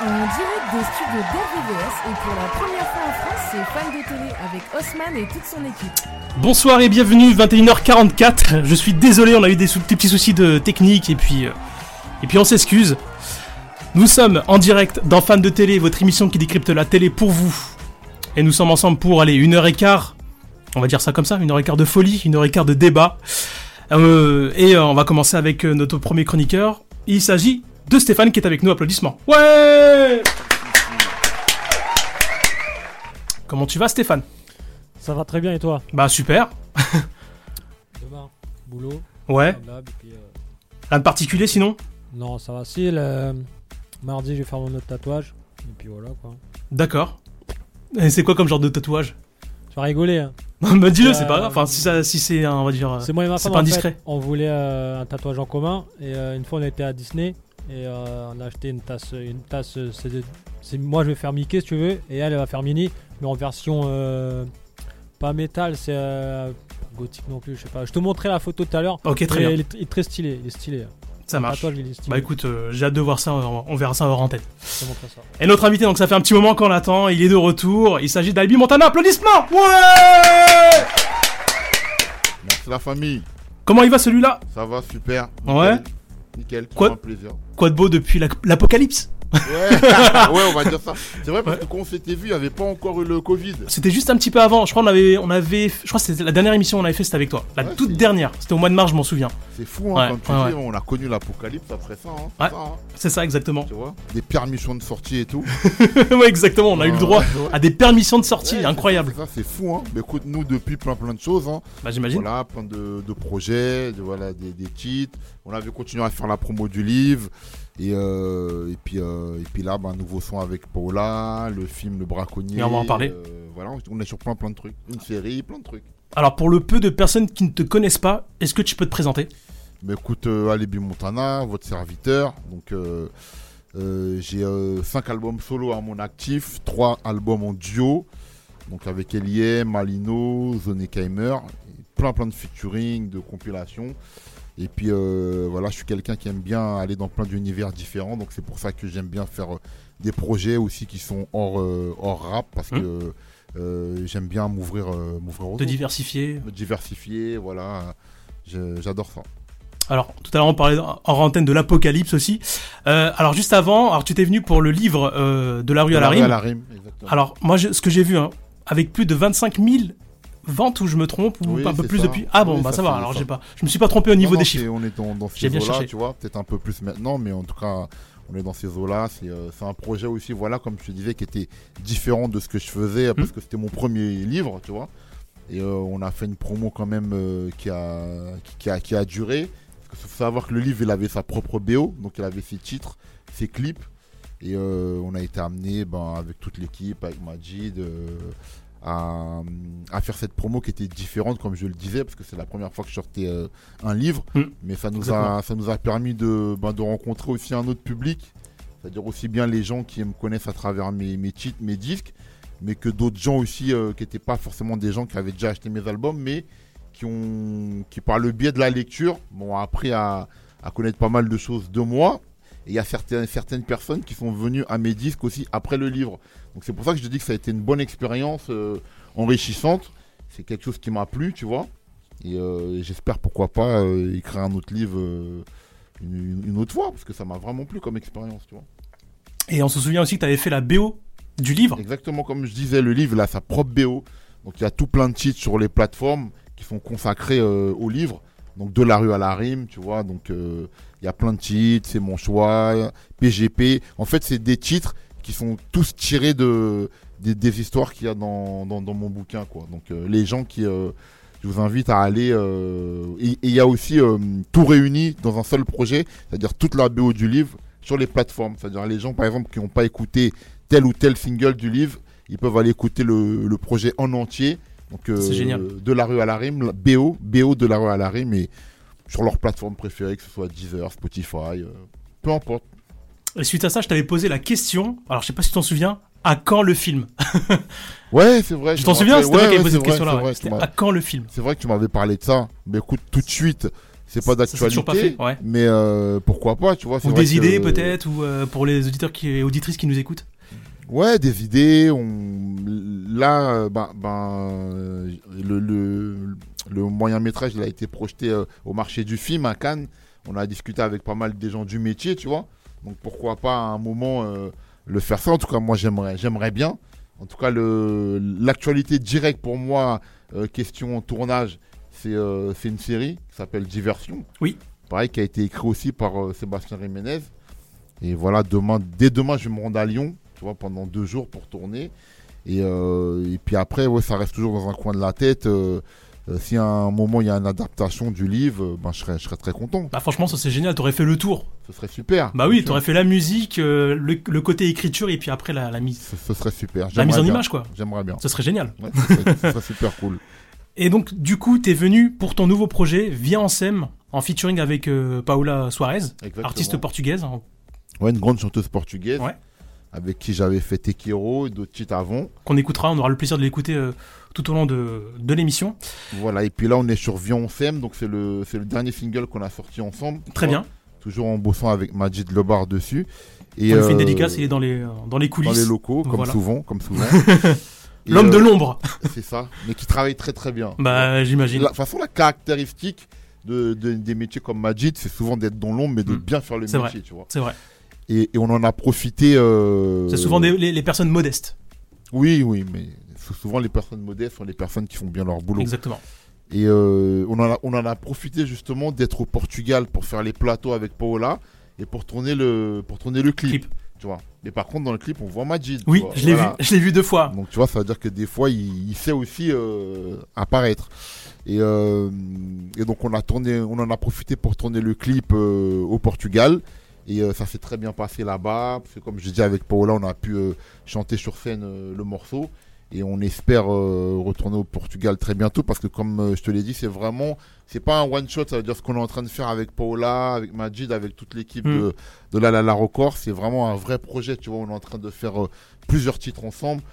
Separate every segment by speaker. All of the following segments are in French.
Speaker 1: En direct des studios d'RVVS et pour la première fois en France, c'est Fan de télé avec Haussmann et toute son équipe.
Speaker 2: Bonsoir et bienvenue, 21h44. Je suis désolé, on a eu des petits soucis de technique et puis on s'excuse. Nous sommes en direct dans Fan de télé, votre émission qui décrypte la télé pour vous. Et nous sommes ensemble pour aller 1h15, on va dire ça comme ça, 1h15 de folie, 1h15 de débat. On va commencer avec notre premier chroniqueur. Il s'agit de Stéphane qui est avec nous. Applaudissements. Ouais. Comment tu vas, Stéphane?
Speaker 3: Ça va très bien et toi?
Speaker 2: Bah super.
Speaker 3: Demain, boulot.
Speaker 2: Ouais.
Speaker 3: Lab, et puis,
Speaker 2: Rien de particulier sinon?
Speaker 3: Non, ça va. Si, mardi, je vais faire mon autre tatouage. Et puis voilà quoi.
Speaker 2: D'accord. Et c'est quoi comme genre de tatouage?
Speaker 3: Tu vas rigoler. Hein.
Speaker 2: Bah dis-le, c'est pas grave. Enfin, si c'est un, on va dire.
Speaker 3: C'est moi et ma
Speaker 2: c'est
Speaker 3: femme.
Speaker 2: pas
Speaker 3: En
Speaker 2: indiscret.
Speaker 3: fait, on voulait un tatouage en commun. Et une fois, on était à Disney. Et on a acheté une tasse. Moi, je vais faire Mickey si tu veux. Et elle va faire Minnie. Mais en version. Pas métal, c'est. Gothique non plus, je sais pas. Je te montrerai la photo tout à l'heure.
Speaker 2: Ok, très bien.
Speaker 3: Il est très stylé. Il est stylé.
Speaker 2: Ça marche.
Speaker 3: Tatouage, il est stylé.
Speaker 2: Bah écoute, j'ai hâte de voir ça. On verra ça hors antenne.
Speaker 3: Je te montrerai ça.
Speaker 2: Et notre invité, donc ça fait un petit moment qu'on l'attend. Il est de retour. Il s'agit d'Albi Montana. Applaudissements. Ouais.
Speaker 4: Merci la famille.
Speaker 2: Comment il va celui-là?
Speaker 4: Ça va super.
Speaker 2: Ouais.
Speaker 4: Nickel.
Speaker 2: Quoi
Speaker 4: Un plaisir.
Speaker 2: Quoi de beau depuis l'apocalypse?
Speaker 4: Ouais. Ouais, on va dire ça. C'est vrai parce
Speaker 2: Ouais.
Speaker 4: que quand on s'était vu, il n'y avait pas encore eu le Covid.
Speaker 2: C'était juste un petit peu avant. Je crois je crois que c'était la dernière émission qu'on avait fait, c'était avec toi. La
Speaker 4: Ouais,
Speaker 2: toute
Speaker 4: c'est-
Speaker 2: dernière. C'était au mois de mars, je m'en souviens.
Speaker 4: C'est fou, hein,
Speaker 2: Ouais,
Speaker 4: comme tu
Speaker 2: ouais,
Speaker 4: dis, on a connu l'apocalypse après ça. Hein, c'est
Speaker 2: Ouais.
Speaker 4: ça, hein,
Speaker 2: C'est ça, exactement.
Speaker 4: tu vois. Des permissions de sortie et tout.
Speaker 2: Ouais, exactement. On a eu le droit
Speaker 4: Ouais.
Speaker 2: à des permissions de sortie.
Speaker 4: Ouais,
Speaker 2: Incroyable.
Speaker 4: C'est ça, c'est fou. Hein. Mais écoute, nous, depuis plein de choses. Hein.
Speaker 2: Bah, j'imagine.
Speaker 4: Voilà, plein de projets, voilà, des titres. On avait continué à faire la promo du livre. Et puis là, un nouveau son avec Paola, le film Le Braconnier.
Speaker 2: Et on va en parler.
Speaker 4: Voilà, on est sur plein de trucs. Une série, plein de trucs.
Speaker 2: Alors, pour le peu de personnes qui ne te connaissent pas, est-ce que tu peux te présenter?
Speaker 4: Mais écoute, Albi Montana, votre serviteur. Donc, j'ai 5 albums solo à mon actif, 3 albums en duo. Donc, avec Eliem, Malino, Zonekeimer. Plein de featuring, de compilations. Et puis voilà, je suis quelqu'un qui aime bien aller dans plein d'univers différents. Donc, c'est pour ça que j'aime bien faire des projets aussi qui sont hors rap. Parce que j'aime bien m'ouvrir aux
Speaker 2: Te
Speaker 4: autres.
Speaker 2: diversifier.
Speaker 4: Me diversifier, voilà. J'adore ça.
Speaker 2: Alors, tout à l'heure, on parlait hors antenne de l'apocalypse aussi. Alors, juste avant, tu t'es venu pour le livre De la rue à la rime.
Speaker 4: Exactement.
Speaker 2: Alors, moi, ce que j'ai vu, hein, avec plus de 25 000 ventes, ou je me trompe, ou
Speaker 4: Oui,
Speaker 2: un peu
Speaker 4: c'est
Speaker 2: plus
Speaker 4: ça.
Speaker 2: depuis. Ah bon,
Speaker 4: Oui,
Speaker 2: bah
Speaker 4: ça
Speaker 2: ça va.
Speaker 4: fait
Speaker 2: Alors,
Speaker 4: ça.
Speaker 2: je me suis pas trompé au niveau
Speaker 4: Non,
Speaker 2: des chiffres.
Speaker 4: on est dans
Speaker 2: J'ai
Speaker 4: ces
Speaker 2: bien
Speaker 4: eaux-là,
Speaker 2: cherché.
Speaker 4: tu vois, peut-être un peu plus maintenant, mais en tout cas, on est dans ces eaux-là. C'est un projet aussi, voilà, comme je te disais, qui était différent de ce que je faisais, parce que c'était mon premier livre, tu vois. Et on a fait une promo quand même qui a duré. Parce qu'il faut savoir que le livre, il avait sa propre BO, donc il avait ses titres, ses clips. Et on a été amené avec toute l'équipe, avec Majid, à faire cette promo qui était différente, comme je le disais, parce que c'est la première fois que je sortais un livre. Mais ça nous a permis de rencontrer aussi un autre public, c'est-à-dire aussi bien les gens qui me connaissent à travers mes titres, mes disques, mais que d'autres gens aussi qui n'étaient pas forcément des gens qui avaient déjà acheté mes albums, mais qui par le biais de la lecture m'ont appris à connaître pas mal de choses de moi. Et il y a certaines personnes qui sont venues à mes disques aussi après le livre. Donc c'est pour ça que je te dis que ça a été une bonne expérience enrichissante. C'est quelque chose qui m'a plu, tu vois. Et j'espère pourquoi pas écrire un autre livre une autre fois, parce que ça m'a vraiment plu comme expérience, tu vois.
Speaker 2: Et on se souvient aussi que tu avais fait la BO du livre.
Speaker 4: Exactement comme je disais, le livre il a sa propre BO. Donc il y a tout plein de titres sur les plateformes qui sont consacrés au livre. Donc De la rue à la rime, tu vois. Donc il y a plein de titres, c'est mon choix, PGP. En fait, c'est des titres qui sont tous tirés des histoires qu'il y a dans mon bouquin, quoi. Donc les gens je vous invite à aller. Et il y a aussi tout réuni dans un seul projet, c'est-à-dire toute la BO du livre sur les plateformes. C'est-à-dire les gens, par exemple, qui n'ont pas écouté tel ou tel single du livre, ils peuvent aller écouter le projet en entier. Donc,
Speaker 2: c'est génial.
Speaker 4: De la rue à la rime, la BO de la rue à la rime, et sur leur plateforme préférée, que ce soit Deezer, Spotify, peu importe.
Speaker 2: Et suite à ça, je t'avais posé la question, alors je sais pas si tu t'en souviens, à quand le film?
Speaker 4: Ouais, c'est vrai.
Speaker 2: Tu t'en souviens? C'était moi qui avais posé cette
Speaker 4: c'est
Speaker 2: question-là.
Speaker 4: vrai,
Speaker 2: Ouais. C'était à quand le film?
Speaker 4: C'est vrai que tu m'avais parlé de ça. Mais écoute, tout de suite, C'est pas d'actualité,
Speaker 2: toujours pas fait, ouais.
Speaker 4: mais pourquoi pas, tu vois.
Speaker 2: Ou des idées peut-être, ou pour les auditeurs et auditrices qui nous écoutent.
Speaker 4: Ouais, des idées. Là, le moyen métrage, il a été projeté au marché du film à Cannes. On a discuté avec pas mal des gens du métier, tu vois. Donc pourquoi pas à un moment le faire ça. En tout cas, moi j'aimerais bien. En tout cas, l'actualité directe pour moi, question tournage, c'est une série qui s'appelle Diversion.
Speaker 2: Oui.
Speaker 4: Pareil, qui a été écrit aussi par Sébastien Jiménez. Et voilà, dès demain, je vais me rendre à Lyon, tu vois, pendant 2 jours pour tourner. Et puis après, ouais, ça reste toujours dans un coin de la tête. Si à un moment il y a une adaptation du livre, je serais très content.
Speaker 2: Bah franchement, ça c'est génial, t'aurais fait le tour.
Speaker 4: Ce serait super.
Speaker 2: Bah oui, t'aurais fait la musique, le côté écriture et puis après la mise.
Speaker 4: Ce serait super.
Speaker 2: La mise en image, quoi.
Speaker 4: J'aimerais bien.
Speaker 2: Ce serait génial.
Speaker 4: Ouais, ce serait super cool.
Speaker 2: Et donc, du coup, t'es venu pour ton nouveau projet Viens Ensemble, en featuring avec Paula Soares,
Speaker 4: Exactement.
Speaker 2: artiste portugaise.
Speaker 4: Ouais, une grande chanteuse portugaise.
Speaker 2: Ouais.
Speaker 4: Avec qui j'avais fait Tekiro et d'autres titres avant.
Speaker 2: Qu'on écoutera, on aura le plaisir de l'écouter tout au long de l'émission.
Speaker 4: Voilà, et puis là on est sur Viens Ensemble, donc c'est le dernier single qu'on a sorti ensemble.
Speaker 2: Très bien.
Speaker 4: Toujours en bossant avec Majid Lobar dessus. Et
Speaker 2: on lui fait une dédicace, il est dans les coulisses.
Speaker 4: Dans les locaux, comme
Speaker 2: voilà.
Speaker 4: souvent.
Speaker 2: L'homme de l'ombre.
Speaker 4: C'est ça, mais qui travaille très très bien.
Speaker 2: Bah j'imagine.
Speaker 4: De toute façon, la caractéristique des métiers comme Majid, c'est souvent d'être dans l'ombre, mais de bien faire le métier,
Speaker 2: vrai.
Speaker 4: tu vois.
Speaker 2: C'est vrai.
Speaker 4: Et on en a profité.
Speaker 2: C'est souvent les personnes modestes.
Speaker 4: Oui, mais souvent les personnes modestes sont les personnes qui font bien leur boulot.
Speaker 2: Exactement.
Speaker 4: Et on en a profité justement d'être au Portugal pour faire les plateaux avec Paola et pour tourner le clip. Tu vois. Mais par contre, dans le clip, on voit Majid.
Speaker 2: Oui, je l'ai vu 2 fois.
Speaker 4: Donc tu vois, ça veut dire que des fois, il sait aussi apparaître. Et donc on en a profité pour tourner le clip au Portugal. Et ça s'est très bien passé là-bas. Parce que comme je dis avec Paola, on a pu chanter sur scène le morceau. Et on espère retourner au Portugal très bientôt. Parce que comme je te l'ai dit, c'est pas un one-shot. Ça veut dire ce qu'on est en train de faire avec Paola, avec Majid, avec toute l'équipe de La Record. C'est vraiment un vrai projet. Tu vois, on est en train de faire plusieurs titres ensemble.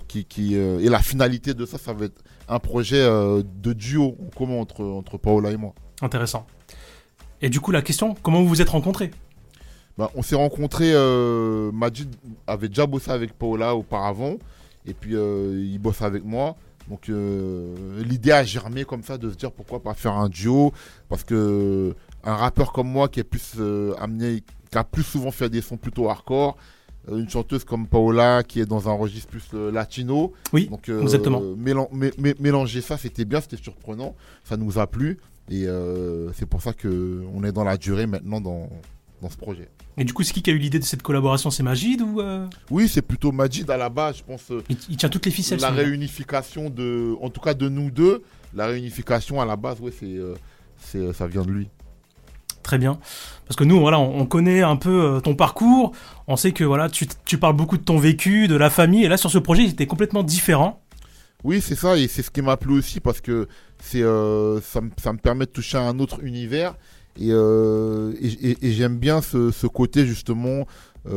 Speaker 4: Et la finalité de ça va être un projet de duo en commun entre Paola et moi.
Speaker 2: Intéressant. Et du coup, la question, comment vous vous êtes rencontrés ?
Speaker 4: On s'est rencontrés, Majid avait déjà bossé avec Paola auparavant, et puis il bosse avec moi. Donc l'idée a germé comme ça de se dire pourquoi pas faire un duo, parce que un rappeur comme moi qui est plus qui a plus souvent fait des sons plutôt hardcore, une chanteuse comme Paola qui est dans un registre plus latino.
Speaker 2: Oui,
Speaker 4: donc,
Speaker 2: exactement.
Speaker 4: Mélanger ça, c'était bien, c'était surprenant, ça nous a plu, et c'est pour ça qu'on est dans la durée maintenant dans ce projet.
Speaker 2: Et du coup, c'est qui a eu l'idée de cette collaboration ? C'est Majid ou
Speaker 4: Oui, c'est plutôt Majid à la base, je pense.
Speaker 2: Il tient toutes les ficelles.
Speaker 4: La réunification en tout cas de nous deux, la réunification à la base, ouais, ça vient de lui.
Speaker 2: Très bien. Parce que nous, voilà, on connaît un peu ton parcours. On sait que voilà, tu parles beaucoup de ton vécu, de la famille. Et là, sur ce projet, il était complètement différent.
Speaker 4: Oui, c'est ça. Et c'est ce qui m'a plu aussi parce que ça me permet de toucher à un autre univers. Et j'aime bien ce côté justement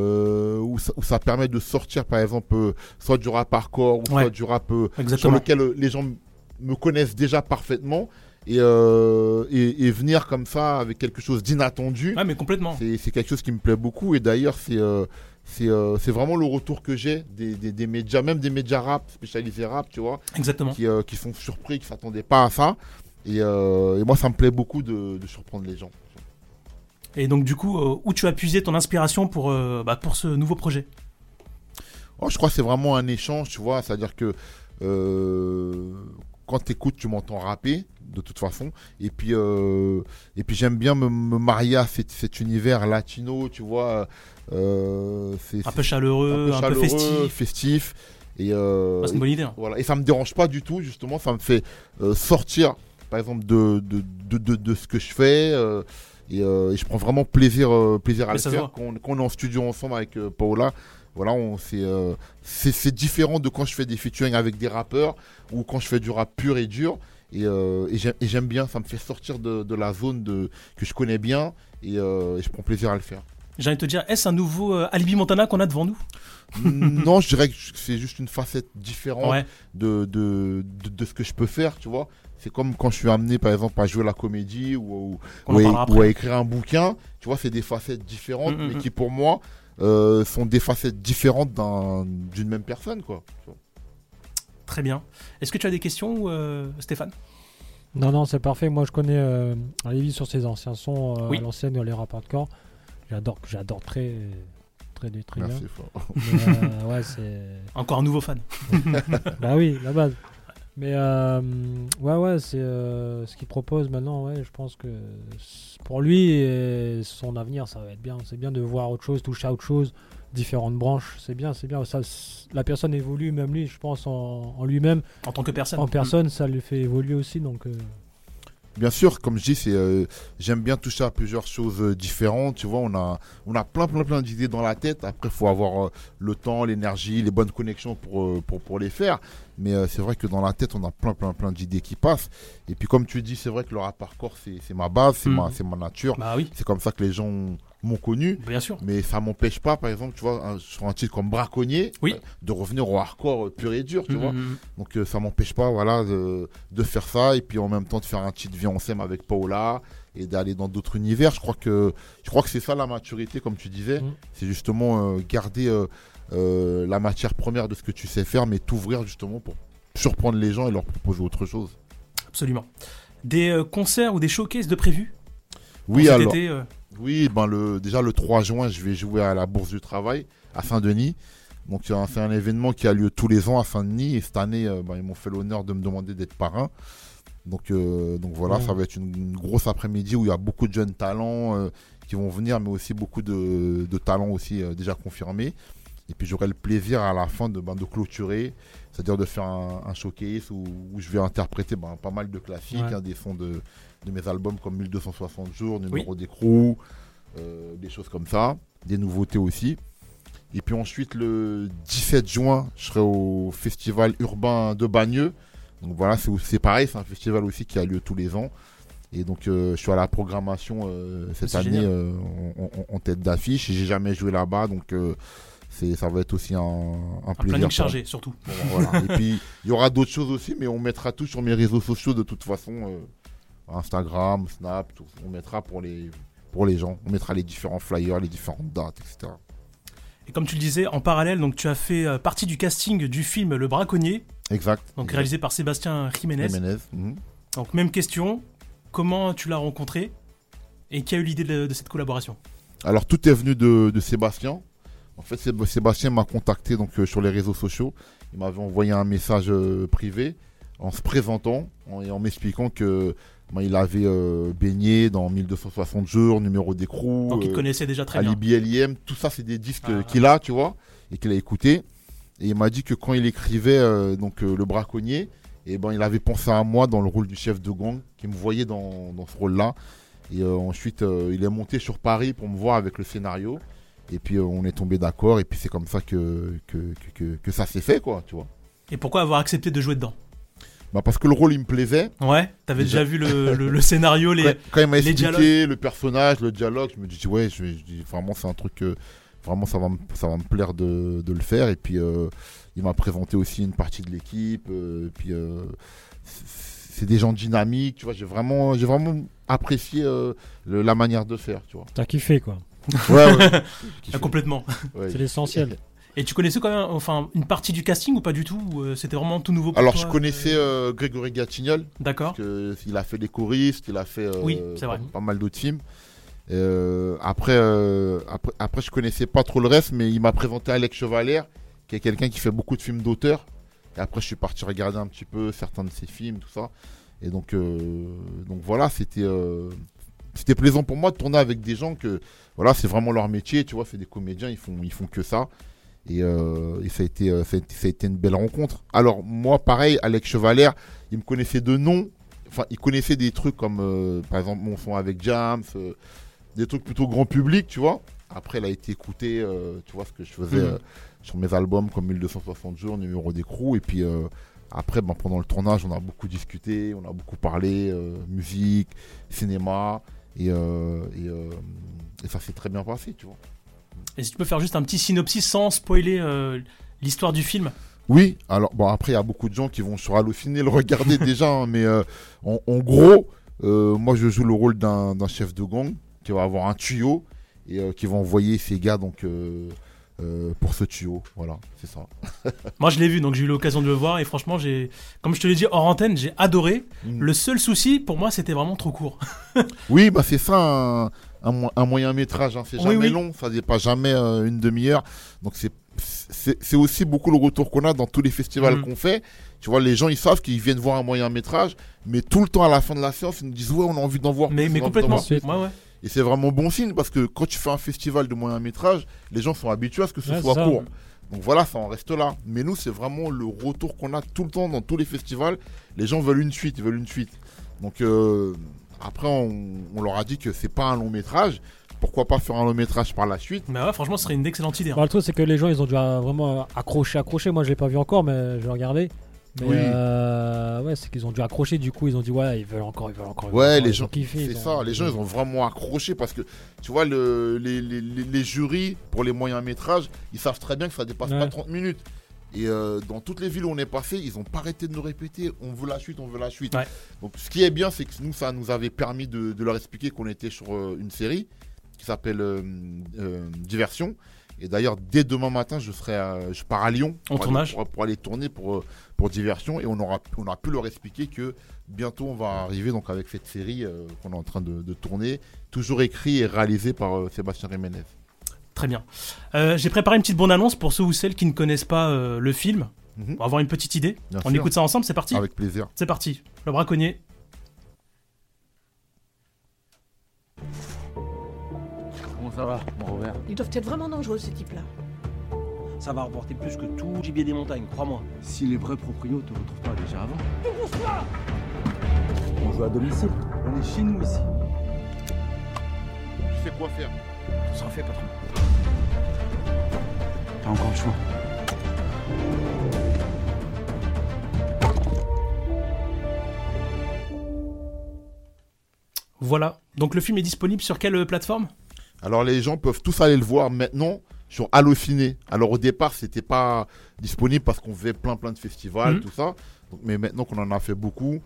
Speaker 4: où ça permet de sortir par exemple soit du rap hardcore ou soit du rap sur lequel les gens me connaissent déjà parfaitement et venir comme ça avec quelque chose d'inattendu.
Speaker 2: Ouais, mais complètement.
Speaker 4: C'est quelque chose qui me plaît beaucoup et d'ailleurs c'est vraiment le retour que j'ai des médias, même des médias rap spécialisés rap, tu vois.
Speaker 2: Exactement.
Speaker 4: Qui sont surpris, qui s'attendaient pas à ça. Et moi, ça me plaît beaucoup de surprendre les gens.
Speaker 2: Et donc, du coup, où tu as puisé ton inspiration pour ce nouveau projet ?
Speaker 4: Je crois que c'est vraiment un échange, tu vois. C'est-à-dire que quand tu écoutes, tu m'entends rapper, de toute façon. Et puis j'aime bien me marier à cet univers latino, tu vois.
Speaker 2: Un peu chaleureux, un peu
Speaker 4: festif. Et,
Speaker 2: c'est une bonne idée. Hein.
Speaker 4: Voilà. Et ça me dérange pas du tout, justement. Ça me fait sortir, par exemple, de ce que je fais. Et je prends vraiment plaisir à le faire. Quand on est en studio ensemble avec Paola, voilà, c'est différent de quand je fais des featuring avec des rappeurs ou quand je fais du rap pur et dur. Et j'aime bien, ça me fait sortir de la zone que je connais bien et je prends plaisir à le faire.
Speaker 2: J'ai envie de te dire, est-ce un nouveau Alibi Montana qu'on a devant nous ?
Speaker 4: Non, je dirais que c'est juste une facette différente
Speaker 2: Ouais.
Speaker 4: de ce que je peux faire, tu vois. C'est comme quand je suis amené, par exemple, à jouer la comédie ou
Speaker 2: On en parlera après.
Speaker 4: à écrire un bouquin. Tu vois, c'est des facettes différentes, mais qui, pour moi, sont des facettes différentes d'une même personne, quoi. Tu vois.
Speaker 2: Très bien. Est-ce que tu as des questions, Stéphane?
Speaker 3: Non, c'est parfait. Moi, je connais Lévi sur ses anciens sons
Speaker 2: Oui.
Speaker 3: à l'ancienne, les rap hardcore. J'adore très bien.
Speaker 4: Merci, fort.
Speaker 3: Mais, ouais, c'est.
Speaker 2: Encore un nouveau fan.
Speaker 3: Bah oui, la base. Mais ouais, c'est ce qu'il propose maintenant. Ouais, je pense que pour lui et son avenir, ça va être bien. C'est bien de voir autre chose, toucher à autre chose, différentes branches. C'est bien. Ça, la personne évolue, même lui, je pense, en lui-même.
Speaker 2: En tant que personne.
Speaker 3: En personne, ça lui fait évoluer aussi. Donc,
Speaker 4: Bien sûr, comme je dis, j'aime bien toucher à plusieurs choses différentes. Tu vois, on a plein d'idées dans la tête. Après, il faut avoir le temps, l'énergie, les bonnes connexions pour les faire. Mais c'est vrai que dans la tête, on a plein d'idées qui passent. Et puis, comme tu dis, c'est vrai que le rap hardcore, c'est ma base, c'est ma nature.
Speaker 2: Bah oui,
Speaker 4: C'est comme ça que les gens m'ont connu.
Speaker 2: bien sûr.
Speaker 4: Mais ça m'empêche pas, par exemple, tu vois, sur un titre comme Braconnier,
Speaker 2: Oui.
Speaker 4: de revenir au hardcore pur et dur, tu vois.
Speaker 2: Mhm.
Speaker 4: Donc ça m'empêche pas, voilà, de faire ça et puis en même temps de faire un titre Viens on s'aime avec Paola et d'aller dans d'autres univers. Je crois que c'est ça la maturité, comme tu disais. C'est justement garder la matière première de ce que tu sais faire, mais t'ouvrir justement pour surprendre les gens et leur proposer autre chose.
Speaker 2: Absolument. Des concerts ou des showcases de prévus
Speaker 4: Oui,
Speaker 2: pour cet
Speaker 4: alors.
Speaker 2: été,
Speaker 4: Oui, déjà le 3 juin, je vais jouer à la Bourse du Travail à Saint-Denis. Donc c'est un événement qui a lieu tous les ans à Saint-Denis et cette année, ils m'ont fait l'honneur de me demander d'être parrain. Donc voilà, ça va être une grosse après-midi où il y a beaucoup de jeunes talents qui vont venir, mais aussi beaucoup de talents aussi déjà confirmés. Et puis j'aurai le plaisir à la fin de clôturer, c'est-à-dire de faire un showcase où je vais interpréter pas mal de classiques, des sons de mes albums comme 1260 jours, Numéro d'écrou, des choses comme ça, des nouveautés aussi. Et puis ensuite le 17 juin, je serai au festival urbain de Bagneux. Donc voilà, c'est pareil, c'est un festival aussi qui a lieu tous les ans. Et donc je suis à la programmation cette année en tête d'affiche. J'ai jamais joué là-bas, donc ça va être aussi un plaisir.
Speaker 2: un planning chargé surtout.
Speaker 4: Bon, voilà. Et puis il y aura d'autres choses aussi, mais on mettra tout sur mes réseaux sociaux de toute façon. Instagram, Snap, tout. On mettra pour les gens. On mettra les différents flyers, les différentes dates, etc.
Speaker 2: Et comme tu le disais, en parallèle, donc tu as fait partie du casting du film Le Braconnier,
Speaker 4: Exact.
Speaker 2: donc réalisé par Sébastien Jiménez. Donc même question, comment tu l'as rencontré et qui a eu l'idée de cette collaboration?
Speaker 4: Alors tout est venu de Sébastien. En fait, Sébastien m'a contacté donc sur les réseaux sociaux. Il m'avait envoyé un message privé en se présentant et en m'expliquant que il avait baigné dans 1260 jours, Numéro d'écrou.
Speaker 2: Donc il te connaissait déjà très bien.
Speaker 4: Alibi LIM, tout ça c'est des disques qu'il a, tu vois, et qu'il a écouté. Et il m'a dit que quand il écrivait Le Braconnier, et il avait pensé à moi dans le rôle du chef de gang, qui me voyait dans ce rôle-là. Et ensuite il est monté sur Paris pour me voir avec le scénario. Et puis on est tombé d'accord, et puis c'est comme ça que ça s'est fait, quoi, tu vois.
Speaker 2: Et pourquoi avoir accepté de jouer dedans?
Speaker 4: Parce que le rôle il me plaisait.
Speaker 2: Ouais, t'avais déjà vu le scénario,
Speaker 4: quand il m'a expliqué
Speaker 2: dialogues.
Speaker 4: le personnage, le dialogue, je me dis ouais, vraiment c'est un truc que vraiment ça va me plaire de le faire. Et puis il m'a présenté aussi une partie de l'équipe. Puis c'est des gens dynamiques, tu vois. J'ai vraiment apprécié la manière de faire, tu vois.
Speaker 3: t'as kiffé quoi.
Speaker 4: Ouais.
Speaker 2: Complètement.
Speaker 4: Ouais.
Speaker 3: C'est l'essentiel.
Speaker 2: Et tu connaissais quand même une partie du casting ou pas du tout, ou c'était vraiment tout nouveau pour
Speaker 4: Alors
Speaker 2: toi,
Speaker 4: je connaissais Grégory Gatignol.
Speaker 2: D'accord.
Speaker 4: Parce qu'il a fait Les Choristes, il a fait
Speaker 2: Oui, c'est vrai.
Speaker 4: pas mal d'autres films. Après, je connaissais pas trop le reste, mais il m'a présenté Alex Chevalère, qui est quelqu'un qui fait beaucoup de films d'auteur. Et après, je suis parti regarder un petit peu certains de ses films, tout ça. Et donc voilà, c'était plaisant pour moi de tourner avec des gens que, voilà, c'est vraiment leur métier, tu vois, c'est des comédiens, ils font que ça. Et ça a été une belle rencontre. Alors moi, pareil, Alex Chevalère, il me connaissait de nom. Enfin, il connaissait des trucs comme, par exemple, mon son avec James, des trucs plutôt grand public, tu vois. Après, il a été écouté, tu vois, ce que je faisais sur mes albums comme 1260 jours, Numéro d'écrou. Et puis après, pendant le tournage, on a beaucoup discuté, on a beaucoup parlé, musique, cinéma. Et ça s'est très bien passé, tu vois.
Speaker 2: Et si tu peux faire juste un petit synopsis sans spoiler l'histoire du film.
Speaker 4: Oui, alors bon, après il y a beaucoup de gens qui vont sur Allociné le regarder déjà, hein, mais en gros, moi je joue le rôle d'un chef de gang qui va avoir un tuyau et qui va envoyer ses gars donc pour ce tuyau, voilà, c'est ça.
Speaker 2: Moi je l'ai vu, donc j'ai eu l'occasion de le voir et franchement comme je te l'ai dit hors antenne, j'ai adoré. Le seul souci pour moi c'était vraiment trop court.
Speaker 4: Oui, bah c'est ça un moyen métrage, hein. C'est jamais long, ça dépasse jamais une demi-heure, donc c'est aussi beaucoup le retour qu'on a dans tous les festivals qu'on fait. Tu vois, les gens ils savent qu'ils viennent voir un moyen métrage, mais tout le temps à la fin de la séance ils nous disent ouais on a envie d'en voir.
Speaker 2: Mais complètement. Ouais.
Speaker 4: Et c'est vraiment bon signe parce que quand tu fais un festival de moyen métrage, les gens sont habitués à ce que ce soit court. Donc voilà, ça en reste là. Mais nous, c'est vraiment le retour qu'on a tout le temps dans tous les festivals. Les gens veulent une suite, Donc après, on leur a dit que c'est pas un long métrage. Pourquoi pas faire un long métrage par la suite?
Speaker 2: Mais ouais, franchement, ce serait une excellente idée.
Speaker 3: Bah, le truc, c'est que les gens, ils ont dû vraiment accrocher. Moi, je l'ai pas vu encore, mais je vais regarder. Mais ouais, c'est qu'ils ont dû accrocher, du coup ils ont dit ouais, ils veulent encore.
Speaker 4: Ouais, les gens kiffent. C'est ça, les gens ils ont vraiment accroché parce que tu vois les jurys pour les moyens métrages, ils savent très bien que ça dépasse pas 30 minutes. Et dans toutes les villes où on est passé, ils ont pas arrêté de nous répéter on veut la suite. Ouais. Donc ce qui est bien, c'est que nous ça nous avait permis de leur expliquer qu'on était sur une série qui s'appelle Diversion. Et d'ailleurs, dès demain matin, je pars à Lyon pour aller tourner pour Diversion. Et on aura pu leur expliquer que bientôt, on va arriver donc, avec cette série qu'on est en train de tourner, toujours écrit et réalisé par Sébastien Jiménez.
Speaker 2: Très bien. J'ai préparé une petite bande-annonce pour ceux ou celles qui ne connaissent pas le film. On va avoir une petite idée. On écoute ça ensemble, c'est parti ?
Speaker 4: Avec plaisir.
Speaker 2: C'est parti. Le braconnier.
Speaker 5: Ça va, mon Robert.
Speaker 6: Ils doivent être vraiment dangereux, ces types-là.
Speaker 5: Ça va rapporter plus que tout gibier des montagnes, crois-moi.
Speaker 7: Si les vrais proprios te retrouvent pas déjà avant.
Speaker 5: On joue à domicile.
Speaker 7: On est chez nous ici.
Speaker 4: Tu sais quoi faire.
Speaker 5: Tout sera fait, patron.
Speaker 7: T'as encore le choix.
Speaker 2: Voilà. Donc le film est disponible sur quelle plateforme ?
Speaker 4: Alors les gens peuvent tous aller le voir maintenant sur Allociné. Alors au départ, c'était pas disponible parce qu'on faisait plein de festivals, tout ça. Donc, mais maintenant qu'on en a fait beaucoup,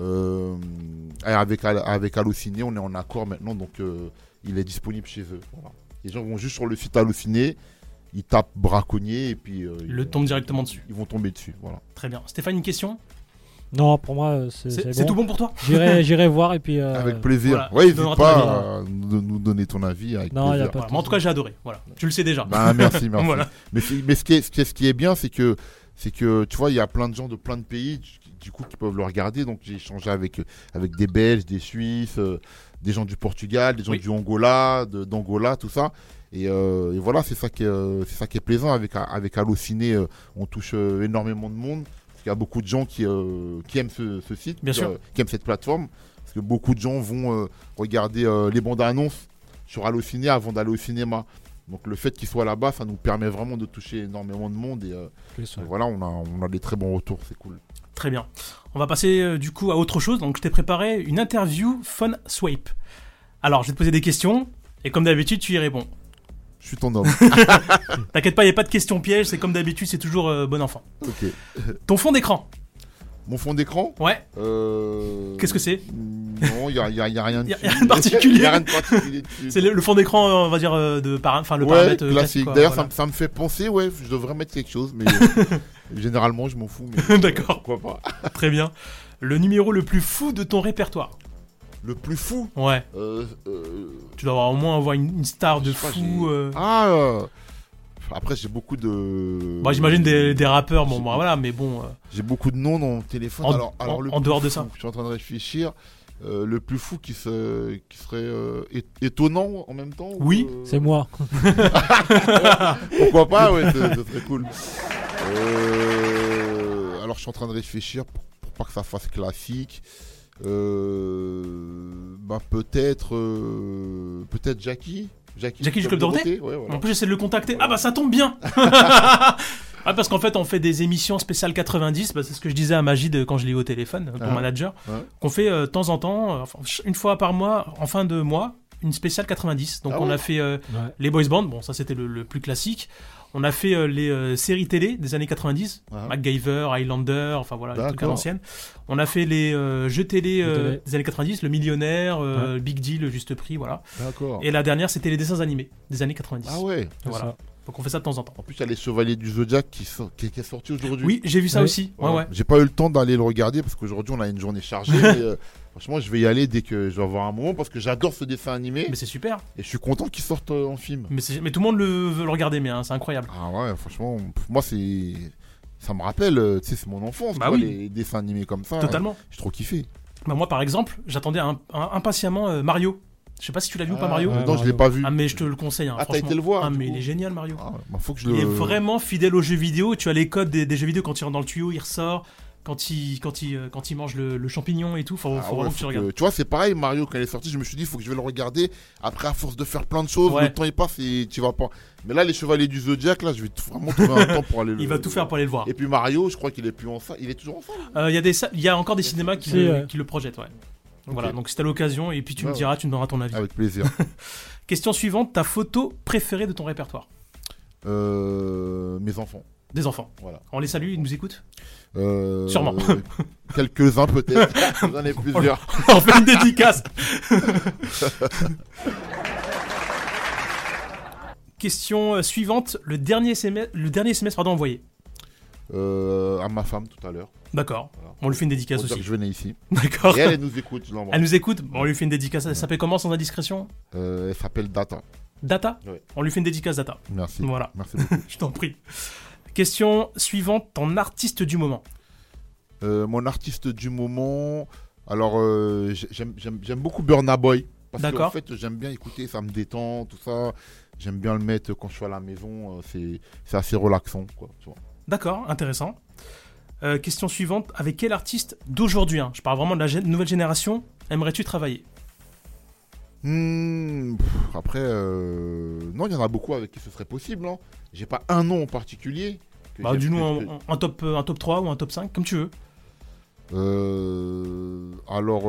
Speaker 4: avec Allociné, on est en accord maintenant, donc il est disponible chez eux. Voilà. Les gens vont juste sur le site Allociné, ils tapent braconnier et puis
Speaker 2: ils tombent directement dessus.
Speaker 4: Ils vont tomber dessus. Voilà.
Speaker 2: Très bien. Stéphane, une question ?
Speaker 3: Non, pour moi, c'est bon.
Speaker 2: Tout bon pour toi ?
Speaker 3: J'irai voir et puis...
Speaker 4: Avec plaisir. Voilà, n'hésite pas à nous donner ton avis. Avec plaisir.
Speaker 2: Y a pas en tout cas, j'ai adoré. Voilà. Tu le sais déjà.
Speaker 4: Merci.
Speaker 2: Voilà.
Speaker 4: Mais ce qui est bien, c'est que tu vois, il y a plein de gens de plein de pays du coup qui peuvent le regarder. Donc j'ai échangé avec des Belges, des Suisses, des gens du Portugal, des gens du Angola, d'Angola, tout ça. Et voilà, c'est ça qui est plaisant avec Allociné. On touche énormément de monde. Il y a beaucoup de gens qui aiment ce site, qui aiment cette plateforme, parce que beaucoup de gens vont regarder les bandes annonces sur Allociné avant d'aller au cinéma. Donc le fait qu'il soit là-bas, ça nous permet vraiment de toucher énormément de monde et voilà, on a des très bons retours, c'est cool.
Speaker 2: Très bien. On va passer du coup à autre chose. Donc je t'ai préparé une interview Fun Swipe. Alors je vais te poser des questions et comme d'habitude tu y réponds.
Speaker 4: Je suis ton homme.
Speaker 2: T'inquiète pas, il n'y a pas de questions pièges, c'est comme d'habitude, c'est toujours bon enfant.
Speaker 4: Ok.
Speaker 2: Ton fond d'écran ?
Speaker 4: Mon fond d'écran ?
Speaker 2: Ouais. Qu'est-ce que c'est ?
Speaker 4: Non, il n'y a rien dessus.
Speaker 2: Il n'y a rien de particulier.
Speaker 4: Il n'y a rien de particulier dessus.
Speaker 2: C'est le fond d'écran, on va dire, le paramètre
Speaker 4: classique.
Speaker 2: Quoi,
Speaker 4: d'ailleurs,
Speaker 2: voilà.
Speaker 4: ça me fait penser, je devrais mettre quelque chose, mais généralement, je m'en fous. Mais,
Speaker 2: d'accord.
Speaker 4: Pourquoi pas.
Speaker 2: Très bien. Le numéro le plus fou de ton répertoire ?
Speaker 4: Le plus fou ?
Speaker 2: Ouais. Tu dois au moins avoir une star de fou.
Speaker 4: Après, j'ai beaucoup de.
Speaker 2: Bah, j'imagine des rappeurs, voilà, mais bon.
Speaker 4: J'ai beaucoup de noms dans mon téléphone. Alors
Speaker 2: en dehors de ça.
Speaker 4: Je suis en train de réfléchir. Le plus fou qui serait étonnant en même temps.
Speaker 3: Oui, c'est moi.
Speaker 4: Pourquoi pas, ce serait cool. Alors, je suis en train de réfléchir pour pas que ça fasse classique. Peut-être Jackie
Speaker 2: du Club Dorothée.
Speaker 4: Ouais, voilà.
Speaker 2: En plus j'essaie de le contacter. Ah bah ça tombe bien. Parce qu'en fait on fait des émissions spéciales 90, c'est ce que je disais à Magid quand je l'ai eu au téléphone, mon manager, qu'on fait de temps en temps, une fois par mois, en fin de mois, une spéciale 90. Donc
Speaker 4: Ah
Speaker 2: on
Speaker 4: ouais.
Speaker 2: a fait les boys band, bon ça c'était le plus classique. On a fait les séries télé des années 90,
Speaker 4: Ah.
Speaker 2: MacGyver, Highlander, enfin voilà, les trucs à
Speaker 4: D'accord.
Speaker 2: l'ancienne. On a fait les jeux télé
Speaker 3: télé.
Speaker 2: des années 90, Le Millionnaire, Big Deal, Le Juste Prix, voilà.
Speaker 4: D'accord.
Speaker 2: Et la dernière c'était les dessins animés des années 90.
Speaker 4: Ah ouais.
Speaker 3: C'est
Speaker 2: Voilà.
Speaker 3: ça.
Speaker 2: Donc on fait ça de temps en temps.
Speaker 4: En plus, il y a les Chevaliers du Zodiac qui est sorti aujourd'hui.
Speaker 2: Oui, j'ai vu ça
Speaker 3: Oui.
Speaker 2: aussi. Ouais, ouais.
Speaker 4: J'ai pas eu le temps d'aller le regarder parce qu'aujourd'hui on a une journée chargée. Mais, franchement, je vais y aller dès que je vais avoir un moment parce que j'adore ce dessin animé
Speaker 2: Mais c'est super.
Speaker 4: et je suis content qu'il sorte en film.
Speaker 2: Mais tout le monde veut le regarder, mais c'est incroyable.
Speaker 4: Ah ouais, franchement, moi ça me rappelle, tu sais, c'est mon enfance,
Speaker 2: Bah
Speaker 4: quoi,
Speaker 2: oui.
Speaker 4: les dessins animés comme ça.
Speaker 2: Totalement.
Speaker 4: J'ai trop kiffé.
Speaker 2: Bah, moi par exemple, j'attendais impatiemment Mario. Je sais pas si tu l'as vu ou pas Mario.
Speaker 3: ouais.
Speaker 4: Non, je
Speaker 3: Mario.
Speaker 4: l'ai pas vu.
Speaker 2: Ah mais je te le conseille. Hein,
Speaker 4: Ah, t'as
Speaker 2: franchement.
Speaker 4: été le voir,
Speaker 2: Ah
Speaker 4: du
Speaker 2: mais
Speaker 4: coup.
Speaker 2: il est génial Mario.
Speaker 4: Ah ouais, bah, faut que je
Speaker 2: Il est
Speaker 4: le.
Speaker 2: vraiment fidèle aux jeux vidéo. Tu as les codes des jeux vidéo quand il rentre dans le tuyau, il ressort. Quand il mange le champignon et tout, faut
Speaker 4: Ah
Speaker 2: vraiment
Speaker 4: ouais,
Speaker 2: que tu
Speaker 4: faut
Speaker 2: regardes.
Speaker 4: que- Tu vois, c'est pareil, Mario, quand il est sorti, je me suis dit, il faut que je vais le regarder. Après, à force de faire plein de choses,
Speaker 2: Ouais.
Speaker 4: le temps il passe et tu vas pas. Mais là, les Chevaliers du Zodiac, là, je vais vraiment trouver un temps pour aller le.
Speaker 2: Il va tout faire pour aller le voir.
Speaker 4: Et puis Mario, je crois qu'il est plus en salle. Il est toujours en salle.
Speaker 2: Il y a encore des cinémas qui,
Speaker 3: Si,
Speaker 2: qui le projettent, ouais. Voilà,
Speaker 4: Ok.
Speaker 2: donc c'est à l'occasion et puis tu me
Speaker 4: Ouais,
Speaker 2: diras, tu me donneras ton avis.
Speaker 4: Avec plaisir.
Speaker 2: Question suivante, ta photo préférée de ton répertoire?
Speaker 4: Mes enfants.
Speaker 2: Des enfants.
Speaker 4: Voilà.
Speaker 2: On les salue, ils nous écoutent?
Speaker 4: Sûrement. Quelques-uns peut-être. J'en ai plusieurs.
Speaker 2: On fait une dédicace. Question suivante, le dernier SMS envoyé.
Speaker 4: À ma femme tout à l'heure.
Speaker 2: D'accord.
Speaker 4: Voilà.
Speaker 2: On lui fait une dédicace
Speaker 4: Pour dire
Speaker 2: aussi.
Speaker 4: que je venais ici.
Speaker 2: D'accord.
Speaker 4: Et elle nous écoute, je l'envoie.
Speaker 2: Elle nous écoute. Bon, on lui fait une dédicace. Elle s'appelle comment sans indiscrétion?
Speaker 4: Elle s'appelle Data.
Speaker 2: Data.
Speaker 4: Ouais.
Speaker 2: On lui fait une dédicace Data.
Speaker 4: Merci.
Speaker 2: Voilà.
Speaker 4: Merci beaucoup.
Speaker 2: Je t'en prie. Question suivante, ton artiste du moment.
Speaker 4: Mon artiste du moment. Alors, j'aime beaucoup Burna Boy. Parce
Speaker 2: D'accord.
Speaker 4: qu'en fait, j'aime bien écouter, ça me détend, tout ça. J'aime bien le mettre quand je suis à la maison. C'est assez relaxant, quoi. Tu vois.
Speaker 2: D'accord, intéressant. Question suivante, avec quel artiste d'aujourd'hui, hein, je parle vraiment de la nouvelle génération, aimerais-tu travailler?
Speaker 4: Après, non, il y en a beaucoup avec qui ce serait possible. Hein. J'ai pas un nom en particulier. que
Speaker 2: Bah,
Speaker 4: j'aime-
Speaker 2: dis-nous
Speaker 4: que-
Speaker 2: un top 3 ou un top 5, comme tu veux.
Speaker 4: Alors,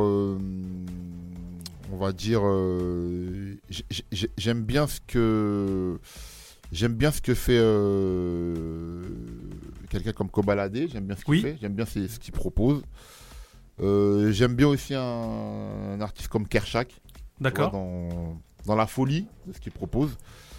Speaker 4: on va dire, j'aime bien ce que fait quelqu'un comme Kobalade. J'aime bien ce qu'il
Speaker 2: Oui.
Speaker 4: fait. J'aime bien ce qu'il propose. J'aime bien aussi un artiste comme Kershak. Tu vois,
Speaker 2: D'accord.
Speaker 4: dans la folie de ce qu'il propose.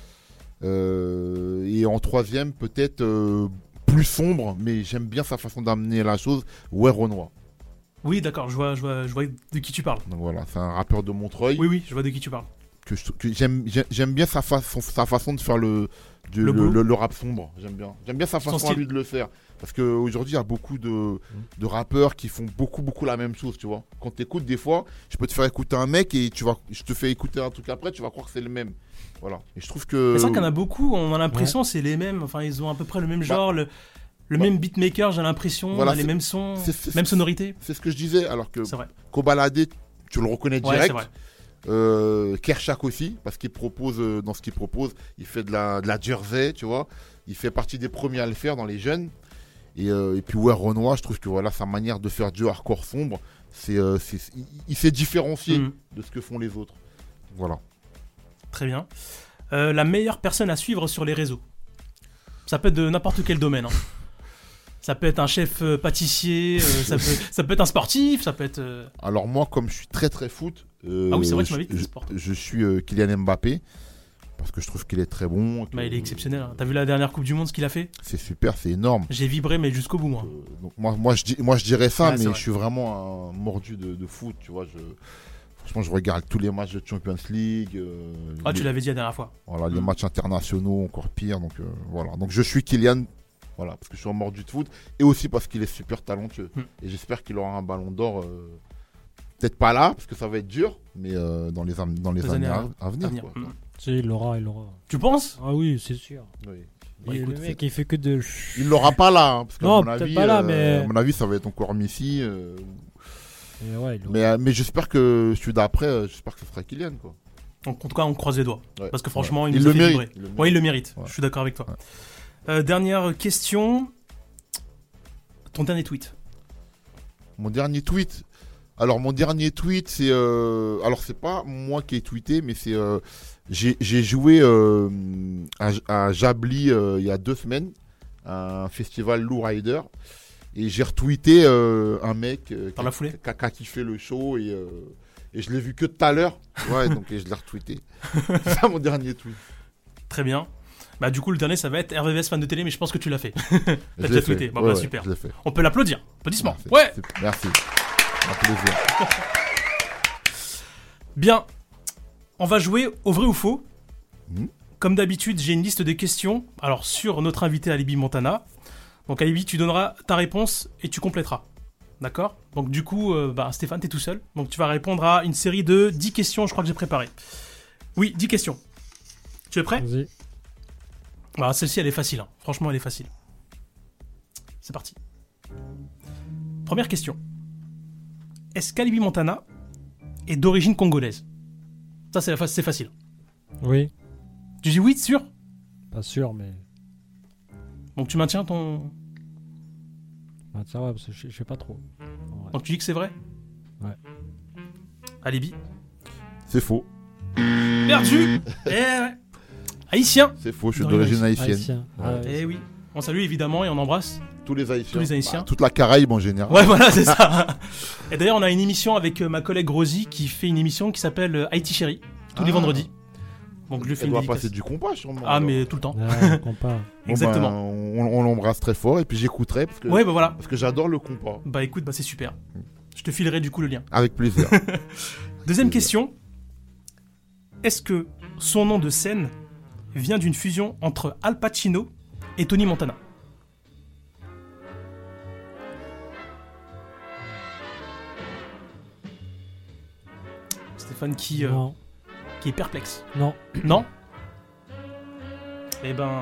Speaker 4: Et en troisième, peut-être plus sombre, mais j'aime bien sa façon d'amener la chose. Ouais, Renoir.
Speaker 2: Oui, d'accord, je vois de qui tu parles.
Speaker 4: Donc voilà, c'est un rappeur de Montreuil.
Speaker 2: Oui, je vois de qui tu parles.
Speaker 4: Que j'aime bien sa façon de faire le rap sombre. J'aime bien sa façon à
Speaker 2: style.
Speaker 4: lui de le faire. Parce qu'aujourd'hui, il y a beaucoup de rappeurs qui font beaucoup la même chose, tu vois. Quand tu écoutes, des fois, je peux te faire écouter un mec et je te fais écouter un truc après, tu vas croire que c'est le même. Voilà. Et je trouve que.
Speaker 2: C'est ça qu'il y en a beaucoup, on a l'impression c'est les mêmes, enfin ils ont à peu près le même genre, le même beatmaker, j'ai l'impression,
Speaker 4: Voilà,
Speaker 2: les
Speaker 4: c'est-
Speaker 2: mêmes sons,
Speaker 4: c'est-
Speaker 2: même sonorité.
Speaker 4: C'est ce que je disais, alors que
Speaker 2: C'est vrai.
Speaker 4: Kobalade, tu le reconnais
Speaker 2: Ouais,
Speaker 4: direct.
Speaker 2: c'est vrai.
Speaker 4: Kershak aussi, parce qu'il propose, dans ce qu'il propose, il fait de la jersey, tu vois. Il fait partie des premiers à le faire dans les jeunes. Et puis ouais, Renoir, je trouve que voilà, sa manière de faire du hardcore sombre, il s'est différencié
Speaker 2: Mhm.
Speaker 4: de ce que font les autres. Voilà.
Speaker 2: Très bien. La meilleure personne à suivre sur les réseaux. Ça peut être de n'importe quel domaine. Hein. Ça peut être un chef pâtissier, ça peut être un sportif, ça peut être...
Speaker 4: Alors moi, comme je suis très foot,
Speaker 2: Ah oui, c'est vrai que tu m'avais dit que
Speaker 4: je,
Speaker 2: c'était sport.
Speaker 4: je suis Kylian Mbappé, parce que je trouve qu'il est très bon.
Speaker 2: Bah, il est exceptionnel. Hein. T'as vu la dernière Coupe du Monde, ce qu'il a fait?
Speaker 4: C'est super, c'est énorme.
Speaker 2: J'ai vibré, mais jusqu'au bout, moi.
Speaker 4: Donc moi je dirais ça,
Speaker 2: Ouais, c'est
Speaker 4: mais
Speaker 2: vrai.
Speaker 4: je suis vraiment un mordu de foot, tu vois. Franchement, je regarde tous les matchs de Champions League.
Speaker 2: Ah, tu
Speaker 4: les,
Speaker 2: l'avais dit la dernière fois.
Speaker 4: voilà, les matchs internationaux, encore pire. Donc voilà. Donc je suis Kylian, voilà, parce que je suis un mordu de foot, et aussi parce qu'il est super talentueux. Et j'espère qu'il aura un ballon d'or. Peut-être pas là, parce que ça va être dur, mais dans les années à venir. Quoi.
Speaker 3: Si, il l'aura.
Speaker 2: Tu penses?
Speaker 3: Ah oui, c'est sûr.
Speaker 4: Oui.
Speaker 2: Bah,
Speaker 3: Et
Speaker 2: écoute,
Speaker 3: le mec, il fait que de...
Speaker 4: Il l'aura pas là, hein, parce que
Speaker 3: Non,
Speaker 4: à mon
Speaker 3: peut-être
Speaker 4: avis,
Speaker 3: pas là, mais-
Speaker 4: à mon avis, ça va être encore Messi.
Speaker 3: Et ouais, il l'aura.
Speaker 4: Mais j'espère que celui d'après, j'espère que ce sera Kylian, quoi.
Speaker 2: En tout cas, on croise les doigts.
Speaker 4: Ouais.
Speaker 2: Parce que franchement,
Speaker 4: Ouais.
Speaker 2: il nous a fait
Speaker 4: mérite.
Speaker 2: vibrer. Ouais, il le mérite.
Speaker 4: Ouais.
Speaker 2: Je suis d'accord avec toi.
Speaker 4: Ouais.
Speaker 2: Dernière question. Ton dernier tweet.
Speaker 4: Mon dernier tweet. Alors mon dernier tweet, c'est alors c'est pas moi qui ai tweeté, mais c'est j'ai joué à Jabli il y a 2 semaines, à un festival Lou Rider, et j'ai retweeté un mec
Speaker 2: Dans la foulée
Speaker 4: qui a kiffé le show et je l'ai vu que tout à l'heure. Ouais, donc je l'ai retweeté. C'est ça mon dernier tweet.
Speaker 2: Très bien. Bah du coup le dernier ça va être RVVS fan de télé, mais je pense que tu l'as fait. T'as
Speaker 4: Je
Speaker 2: déjà
Speaker 4: l'ai
Speaker 2: tweeté.
Speaker 4: fait.
Speaker 2: Bah,
Speaker 4: Ouais,
Speaker 2: bah
Speaker 4: ouais,
Speaker 2: super.
Speaker 4: je l'ai fait.
Speaker 2: On peut l'applaudir. Applaudissements.
Speaker 4: Merci.
Speaker 2: Ouais.
Speaker 4: Merci. Un plaisir.
Speaker 2: Bien. On va jouer au vrai ou faux.
Speaker 4: Mhm.
Speaker 2: Comme d'habitude, j'ai une liste de questions. Alors sur notre invité Alibi Montana. Donc Alibi, tu donneras ta réponse et tu compléteras. D'accord ? Donc du coup, Stéphane, t'es tout seul. Donc tu vas répondre à une série de 10 questions, je crois que j'ai préparé. Oui, 10 questions. Tu es prêt ?
Speaker 3: Vas-y.
Speaker 2: Bah, celle-ci, elle est facile. Hein. Franchement, elle est facile. C'est parti. Première question. Est-ce qu'Alibi Montana est d'origine congolaise ? Ça, c'est facile.
Speaker 3: Oui.
Speaker 2: Tu dis oui, sûr ?
Speaker 3: Pas sûr, mais.
Speaker 2: Donc tu maintiens ton...
Speaker 3: Bah, tiens, ouais, parce que je sais pas trop. Ouais.
Speaker 2: Donc tu dis que c'est vrai ?
Speaker 3: Ouais.
Speaker 2: Alibi.
Speaker 4: C'est faux.
Speaker 2: Perdu. Eh ouais. Haïtien.
Speaker 4: C'est faux, je suis
Speaker 2: Dans
Speaker 4: d'origine
Speaker 2: les
Speaker 4: haïtienne.
Speaker 3: Haïtien. Ah, ouais.
Speaker 2: Eh oui. On salue évidemment et on embrasse.
Speaker 4: Tous les Haïtiens.
Speaker 2: Tous les Haïtiens.
Speaker 4: Toute la Caraïbe en général.
Speaker 2: Ouais, voilà, c'est ça. Et d'ailleurs, on a une émission avec ma collègue Rosie qui fait une émission qui s'appelle Haïti Chérie, tous les vendredis. Donc je lui fais
Speaker 4: Elle
Speaker 2: une
Speaker 4: doit
Speaker 2: dédicace.
Speaker 4: passer du compas sûrement.
Speaker 2: Ah,
Speaker 4: alors.
Speaker 2: mais tout le temps.
Speaker 3: Ouais, compas.
Speaker 4: Bon,
Speaker 2: Exactement.
Speaker 4: on l'embrasse très fort et puis j'écouterai parce que,
Speaker 2: Ouais, bah voilà.
Speaker 4: parce que j'adore le compas.
Speaker 2: Bah écoute, bah c'est super. Je te filerai du coup le lien.
Speaker 4: Avec plaisir.
Speaker 2: Deuxième question. Est-ce que son nom de scène vient d'une fusion entre Al Pacino et Tony Montana ? Stéphane qui est perplexe.
Speaker 3: Non.
Speaker 2: Non ? Eh ben...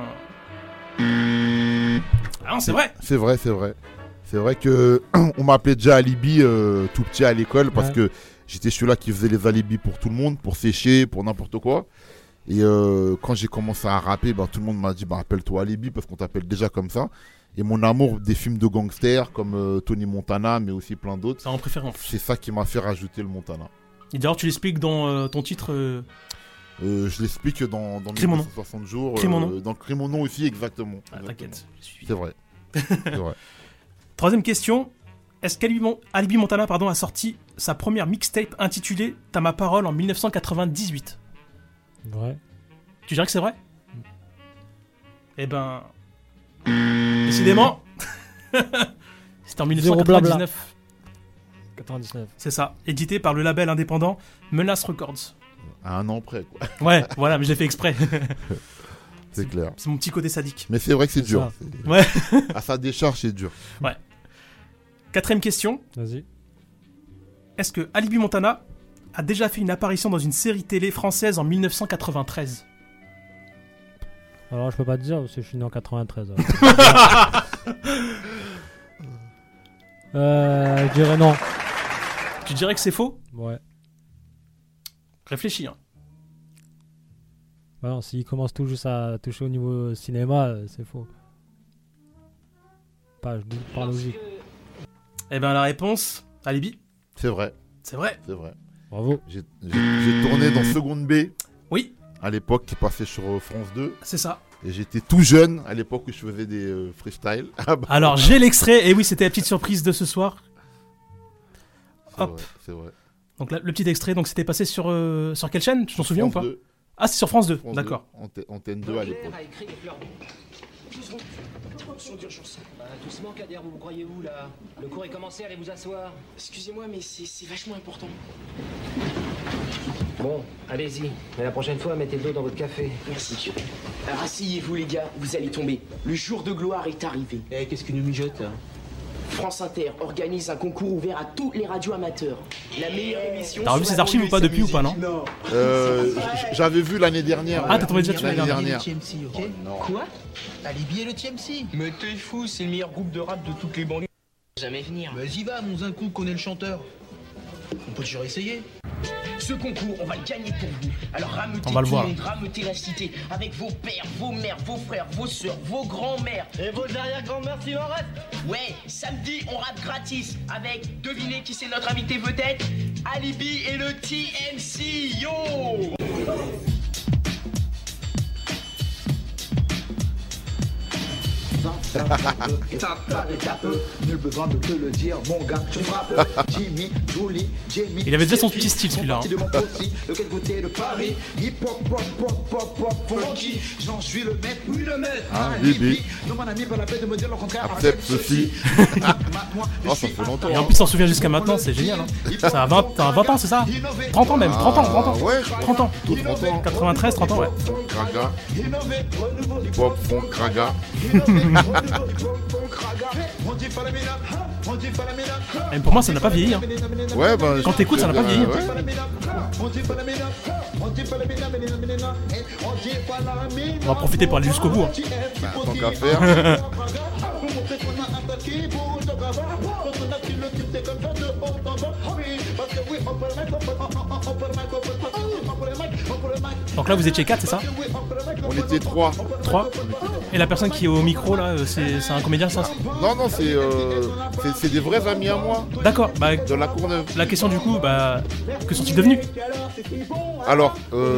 Speaker 2: Ah non, c'est vrai.
Speaker 4: C'est vrai, c'est vrai. C'est vrai que on m'appelait déjà Alibi tout petit à l'école parce
Speaker 3: Ouais.
Speaker 4: que j'étais celui-là qui faisait les alibis pour tout le monde, pour sécher, pour n'importe quoi. Et quand j'ai commencé à rapper, tout le monde m'a dit appelle-toi Alibi parce qu'on t'appelle déjà comme ça. Et mon amour des films de gangsters comme Tony Montana, mais aussi plein d'autres,
Speaker 2: Ça en préfère en plus.
Speaker 4: c'est ça qui m'a fait rajouter le Montana.
Speaker 2: Et d'ailleurs, tu l'expliques dans ton titre...
Speaker 4: Je l'explique dans
Speaker 2: Crime mon nom.
Speaker 4: 60 jours.
Speaker 2: Crime mon nom.
Speaker 4: Dans Crime mon nom aussi, exactement.
Speaker 2: Ah,
Speaker 4: Exactement.
Speaker 2: t'inquiète, j'ai suivi.
Speaker 4: C'est vrai. C'est vrai.
Speaker 2: Troisième question. Est-ce qu'Alibi Montana a sorti sa première mixtape intitulée T'as ma parole en 1998 ?
Speaker 3: Ouais.
Speaker 2: Tu dirais que c'est vrai ? Eh ben... Décidément C'était en
Speaker 3: Zéro blabla.
Speaker 2: 1999.
Speaker 3: 99.
Speaker 2: C'est ça. Édité par le label indépendant Menace Records.
Speaker 4: À un an près, quoi.
Speaker 2: Ouais, voilà, mais je l'ai fait exprès.
Speaker 4: C'est clair.
Speaker 2: C'est mon petit côté sadique.
Speaker 4: Mais c'est vrai que c'est
Speaker 3: C'est
Speaker 4: dur.
Speaker 3: ça.
Speaker 4: C'est-
Speaker 2: Ouais.
Speaker 4: À sa décharge, c'est dur.
Speaker 2: Quatrième question.
Speaker 3: Vas-y.
Speaker 2: Est-ce que Alibi Montana a déjà fait une apparition dans une série télé française en 1993 ?
Speaker 3: Alors, je peux pas te dire parce que je suis né en 93. Je dirais non.
Speaker 2: Tu dirais que c'est faux ?
Speaker 3: Ouais.
Speaker 2: Réfléchis, hein.
Speaker 3: Bah non, s'il commence tout juste à toucher au niveau cinéma, c'est faux. Pas, je dis par logique.
Speaker 2: Eh ben la réponse, Alibi,
Speaker 4: C'est vrai.
Speaker 2: c'est vrai.
Speaker 4: C'est vrai.
Speaker 3: Bravo.
Speaker 4: J'ai tourné dans Seconde B
Speaker 2: Oui,
Speaker 4: à l'époque qui passait sur France 2.
Speaker 2: c'est ça.
Speaker 4: Et j'étais tout jeune à l'époque où je faisais des freestyles. Ah bah,
Speaker 2: Alors j'ai l'extrait, et oui, c'était la petite surprise de ce soir.
Speaker 4: c'est
Speaker 2: hop.
Speaker 4: vrai, c'est vrai.
Speaker 2: Donc là, le petit extrait, donc c'était passé sur quelle chaîne ? Tu t'en souviens ou pas ?
Speaker 4: France 2,
Speaker 2: Ah, c'est sur France 2,
Speaker 4: France
Speaker 2: d'accord.
Speaker 4: 2, Antenne 2 à l'époque.
Speaker 8: Interruption d'urgence. Doucement, Kader, vous croyez où là ? Le cours est commencé, allez vous asseoir.
Speaker 6: Excusez-moi, mais c'est vachement important.
Speaker 8: Bon, allez-y. Mais la prochaine fois, mettez de l'eau dans votre café.
Speaker 6: Merci. Alors asseyez-vous les gars, vous allez tomber. Le jour de gloire est arrivé.
Speaker 7: Eh, qu'est-ce qu'il nous mijote là?
Speaker 6: France Inter organise un concours ouvert à tous les radios amateurs. La meilleure émission.
Speaker 2: T'as revu
Speaker 6: sur
Speaker 2: ces
Speaker 6: la
Speaker 2: archives ou pas
Speaker 6: banlieue
Speaker 2: depuis ou pas, non ?
Speaker 6: Non.
Speaker 4: J'avais vu l'année dernière.
Speaker 2: Ah, t'as tombé déjà dessus
Speaker 4: l'année dernière.
Speaker 7: TMC, ok?
Speaker 4: Non.
Speaker 6: Quoi?
Speaker 7: Alibi et le TMC. Mais t'es fou, c'est le meilleur groupe de rap de toutes les banlieues.
Speaker 6: Jamais venir.
Speaker 7: Vas-y va, mon Zinkou connaît le chanteur. On peut toujours essayer.
Speaker 6: Ce concours, on va le gagner pour vous. Alors rameutez
Speaker 2: On va le
Speaker 6: tout
Speaker 2: voir.
Speaker 6: le monde, rameutez la cité, avec vos pères, vos mères, vos frères, vos sœurs, vos grands-mères.
Speaker 7: Et vos arrière-grand-mères s'il en reste.
Speaker 6: Ouais, samedi, on rappe gratis avec, devinez qui c'est notre invité vedette, Alibi et le TMC, yo.
Speaker 9: Nul besoin de te le dire, mon gars. Tu frappes Jimmy, Julie, Jamie.
Speaker 2: Il avait déjà son petit style celui-là.
Speaker 9: De mon aussi, lequel côté de Paris. Hip hop, pop, pop, pop, pop, funky. J'en suis le maître, oui le maître.
Speaker 4: Bibi.
Speaker 9: Non, mon ami, pas la peine de me dire le contraire.
Speaker 4: Accepte ceci. Oh, ça fait longtemps.
Speaker 2: Et en plus, s'en souvient jusqu'à maintenant, c'est génial. Hein. Ça a 20 ans, c'est ça 30 ans même, 30 ans.
Speaker 4: Ouais,
Speaker 2: 30 ans.
Speaker 4: tout 30 ans.
Speaker 2: 93, 30 ans, ouais.
Speaker 4: Kraga. Hip-hop, funk, Kraga.
Speaker 2: Et pour moi, ça n'a pas vieilli. Hein.
Speaker 4: Ouais, bah.
Speaker 2: Quand t'écoutes, ça n'a pas vieilli.
Speaker 4: Ouais.
Speaker 2: On va profiter pour aller jusqu'au bout. Hein.
Speaker 4: Bah, tant qu'à faire.
Speaker 2: Donc là, vous étiez 4, c'est ça?
Speaker 4: On était 3.
Speaker 2: 3. Et la personne qui est au micro, là, c'est un comédien, ça?
Speaker 4: Non, c'est des vrais amis à moi.
Speaker 2: D'accord. Bah,
Speaker 4: de la Courneuve.
Speaker 2: La question du coup, bah, que sont-ils devenus?
Speaker 4: Alors,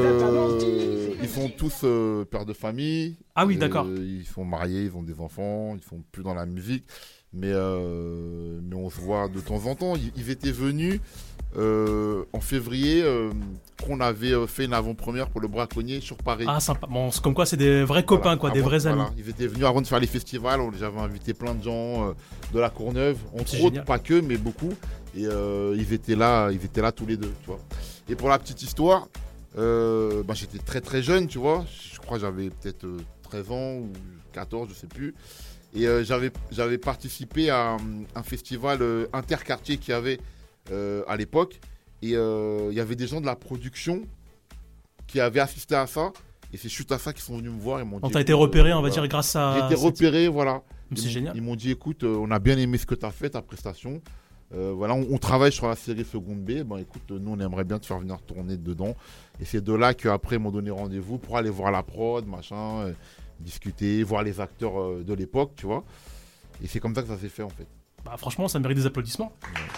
Speaker 4: ils sont tous pères de famille.
Speaker 2: Ah oui, d'accord.
Speaker 4: Ils sont mariés, ils ont des enfants, ils sont plus dans la musique. Mais on se voit de temps en temps. Ils étaient venus en février, qu'on avait fait une avant-première pour le Braconnier sur Paris.
Speaker 2: Ah, sympa. Bon, c'est comme quoi, c'est des vrais copains, quoi, des vrais amis.
Speaker 4: Ils étaient venus avant de faire les festivals. J'avais invité plein de gens de la Courneuve, entre autres,
Speaker 2: génial.
Speaker 4: pas que, mais beaucoup. Et ils étaient là tous les deux, tu vois. Et pour la petite histoire, j'étais très très jeune, tu vois. Je crois que j'avais peut-être 13 ans ou 14, je sais plus. Et j'avais participé à un festival interquartier qu'il y avait à l'époque. Et il y avait des gens de la production qui avaient assisté à ça. Et c'est suite à ça qu'ils sont venus me voir. Ils m'ont dit,
Speaker 2: t'as été repéré, on va dire, grâce à...
Speaker 4: J'ai été repéré, voilà.
Speaker 2: C'est génial.
Speaker 4: Ils m'ont dit, écoute, on a bien aimé ce que tu as fait, ta prestation. Voilà, on travaille sur la série Seconde B. Écoute, nous, on aimerait bien te faire venir tourner dedans. Et c'est de là qu'après, ils m'ont donné rendez-vous pour aller voir la prod, machin, discuter, voir les acteurs de l'époque, tu vois. Et c'est comme ça que ça s'est fait, en fait.
Speaker 2: Bah, franchement, ça mérite des applaudissements.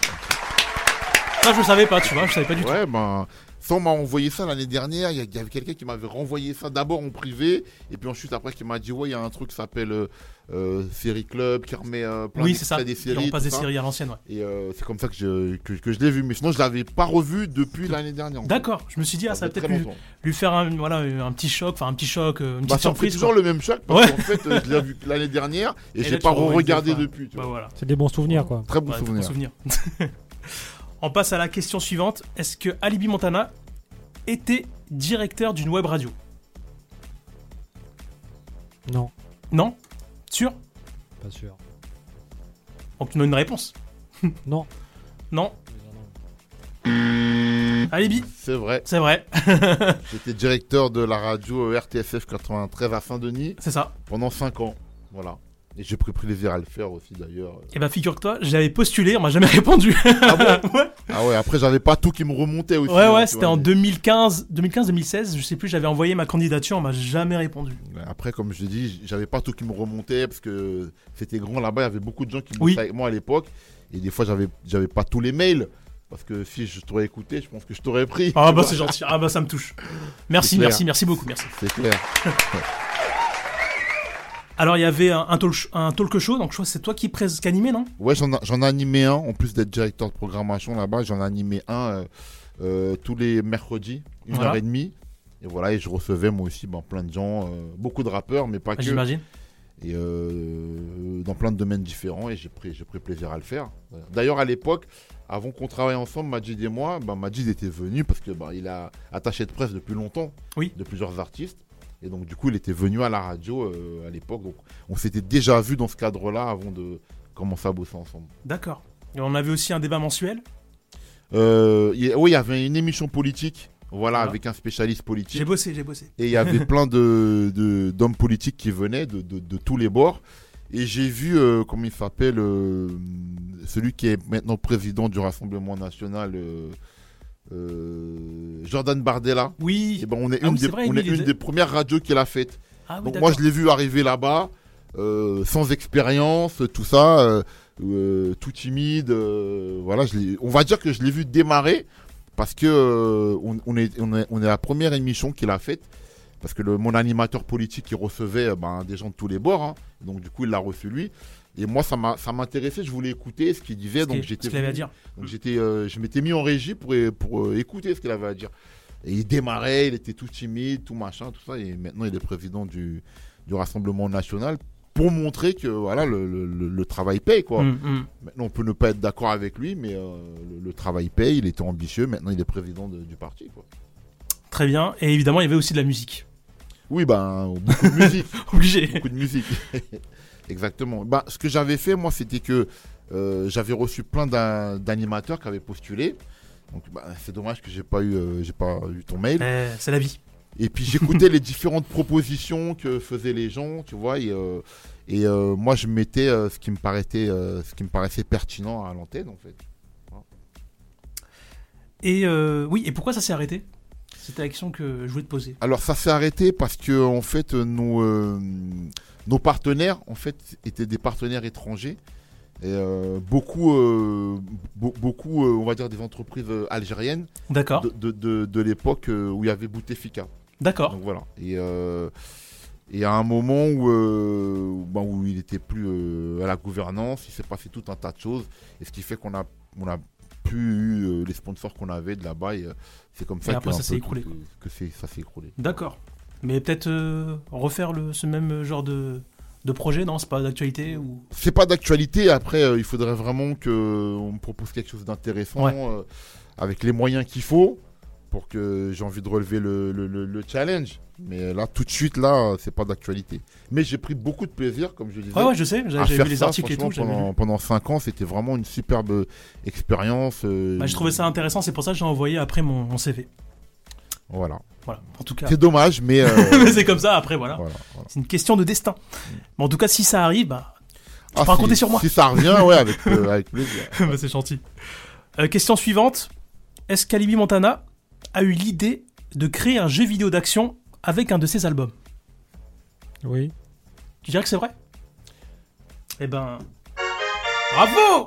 Speaker 2: Ça, je le savais pas, tu vois, je savais pas du tout.
Speaker 4: Ouais, ça, on m'a envoyé ça l'année dernière. Il y avait quelqu'un qui m'avait renvoyé ça d'abord en privé. Et puis ensuite, après, qui m'a dit, ouais, il y a un truc qui s'appelle Série Club, qui remet plein d'extraits des séries.
Speaker 2: On passe des séries à l'ancienne, ouais.
Speaker 4: Et c'est comme ça que je l'ai vu. Mais sinon, je l'avais pas revu depuis l'année dernière.
Speaker 2: D'accord, je me suis dit, ça va peut-être lui faire un petit choc, une petite surprise.
Speaker 4: C'est toujours le même choc. Parce qu'en fait, je l'ai vu l'année dernière et j'ai pas regardé depuis.
Speaker 2: Bah, voilà.
Speaker 3: C'est des bons souvenirs, quoi.
Speaker 4: Très bons souvenirs.
Speaker 2: On passe à la question suivante. Est-ce que Alibi Montana était directeur d'une web radio?
Speaker 3: Non.
Speaker 2: Non? Sûr?
Speaker 3: Pas sûr.
Speaker 2: Donc tu donnes une réponse?
Speaker 3: Non.
Speaker 2: Non. Alibi?
Speaker 4: C'est vrai.
Speaker 2: C'est vrai.
Speaker 4: J'étais directeur de la radio RTSF 93 à Saint-Denis.
Speaker 2: C'est ça.
Speaker 4: Pendant 5 ans. Voilà. Et j'ai pris plaisir à le faire aussi d'ailleurs.
Speaker 2: Et bah figure-toi, j'avais postulé, on m'a jamais répondu.
Speaker 4: Ah bon?
Speaker 2: Ouais.
Speaker 4: Ah ouais, après j'avais pas tout qui me remontait aussi.
Speaker 2: Ouais, c'était en 2015-2016, je sais plus, j'avais envoyé ma candidature, on m'a jamais répondu.
Speaker 4: Après, comme je l'ai dit, j'avais pas tout qui me remontait parce que c'était grand là-bas, il y avait beaucoup de gens qui bossaient avec moi à l'époque. Et des fois, j'avais pas tous les mails. Parce que si je t'aurais écouté, je pense que je t'aurais pris.
Speaker 2: Ah bah c'est gentil, ah bah ça me touche. Merci beaucoup, merci.
Speaker 4: C'est clair.
Speaker 2: Alors il y avait un talk show, donc je crois que c'est toi qui animais, non?
Speaker 4: Ouais, j'en ai animé un, en plus d'être directeur de programmation là-bas, j'en ai animé un tous les mercredis, 1h30. Et voilà, et je recevais moi aussi plein de gens, beaucoup de rappeurs, mais pas que.
Speaker 2: J'imagine.
Speaker 4: Et dans plein de domaines différents, et j'ai pris plaisir à le faire. D'ailleurs, à l'époque, avant qu'on travaille ensemble, Majid et moi, Majid était venu parce que il a attaché de presse depuis longtemps, de plusieurs artistes. Et donc, du coup, il était venu à la radio à l'époque. Donc, on s'était déjà vu dans ce cadre-là avant de commencer à bosser ensemble.
Speaker 2: D'accord. Et on avait aussi un débat mensuel.
Speaker 4: Oui, il y avait une émission politique, voilà, avec un spécialiste politique.
Speaker 2: J'ai bossé.
Speaker 4: Et il y avait plein d'hommes politiques qui venaient de tous les bords. Et j'ai vu, comment il s'appelle, celui qui est maintenant président du Rassemblement National, Jordan Bardella.
Speaker 2: Oui.
Speaker 4: Et ben, on est une des premières radios qu'il a faites.
Speaker 2: Ah, oui,
Speaker 4: donc
Speaker 2: d'accord.
Speaker 4: moi je l'ai vu arriver là-bas, sans expérience, tout ça, tout timide. Voilà, on va dire que je l'ai vu démarrer parce que on est la première émission qu'il a faite. Parce que mon animateur politique, il recevait des gens de tous les bords. Hein. Donc, du coup, il l'a reçu lui. Et moi, ça m'intéressait. Je voulais écouter ce qu'il disait. Donc,
Speaker 2: ce qu'il avait à dire.
Speaker 4: Donc, je m'étais mis en régie pour écouter ce qu'il avait à dire. Et il démarrait, il était tout timide, tout machin, tout ça. Et maintenant, il est président du Rassemblement National pour montrer que voilà, le travail paye, quoi. Maintenant, on peut ne pas être d'accord avec lui, mais le travail paye. Il était ambitieux. Maintenant, il est président du parti, quoi.
Speaker 2: Très bien. Et évidemment, il y avait aussi de la musique.
Speaker 4: Oui, beaucoup de musique.
Speaker 2: Obligé.
Speaker 4: Beaucoup de musique. Exactement. Ce que j'avais fait, moi, c'était que j'avais reçu plein d'animateurs qui avaient postulé. Donc, c'est dommage que j'ai pas eu ton mail.
Speaker 2: C'est la vie.
Speaker 4: Et puis, j'écoutais les différentes propositions que faisaient les gens, tu vois. Et moi, je mettais ce qui me paraissait pertinent à l'antenne, en fait. Voilà.
Speaker 2: Et oui, et pourquoi ça s'est arrêté ? C'était la question que je voulais te poser.
Speaker 4: Alors ça s'est arrêté parce que en fait nos partenaires en fait étaient des partenaires étrangers et beaucoup on va dire des entreprises algériennes.
Speaker 2: D'accord.
Speaker 4: De l'époque où il y avait Bouteflika.
Speaker 2: D'accord.
Speaker 4: Donc voilà et à un moment où il n'était plus à la gouvernance, il s'est passé tout un tas de choses et ce qui fait qu'on a plus les sponsors qu'on avait de là-bas et c'est comme ça
Speaker 2: que ça s'est écroulé.
Speaker 4: Ça s'est écroulé.
Speaker 2: D'accord. Mais peut-être refaire ce même genre de projet, non ? C'est pas d'actualité ou...
Speaker 4: C'est pas d'actualité. Après, il faudrait vraiment qu'on me propose quelque chose d'intéressant avec les moyens qu'il faut pour que j'ai envie de relever le challenge. Mais là, tout de suite, là, c'est pas d'actualité. Mais j'ai pris beaucoup de plaisir, comme je disais.
Speaker 2: Ouais, je sais. J'ai vu les articles et tout.
Speaker 4: Pendant 5 ans, c'était vraiment une superbe expérience.
Speaker 2: Je trouvais ça intéressant. C'est pour ça que j'ai envoyé après mon CV.
Speaker 4: Voilà.
Speaker 2: En tout cas.
Speaker 4: C'est dommage, mais.
Speaker 2: Mais c'est comme ça. Après, voilà. C'est une question de destin. Mais en tout cas, si ça arrive, tu peux raconter sur moi.
Speaker 4: Si ça revient, ouais, avec plaisir.
Speaker 2: C'est gentil. Question suivante. Est-ce qu'Alibi Montana a eu l'idée de créer un jeu vidéo d'action avec un de ses albums ?
Speaker 3: Oui.
Speaker 2: Tu dirais que c'est vrai ? Eh ben... Bravo !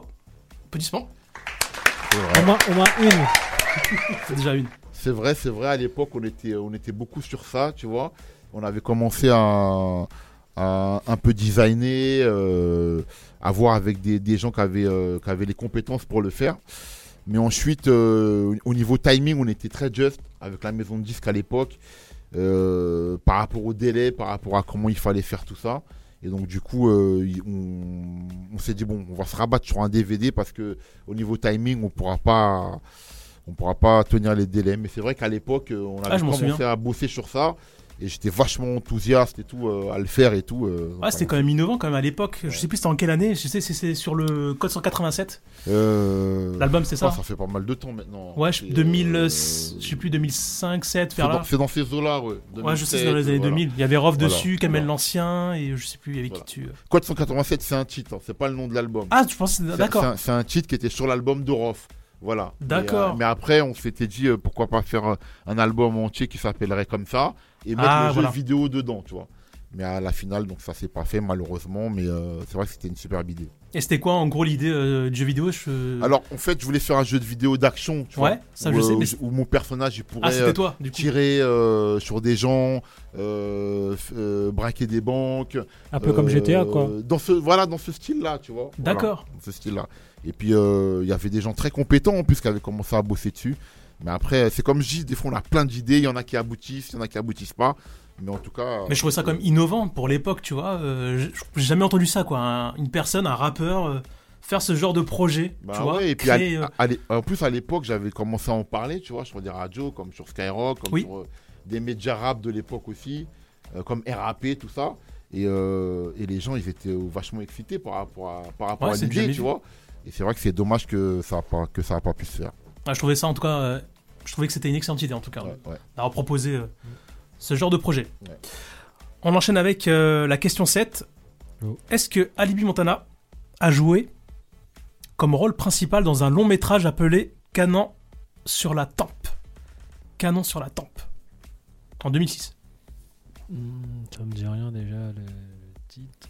Speaker 2: Applaudissements.
Speaker 3: Au moins une.
Speaker 2: C'est déjà une.
Speaker 4: C'est vrai. À l'époque, on était beaucoup sur ça, tu vois. On avait commencé à un peu designer, à voir avec des gens qui avaient les compétences pour le faire. Mais ensuite, au niveau timing, on était très juste avec la maison de disques à l'époque, par rapport au délai, par rapport à comment il fallait faire tout ça. Et donc du coup, on s'est dit on va se rabattre sur un DVD parce que au niveau timing, on pourra pas tenir les délais. Mais c'est vrai qu'à l'époque, on avait commencé à bosser sur ça. Et j'étais vachement enthousiaste et tout, à le faire et tout.
Speaker 2: C'était quand même innovant quand même à l'époque. Je sais plus c'était en quelle année. Je sais c'est sur le code 187. L'album c'est ça.
Speaker 4: Ça fait pas mal de temps maintenant.
Speaker 2: Ouais, 2000, je sais plus 2005, 7 vers là.
Speaker 4: C'est dans ces eaux-là, ouais. 2007,
Speaker 2: ouais, je sais c'est dans les années 2000. Il y avait Rof dessus, Kamel l'Ancien et je sais plus il y avait qui dessus.
Speaker 4: Code 187 c'est un titre, c'est pas le nom de l'album.
Speaker 2: Ah, tu penses d'accord.
Speaker 4: C'est un titre qui était sur l'album de Rof. Voilà.
Speaker 2: D'accord.
Speaker 4: Mais après, on s'était dit pourquoi pas faire un album entier qui s'appellerait comme ça et mettre le jeu vidéo dedans, tu vois. Mais à la finale, donc ça s'est pas fait malheureusement, mais c'est vrai que c'était une superbe idée.
Speaker 2: Et c'était quoi en gros l'idée du jeu vidéo
Speaker 4: Alors en fait, je voulais faire un jeu de vidéo d'action, tu vois.
Speaker 2: Ça je sais. Mais
Speaker 4: où mon personnage il pourrait
Speaker 2: toi, du coup.
Speaker 4: tirer sur des gens, braquer des banques.
Speaker 3: Un peu comme GTA quoi.
Speaker 4: Dans ce style-là, tu vois.
Speaker 2: D'accord.
Speaker 4: Dans ce style-là. Et puis il y avait des gens très compétents en plus qui avaient commencé à bosser dessus. Mais après, c'est comme je dis, des fois on a plein d'idées, il y en a qui aboutissent, il y en a qui aboutissent pas. Mais en tout cas.
Speaker 2: Mais je trouvais ça quand même innovant pour l'époque, tu vois. J'ai jamais entendu ça, quoi. Une personne, un rappeur, faire ce genre de projet. Tu vois,
Speaker 4: et puis en plus, à l'époque, j'avais commencé à en parler, tu vois, sur des radios, comme sur Skyrock, comme sur des médias rap de l'époque aussi, comme RAP, tout ça. Et les gens, ils étaient vachement excités par rapport à l'idée, tu vois. Et c'est vrai que c'est dommage que ça a pas pu se faire.
Speaker 2: Je trouvais ça, en tout cas, je trouvais que c'était une excellente idée, en tout cas, d'avoir proposé ce genre de projet. Ouais. On enchaîne avec la question 7. Oh. Est-ce que Alibi Montana a joué comme rôle principal dans un long métrage appelé Canan sur la tempe. Canon sur la tempe. En 2006.
Speaker 3: Ça me dit rien déjà, le titre.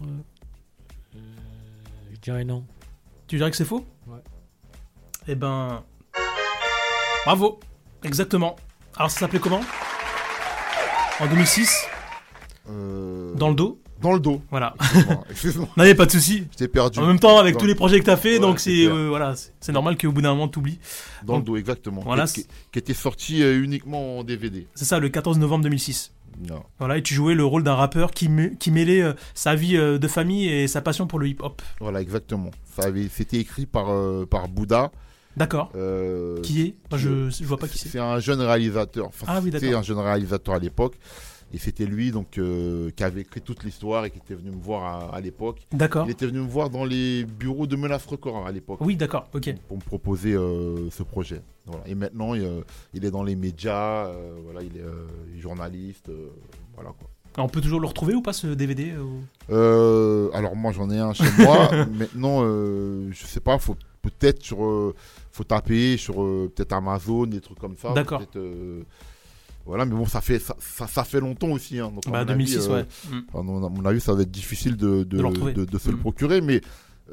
Speaker 3: Je dirais non.
Speaker 2: Tu dirais que c'est faux ?
Speaker 3: Ouais.
Speaker 2: Eh ben... Bravo. Exactement. Alors ça s'appelait comment ? En 2006 Dans le dos ?
Speaker 4: Dans le dos.
Speaker 2: Voilà.
Speaker 4: Excuse-moi.
Speaker 2: Non, y a pas de souci.
Speaker 4: J'étais perdu.
Speaker 2: En même temps, avec tous les projets que t'as fait,
Speaker 4: Ouais,
Speaker 2: donc
Speaker 4: c'est
Speaker 2: voilà, c'est normal qu'au bout d'un moment t'oublies.
Speaker 4: Dans le dos, exactement.
Speaker 2: Voilà,
Speaker 4: qui était sorti uniquement en DVD.
Speaker 2: C'est ça, le 14 novembre 2006.
Speaker 4: Non.
Speaker 2: Voilà, et tu jouais le rôle d'un rappeur qui mêlait sa vie de famille et sa passion pour le hip-hop.
Speaker 4: Voilà, exactement. C'était écrit par Bouddha.
Speaker 2: D'accord. Qui est ? Moi, je vois pas qui c'est.
Speaker 4: C'est un jeune réalisateur. Enfin,
Speaker 2: ah oui,
Speaker 4: c'était
Speaker 2: d'accord.
Speaker 4: un jeune réalisateur à l'époque. Et c'était lui donc qui avait écrit toute l'histoire et qui était venu me voir à l'époque.
Speaker 2: D'accord.
Speaker 4: Il était venu me voir dans les bureaux de Menace Record à l'époque.
Speaker 2: Oui, d'accord, ok.
Speaker 4: Pour me proposer ce projet. Voilà. Et maintenant, il est dans les médias, voilà, il est journaliste, voilà quoi.
Speaker 2: On peut toujours le retrouver ou pas ce DVD
Speaker 4: Alors moi j'en ai un chez moi. Maintenant, je sais pas, faut peut-être faut taper sur peut-être Amazon, des trucs comme ça.
Speaker 2: D'accord.
Speaker 4: Voilà, mais bon, ça fait longtemps aussi. Hein, donc,
Speaker 2: 2006, ouais.
Speaker 4: À mon avis, ça va être difficile de se le procurer. Mais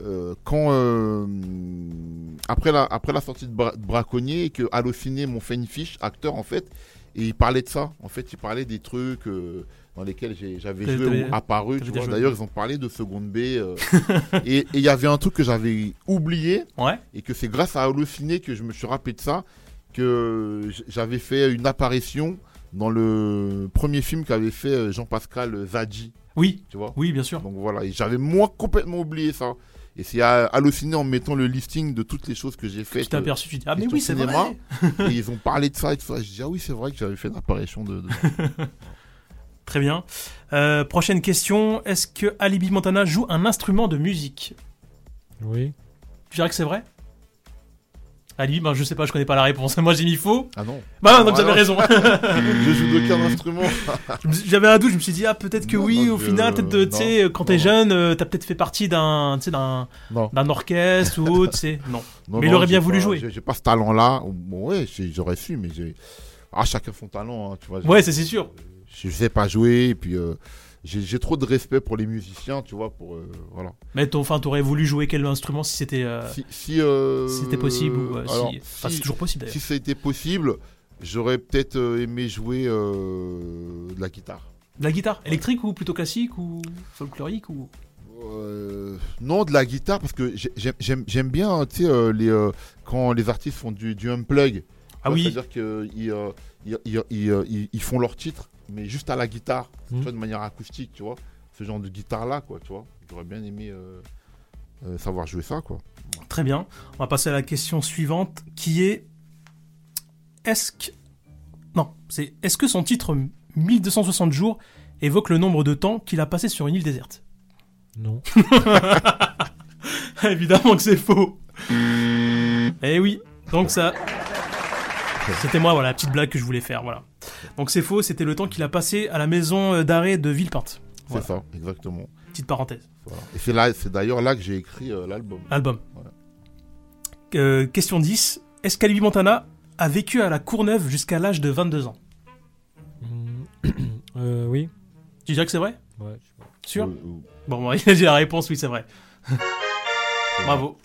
Speaker 4: après la sortie de Braconnier, et que Allociné m'ont fait une fiche, acteur en fait, et il parlait de ça. En fait, il parlait des trucs dans lesquels j'avais joué ou apparu. Tu vois. D'ailleurs, ils ont parlé de Seconde B. Et il y avait un truc que j'avais oublié,
Speaker 2: ouais.
Speaker 4: Et que c'est grâce à Allociné que je me suis rappelé de ça. Que j'avais fait une apparition dans le premier film qu'avait fait Jean-Pascal Zadji.
Speaker 2: Oui,
Speaker 4: tu vois.
Speaker 2: Oui, bien sûr.
Speaker 4: Donc voilà, et j'avais moi complètement oublié ça. Et c'est halluciné en mettant le listing de toutes les choses que j'ai faites.
Speaker 2: Tu t'es aperçu, tu dis, ah mais oui, c'est vrai.
Speaker 4: Et ils ont parlé de ça et tout ça. Je dis, ah oui, c'est vrai que j'avais fait une apparition de...
Speaker 2: Très bien. Prochaine question, est-ce que Alibi Montana joue un instrument de musique ?
Speaker 3: Oui.
Speaker 2: Tu dirais que c'est vrai ? Ali, je sais pas, je connais pas la réponse. Moi j'ai mis faux.
Speaker 4: Ah non.
Speaker 2: Donc j'avais raison.
Speaker 4: Je joue d'aucun instrument.
Speaker 2: J'avais un doute, je me suis dit peut-être que oui, au final, peut-être tu sais quand t'es jeune, t'as peut-être fait partie d'un orchestre ou autre, tu sais. Non. Mais il aurait bien voulu jouer.
Speaker 4: J'ai pas ce talent-là. Bon, ouais, j'aurais su, mais chacun son talent, hein, tu vois.
Speaker 2: Ouais, c'est sûr.
Speaker 4: Je sais pas jouer et puis j'ai trop de respect pour les musiciens, tu vois, voilà.
Speaker 2: Mais t'aurais voulu jouer quel instrument si c'était si c'était possible ou c'est toujours possible d'ailleurs.
Speaker 4: Si c'était possible, j'aurais peut-être aimé jouer de la guitare.
Speaker 2: De la guitare électrique ou plutôt classique ou folklorique ou
Speaker 4: non, de la guitare parce que j'aime bien, tu sais, quand les artistes font du unplug.
Speaker 2: Ah oui.
Speaker 4: C'est-à-dire qu'ils font leur titre, mais juste à la guitare, tu vois, de manière acoustique, tu vois. Ce genre de guitare-là, quoi, tu vois. J'aurais bien aimé savoir jouer ça, quoi.
Speaker 2: Très bien. On va passer à la question suivante, qui est... Est-ce que son titre 1260 jours évoque le nombre de temps qu'il a passé sur une île déserte ?
Speaker 3: Non.
Speaker 2: Évidemment que c'est faux. Eh oui, donc ça... C'était moi, voilà, la petite blague que je voulais faire, voilà. Donc c'est faux, c'était le temps qu'il a passé à la maison d'arrêt de Villepinte. Voilà.
Speaker 4: C'est ça, exactement.
Speaker 2: Petite parenthèse.
Speaker 4: Voilà. Et c'est d'ailleurs là que j'ai écrit l'album.
Speaker 2: Voilà. Question 10. Est-ce qu'Alibi Montana a vécu à la Courneuve jusqu'à l'âge de 22 ans ?
Speaker 3: Oui.
Speaker 2: Tu dirais que c'est vrai ?
Speaker 3: Ouais.
Speaker 2: Sûr ? Bon, moi, il a dit la réponse, oui, c'est vrai. Bravo.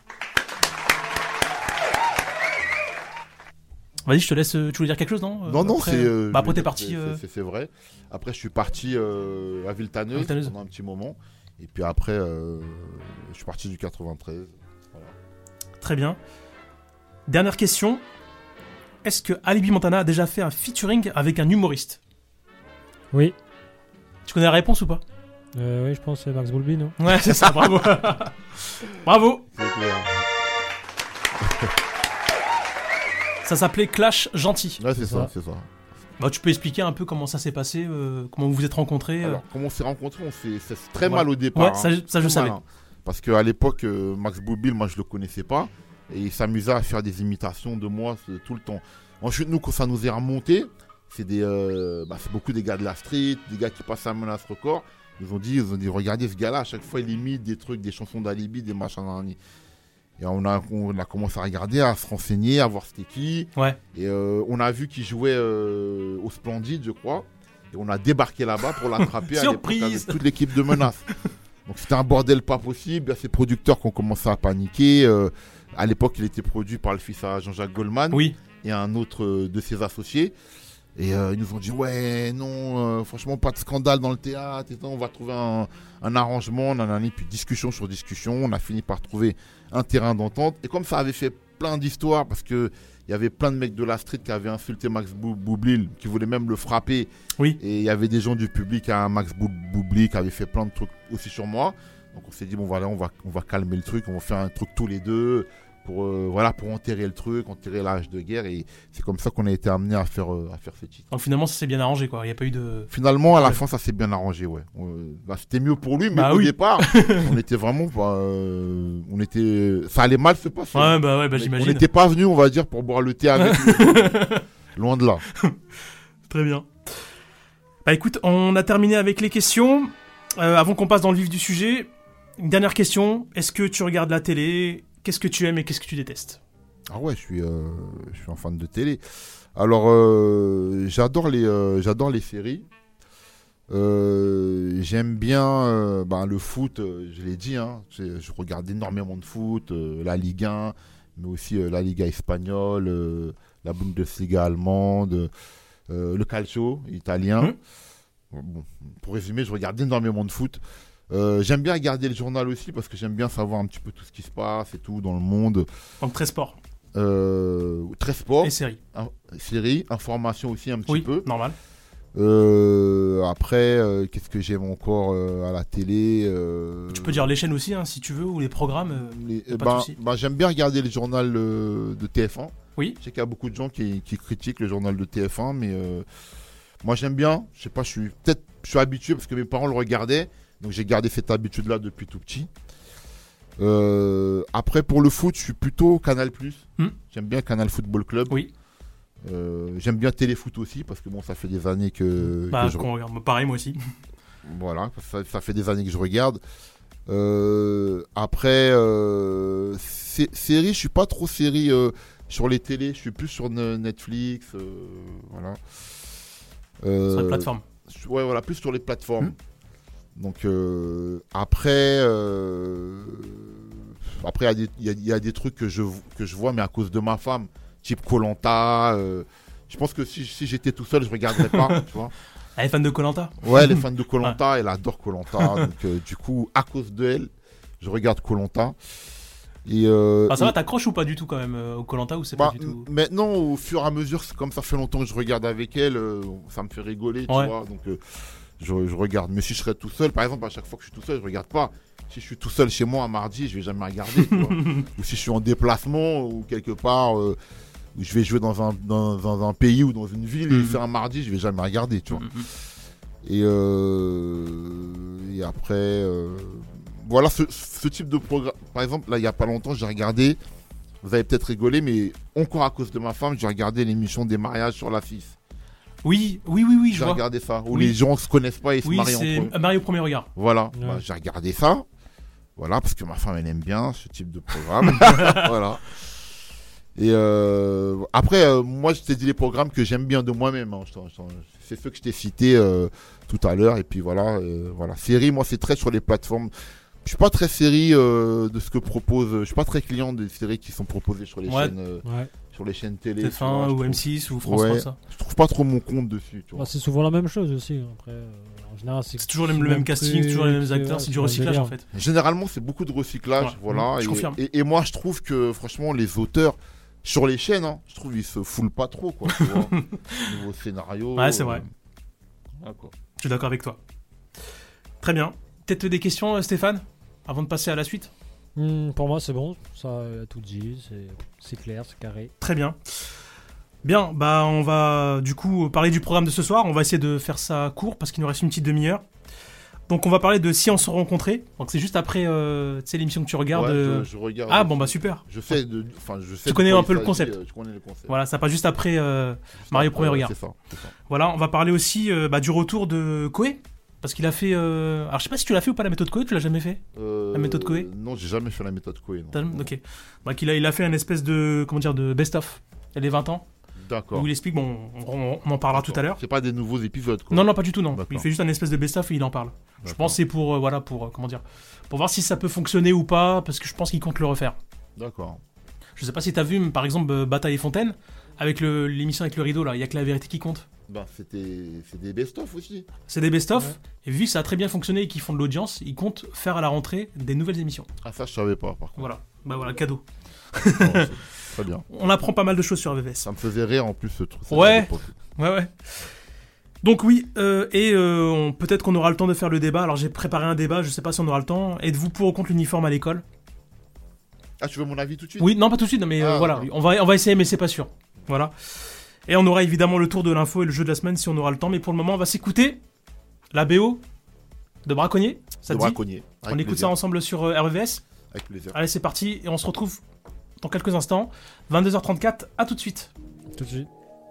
Speaker 2: Vas-y, je te laisse. Tu voulais dire quelque chose, non ?
Speaker 4: Non,
Speaker 2: après,
Speaker 4: c'est.
Speaker 2: Après, t'es parti.
Speaker 4: C'est vrai. Après, je suis parti à Villetaneuse pendant un petit moment. Et puis après, je suis parti du 93. Voilà.
Speaker 2: Très bien. Dernière question. Est-ce que Alibi Montana a déjà fait un featuring avec un humoriste ?
Speaker 3: Oui.
Speaker 2: Tu connais la réponse ou pas ?
Speaker 3: Oui, je pense que c'est Max Boulby, non ?
Speaker 2: Ouais, c'est ça, bravo. Bravo.
Speaker 4: C'est clair.
Speaker 2: Ça s'appelait Clash Gentil.
Speaker 4: Ouais, c'est ça.
Speaker 2: Tu peux expliquer un peu comment ça s'est passé, comment vous vous êtes rencontrés
Speaker 4: Alors, comment on s'est rencontrés, c'est très mal au départ.
Speaker 2: Ouais, ça je savais.
Speaker 4: Parce qu'à l'époque, Max Boublil, moi je le connaissais pas. Et il s'amusait à faire des imitations de moi tout le temps. Ensuite, nous, quand ça nous est remonté, c'est beaucoup des gars de la street, des gars qui passent à Menace Record. Ils ont dit, regardez ce gars-là, à chaque fois il imite des trucs, des chansons d'Alibi, des machins. Et on a commencé à regarder, à se renseigner, à voir c'était qui.
Speaker 2: Ouais.
Speaker 4: Et on a vu qu'il jouait au Splendide, je crois. Et on a débarqué là-bas pour l'attraper avec toute l'équipe de Menace. Donc c'était un bordel pas possible. Il y a ces producteurs qui ont commencé à paniquer. À l'époque, il était produit par le fils à Jean-Jacques Goldman et un autre de ses associés. Et ils nous ont dit ouais, non, franchement, pas de scandale dans le théâtre. Et on va trouver un arrangement. Puis discussion sur discussion. On a fini par trouver un terrain d'entente. Et comme ça avait fait plein d'histoires, parce que il y avait plein de mecs de la street qui avaient insulté Max Boublil, qui voulaient même le frapper.
Speaker 2: Oui.
Speaker 4: Et il y avait des gens du public à Max Boublil qui avaient fait plein de trucs aussi sur moi. Donc on s'est dit bon voilà, on va calmer le truc, on va faire un truc tous les deux pour enterrer le truc, enterrer l'âge de guerre. Et c'est comme ça qu'on a été amené à faire ce titre.
Speaker 2: Donc finalement ça s'est bien arrangé quoi. Il n'y a pas eu de.
Speaker 4: Finalement à la fin ça s'est bien arrangé ouais. C'était mieux pour lui, mais au départ on était vraiment ça allait mal se passer.
Speaker 2: Ouais, j'imagine.
Speaker 4: On n'était pas venu on va dire pour boire le thé avec lui. Loin de là.
Speaker 2: Très bien. Bah écoute, on a terminé avec les questions. Avant qu'on passe dans le vif du sujet, une dernière question. Est-ce que tu regardes la télé ? Qu'est-ce que tu aimes et qu'est-ce que tu détestes ?
Speaker 4: Ah ouais, je suis un fan de télé. Alors, j'adore les séries. J'aime bien le foot, je l'ai dit. Je regarde énormément de foot, la Ligue 1, mais aussi la Liga espagnole, la Bundesliga allemande, le calcio italien. Bon, pour résumer, je regarde énormément de foot. J'aime bien regarder le journal aussi parce que j'aime bien savoir un petit peu tout ce qui se passe et tout dans le monde.
Speaker 2: Donc très sport.
Speaker 4: Très sport.
Speaker 2: Et séries.
Speaker 4: Séries, information aussi un petit peu.
Speaker 2: Oui, normal.
Speaker 4: Après, qu'est-ce que j'aime encore à la télé
Speaker 2: Tu peux dire les chaînes aussi si tu veux ou les programmes.
Speaker 4: J'aime bien regarder le journal de TF1.
Speaker 2: Oui.
Speaker 4: Je sais qu'il y a beaucoup de gens qui critiquent le journal de TF1, mais moi j'aime bien. Je sais pas, je suis habitué parce que mes parents le regardaient. Donc j'ai gardé cette habitude-là depuis tout petit. Après, pour le foot, je suis plutôt Canal+. J'aime bien Canal Football Club.
Speaker 2: Oui.
Speaker 4: J'aime bien Téléfoot aussi, parce que bon, ça fait des années que
Speaker 2: qu'on regarde. Pareil, moi aussi.
Speaker 4: Voilà, ça fait des années que je regarde. Après, séries, je suis pas trop série sur les télés. Je suis plus sur Netflix. Voilà.
Speaker 2: Sur les plateformes.
Speaker 4: Ouais, voilà, plus sur les plateformes. Donc après il y a des trucs que je vois mais à cause de ma femme, type Koh-Lanta. Je pense que si j'étais tout seul je regarderais pas, tu vois.
Speaker 2: Elle est fan de Koh-Lanta.
Speaker 4: Ouais, elle est fan de Koh-Lanta, elle adore Koh-Lanta. Donc du coup à cause d'elle je regarde Koh-Lanta. Et
Speaker 2: ça va, t'accroches ou pas du tout quand même au Koh-Lanta ou c'est pas du tout.
Speaker 4: Maintenant au fur et à mesure, comme ça fait longtemps que je regarde avec elle, ça me fait rigoler, tu vois. Donc je regarde, mais si je serais tout seul, par exemple, à chaque fois que je suis tout seul, je regarde pas. Si je suis tout seul chez moi un mardi, je vais jamais regarder, tu vois. Ou si je suis en déplacement ou quelque part, où je vais jouer dans un pays ou dans une ville et c'est un mardi, je vais jamais regarder, tu vois. Et après, voilà ce type de programme. Par exemple, là, il y a pas longtemps, j'ai regardé. Vous avez peut-être rigolé, mais encore à cause de ma femme, j'ai regardé l'émission des mariages sur la 6.
Speaker 2: Oui, je vois.
Speaker 4: J'ai regardé ça, où les gens se connaissent pas et se marient entre eux.
Speaker 2: C'est Marié au premier regard.
Speaker 4: Voilà, j'ai regardé ça. Voilà, parce que ma femme, elle aime bien ce type de programme. Voilà. Et après, moi, je t'ai dit les programmes que j'aime bien de moi-même. C'est ceux que je t'ai cités tout à l'heure. Et puis voilà. Série, moi, c'est très sur les plateformes. Je suis pas très série de ce que propose. Je suis pas très client des séries qui sont proposées sur les chaînes. Sur les chaînes télé.
Speaker 2: TF1 ou M6 ou France 3, ça.
Speaker 4: Je trouve pas trop mon compte dessus. Tu vois.
Speaker 3: C'est souvent la même chose aussi. Après, en général, c'est
Speaker 2: toujours le même casting, toujours les mêmes acteurs, c'est du recyclage en fait.
Speaker 4: Généralement, c'est beaucoup de recyclage. Voilà.
Speaker 2: Je confirme.
Speaker 4: Et moi, je trouve que franchement, les auteurs sur les chaînes, je trouve ils se foulent pas trop, quoi. Tu vois. Niveau scénario.
Speaker 2: Ouais, c'est vrai. Je suis d'accord avec toi. Très bien. Peut-être des questions, Stéphane, avant de passer à la suite.
Speaker 3: Pour moi, c'est bon. Ça a tout dit. C'est clair, c'est carré.
Speaker 2: Très bien. Bien, on va du coup parler du programme de ce soir. On va essayer de faire ça court parce qu'il nous reste une petite demi-heure. Donc on va parler de Si on se rencontrait. Donc c'est juste après l'émission que tu regardes.
Speaker 4: Ouais, je regarde.
Speaker 2: Ah bon super.
Speaker 4: Je sais.
Speaker 2: Tu connais un peu le concept.
Speaker 4: Je connais le concept.
Speaker 2: Voilà, ça passe juste après Mario premier regard.
Speaker 4: C'est ça.
Speaker 2: Voilà, on va parler aussi du retour de Koé Parce qu'il a fait. Alors, je sais pas si tu l'as fait ou pas la méthode Coué, tu l'as jamais fait la méthode Coué?
Speaker 4: Non, j'ai jamais fait la méthode Coué.
Speaker 2: Ok. Donc, il a fait une espèce de. Comment dire, de best-of. Il y a les 20 ans.
Speaker 4: D'accord.
Speaker 2: Où il explique, bon, on en parlera tout à l'heure.
Speaker 4: C'est pas des nouveaux épisodes, quoi.
Speaker 2: Non, pas du tout, non. Il fait juste un espèce de best-of et il en parle. Je pense que c'est pour, comment dire, pour voir si ça peut fonctionner ou pas, parce que je pense qu'il compte le refaire.
Speaker 4: D'accord.
Speaker 2: Je sais pas si t'as vu, par exemple, Bataille et Fontaine, avec l'émission avec le rideau, là, il y a que la vérité qui compte.
Speaker 4: C'est des best-of aussi.
Speaker 2: C'est des best-of, et vu que ça a très bien fonctionné et qu'ils font de l'audience, ils comptent faire à la rentrée des nouvelles émissions.
Speaker 4: Ah, ça, je savais pas, par contre.
Speaker 2: Voilà, cadeau.
Speaker 4: Très bien.
Speaker 2: On apprend pas mal de choses sur RVVS.
Speaker 4: Ça me faisait rire en plus ce truc.
Speaker 2: Ouais. Donc oui, peut-être qu'on aura le temps de faire le débat. Alors j'ai préparé un débat, je sais pas si on aura le temps. Êtes-vous pour ou contre l'uniforme à l'école?
Speaker 4: Ah, tu veux mon avis tout de suite?
Speaker 2: Oui, non pas tout de suite, mais voilà, on va essayer, mais c'est pas sûr. Voilà. Et on aura évidemment le tour de l'info et le jeu de la semaine si on aura le temps. Mais pour le moment, on va s'écouter la BO de Braconnier. Ça te dit?
Speaker 4: Braconnier.
Speaker 2: On écoute ça ensemble sur RVVS.
Speaker 4: Avec plaisir.
Speaker 2: Allez, c'est parti et on se retrouve dans quelques instants. 22h34, à tout de suite.
Speaker 3: Tout de suite.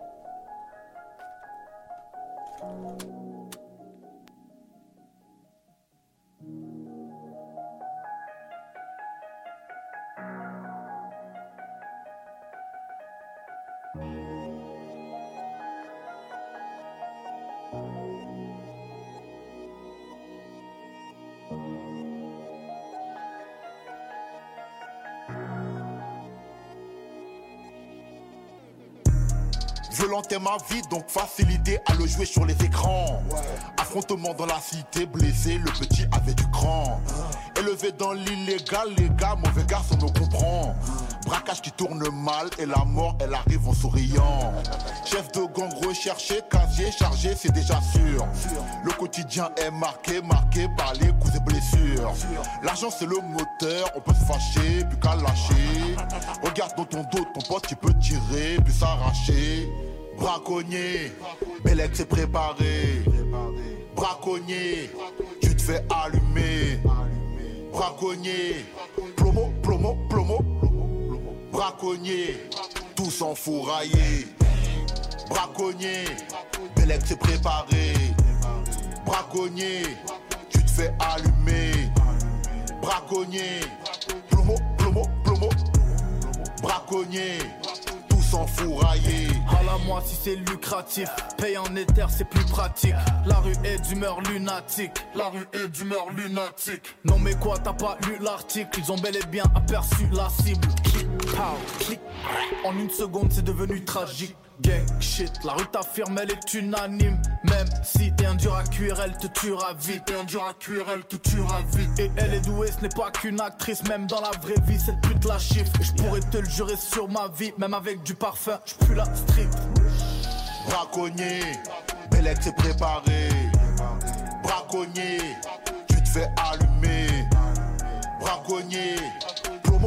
Speaker 10: Violenter ma vie, donc facilité à le jouer sur les écrans. Affrontement dans la cité, blessé, le petit avait du cran. Élevé dans l'illégal, les gars, mauvais garçon me comprend. Braquage qui tourne mal et la mort, elle arrive en souriant. Chef de gang recherché, casier chargé, c'est déjà sûr. Le quotidien est marqué par les coups et blessures. L'argent c'est le moteur, on peut se fâcher, plus qu'à lâcher. Regarde dans ton dos, ton pote qui peut tirer, puis s'arracher. Braconnier, Bellec s'est préparé. Braconnier, tu te fais allumer. Braconnier, plomo. Braconnier, tous enfouraillés. Braconnier, Bellec s'est préparé. Braconnier, tu te fais allumer. Braconnier, plomo. Braconnier, tous enfouraillés.
Speaker 11: À la moi si c'est lucratif, paye en éther c'est plus pratique. La rue est d'humeur lunatique. Non mais quoi, t'as pas lu l'article? Ils ont bel et bien aperçu la cible. Clic, pow, clic. En une seconde c'est devenu tragique. Gang shit, la rue t'affirme elle est unanime. Même si t'es un dur à cuire, elle te tuera vite. Et elle est douée, ce n'est pas qu'une actrice. Même dans la vraie vie, cette pute la chiffre. Et je pourrais te le jurer sur ma vie, même avec du parfum, je pue la street.
Speaker 10: Braconnier, Bellec s'est préparé. Braconnier, tu te fais allumer. Braconnier, plomo.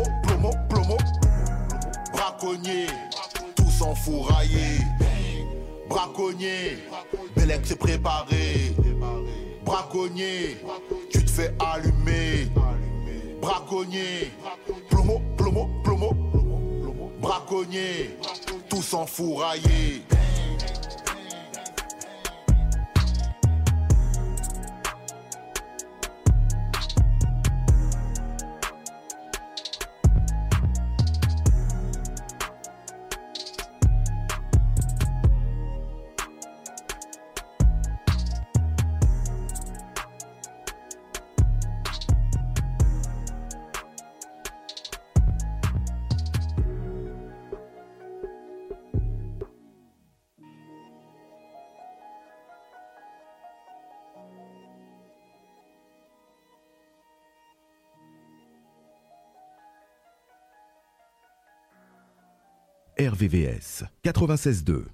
Speaker 10: Braconnier, tous enfouraillés. Braconnier, Bellec s'est préparé. Braconnier, tu te fais allumer. Braconnier, plomo. Braconnier, tous enfouraillés.
Speaker 12: RVVS 96.2.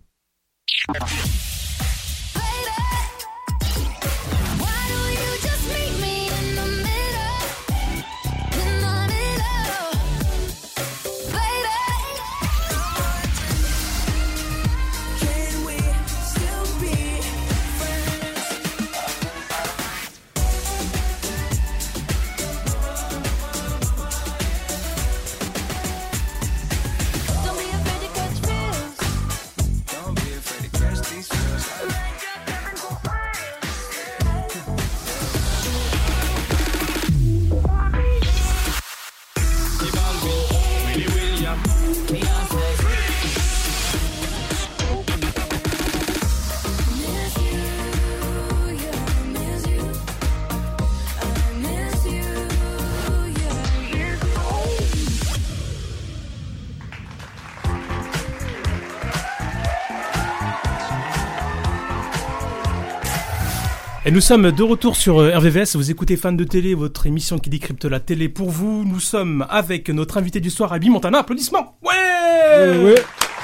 Speaker 13: Don't be afraid to catch feels.
Speaker 2: Et nous sommes de retour sur RVVS, vous écoutez Fan de Télé, votre émission qui décrypte la télé pour vous. Nous sommes avec notre invité du soir, Albi Montana. Applaudissements. Ouais.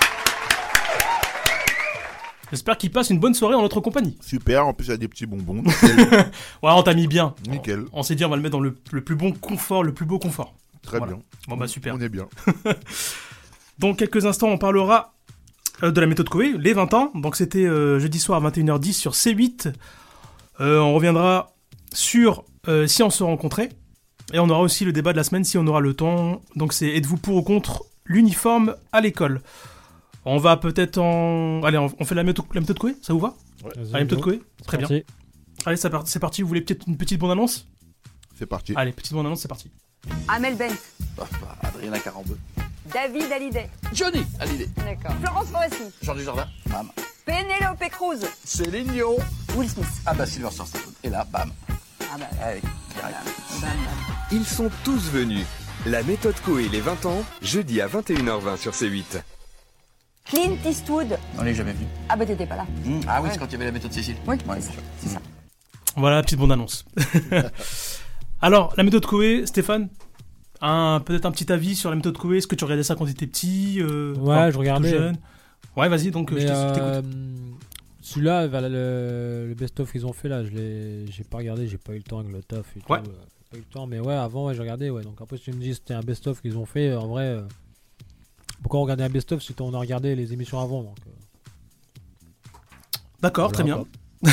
Speaker 2: J'espère qu'il passe une bonne soirée en notre compagnie.
Speaker 4: Super, en plus il y a des petits bonbons.
Speaker 2: Ouais, on t'a mis bien.
Speaker 4: Nickel.
Speaker 2: On s'est dit on va le mettre dans le plus bon confort, le plus beau confort.
Speaker 4: Très
Speaker 2: voilà.
Speaker 4: bien.
Speaker 2: Bon bah super.
Speaker 4: On est bien.
Speaker 2: Dans quelques instants, on parlera de la méthode Coué, les 20 ans. Donc c'était jeudi soir à 21h10 sur C8. On reviendra sur si on se rencontrait. Et on aura aussi le débat de la semaine si on aura le temps. Donc c'est êtes-vous pour ou contre l'uniforme à l'école? On va peut-être en... Allez, on fait la méthode Coué, ça vous va?
Speaker 4: Ouais.
Speaker 2: Allez, la méthode Coué, très bien. Allez, c'est parti. Vous voulez peut-être une petite bande-annonce?
Speaker 4: C'est parti.
Speaker 2: Allez, petite bande-annonce, c'est parti.
Speaker 13: Amel Bent.
Speaker 14: Adriana Carambeu.
Speaker 13: David Hallyday.
Speaker 14: Johnny Hallyday.
Speaker 13: D'accord. Florence Foresti.
Speaker 14: Jean Dujardin. Bam.
Speaker 13: Penelope Cruz.
Speaker 14: Céline Dion.
Speaker 13: Will Smith.
Speaker 14: Ah bah Sylvester Stallone. Et là, bam.
Speaker 13: Ah bah.
Speaker 14: Allez, direct.
Speaker 13: Bam.
Speaker 15: Ils sont tous venus. La méthode Coué, les 20 ans, jeudi à 21h20 sur C8.
Speaker 13: Clint Eastwood.
Speaker 14: On l'est jamais vu.
Speaker 13: Ah bah t'étais pas là.
Speaker 14: Ah oui, c'est quand il y avait la méthode Cécile.
Speaker 13: Oui,
Speaker 14: ouais,
Speaker 13: c'est ça.
Speaker 2: Voilà la petite bande-annonce. Alors, la méthode Coué, Stéphane, peut-être un petit avis sur la méthode Coué. Est-ce que tu regardais ça quand tu étais petit
Speaker 3: Ouais, je regardais.
Speaker 2: Jeune ouais, vas-y, donc je t'écoute.
Speaker 3: Celui-là, le best-of qu'ils ont fait là, j'ai pas regardé, j'ai pas eu le temps avec le taf et
Speaker 2: ouais.
Speaker 3: tout. Pas eu le temps, mais ouais, avant, ouais, j'ai regardé. Ouais. Donc après, si tu me dis que c'était un best-of qu'ils ont fait, en vrai, pourquoi regarder un best-of si on a regardé les émissions avant donc,
Speaker 2: D'accord, très bien.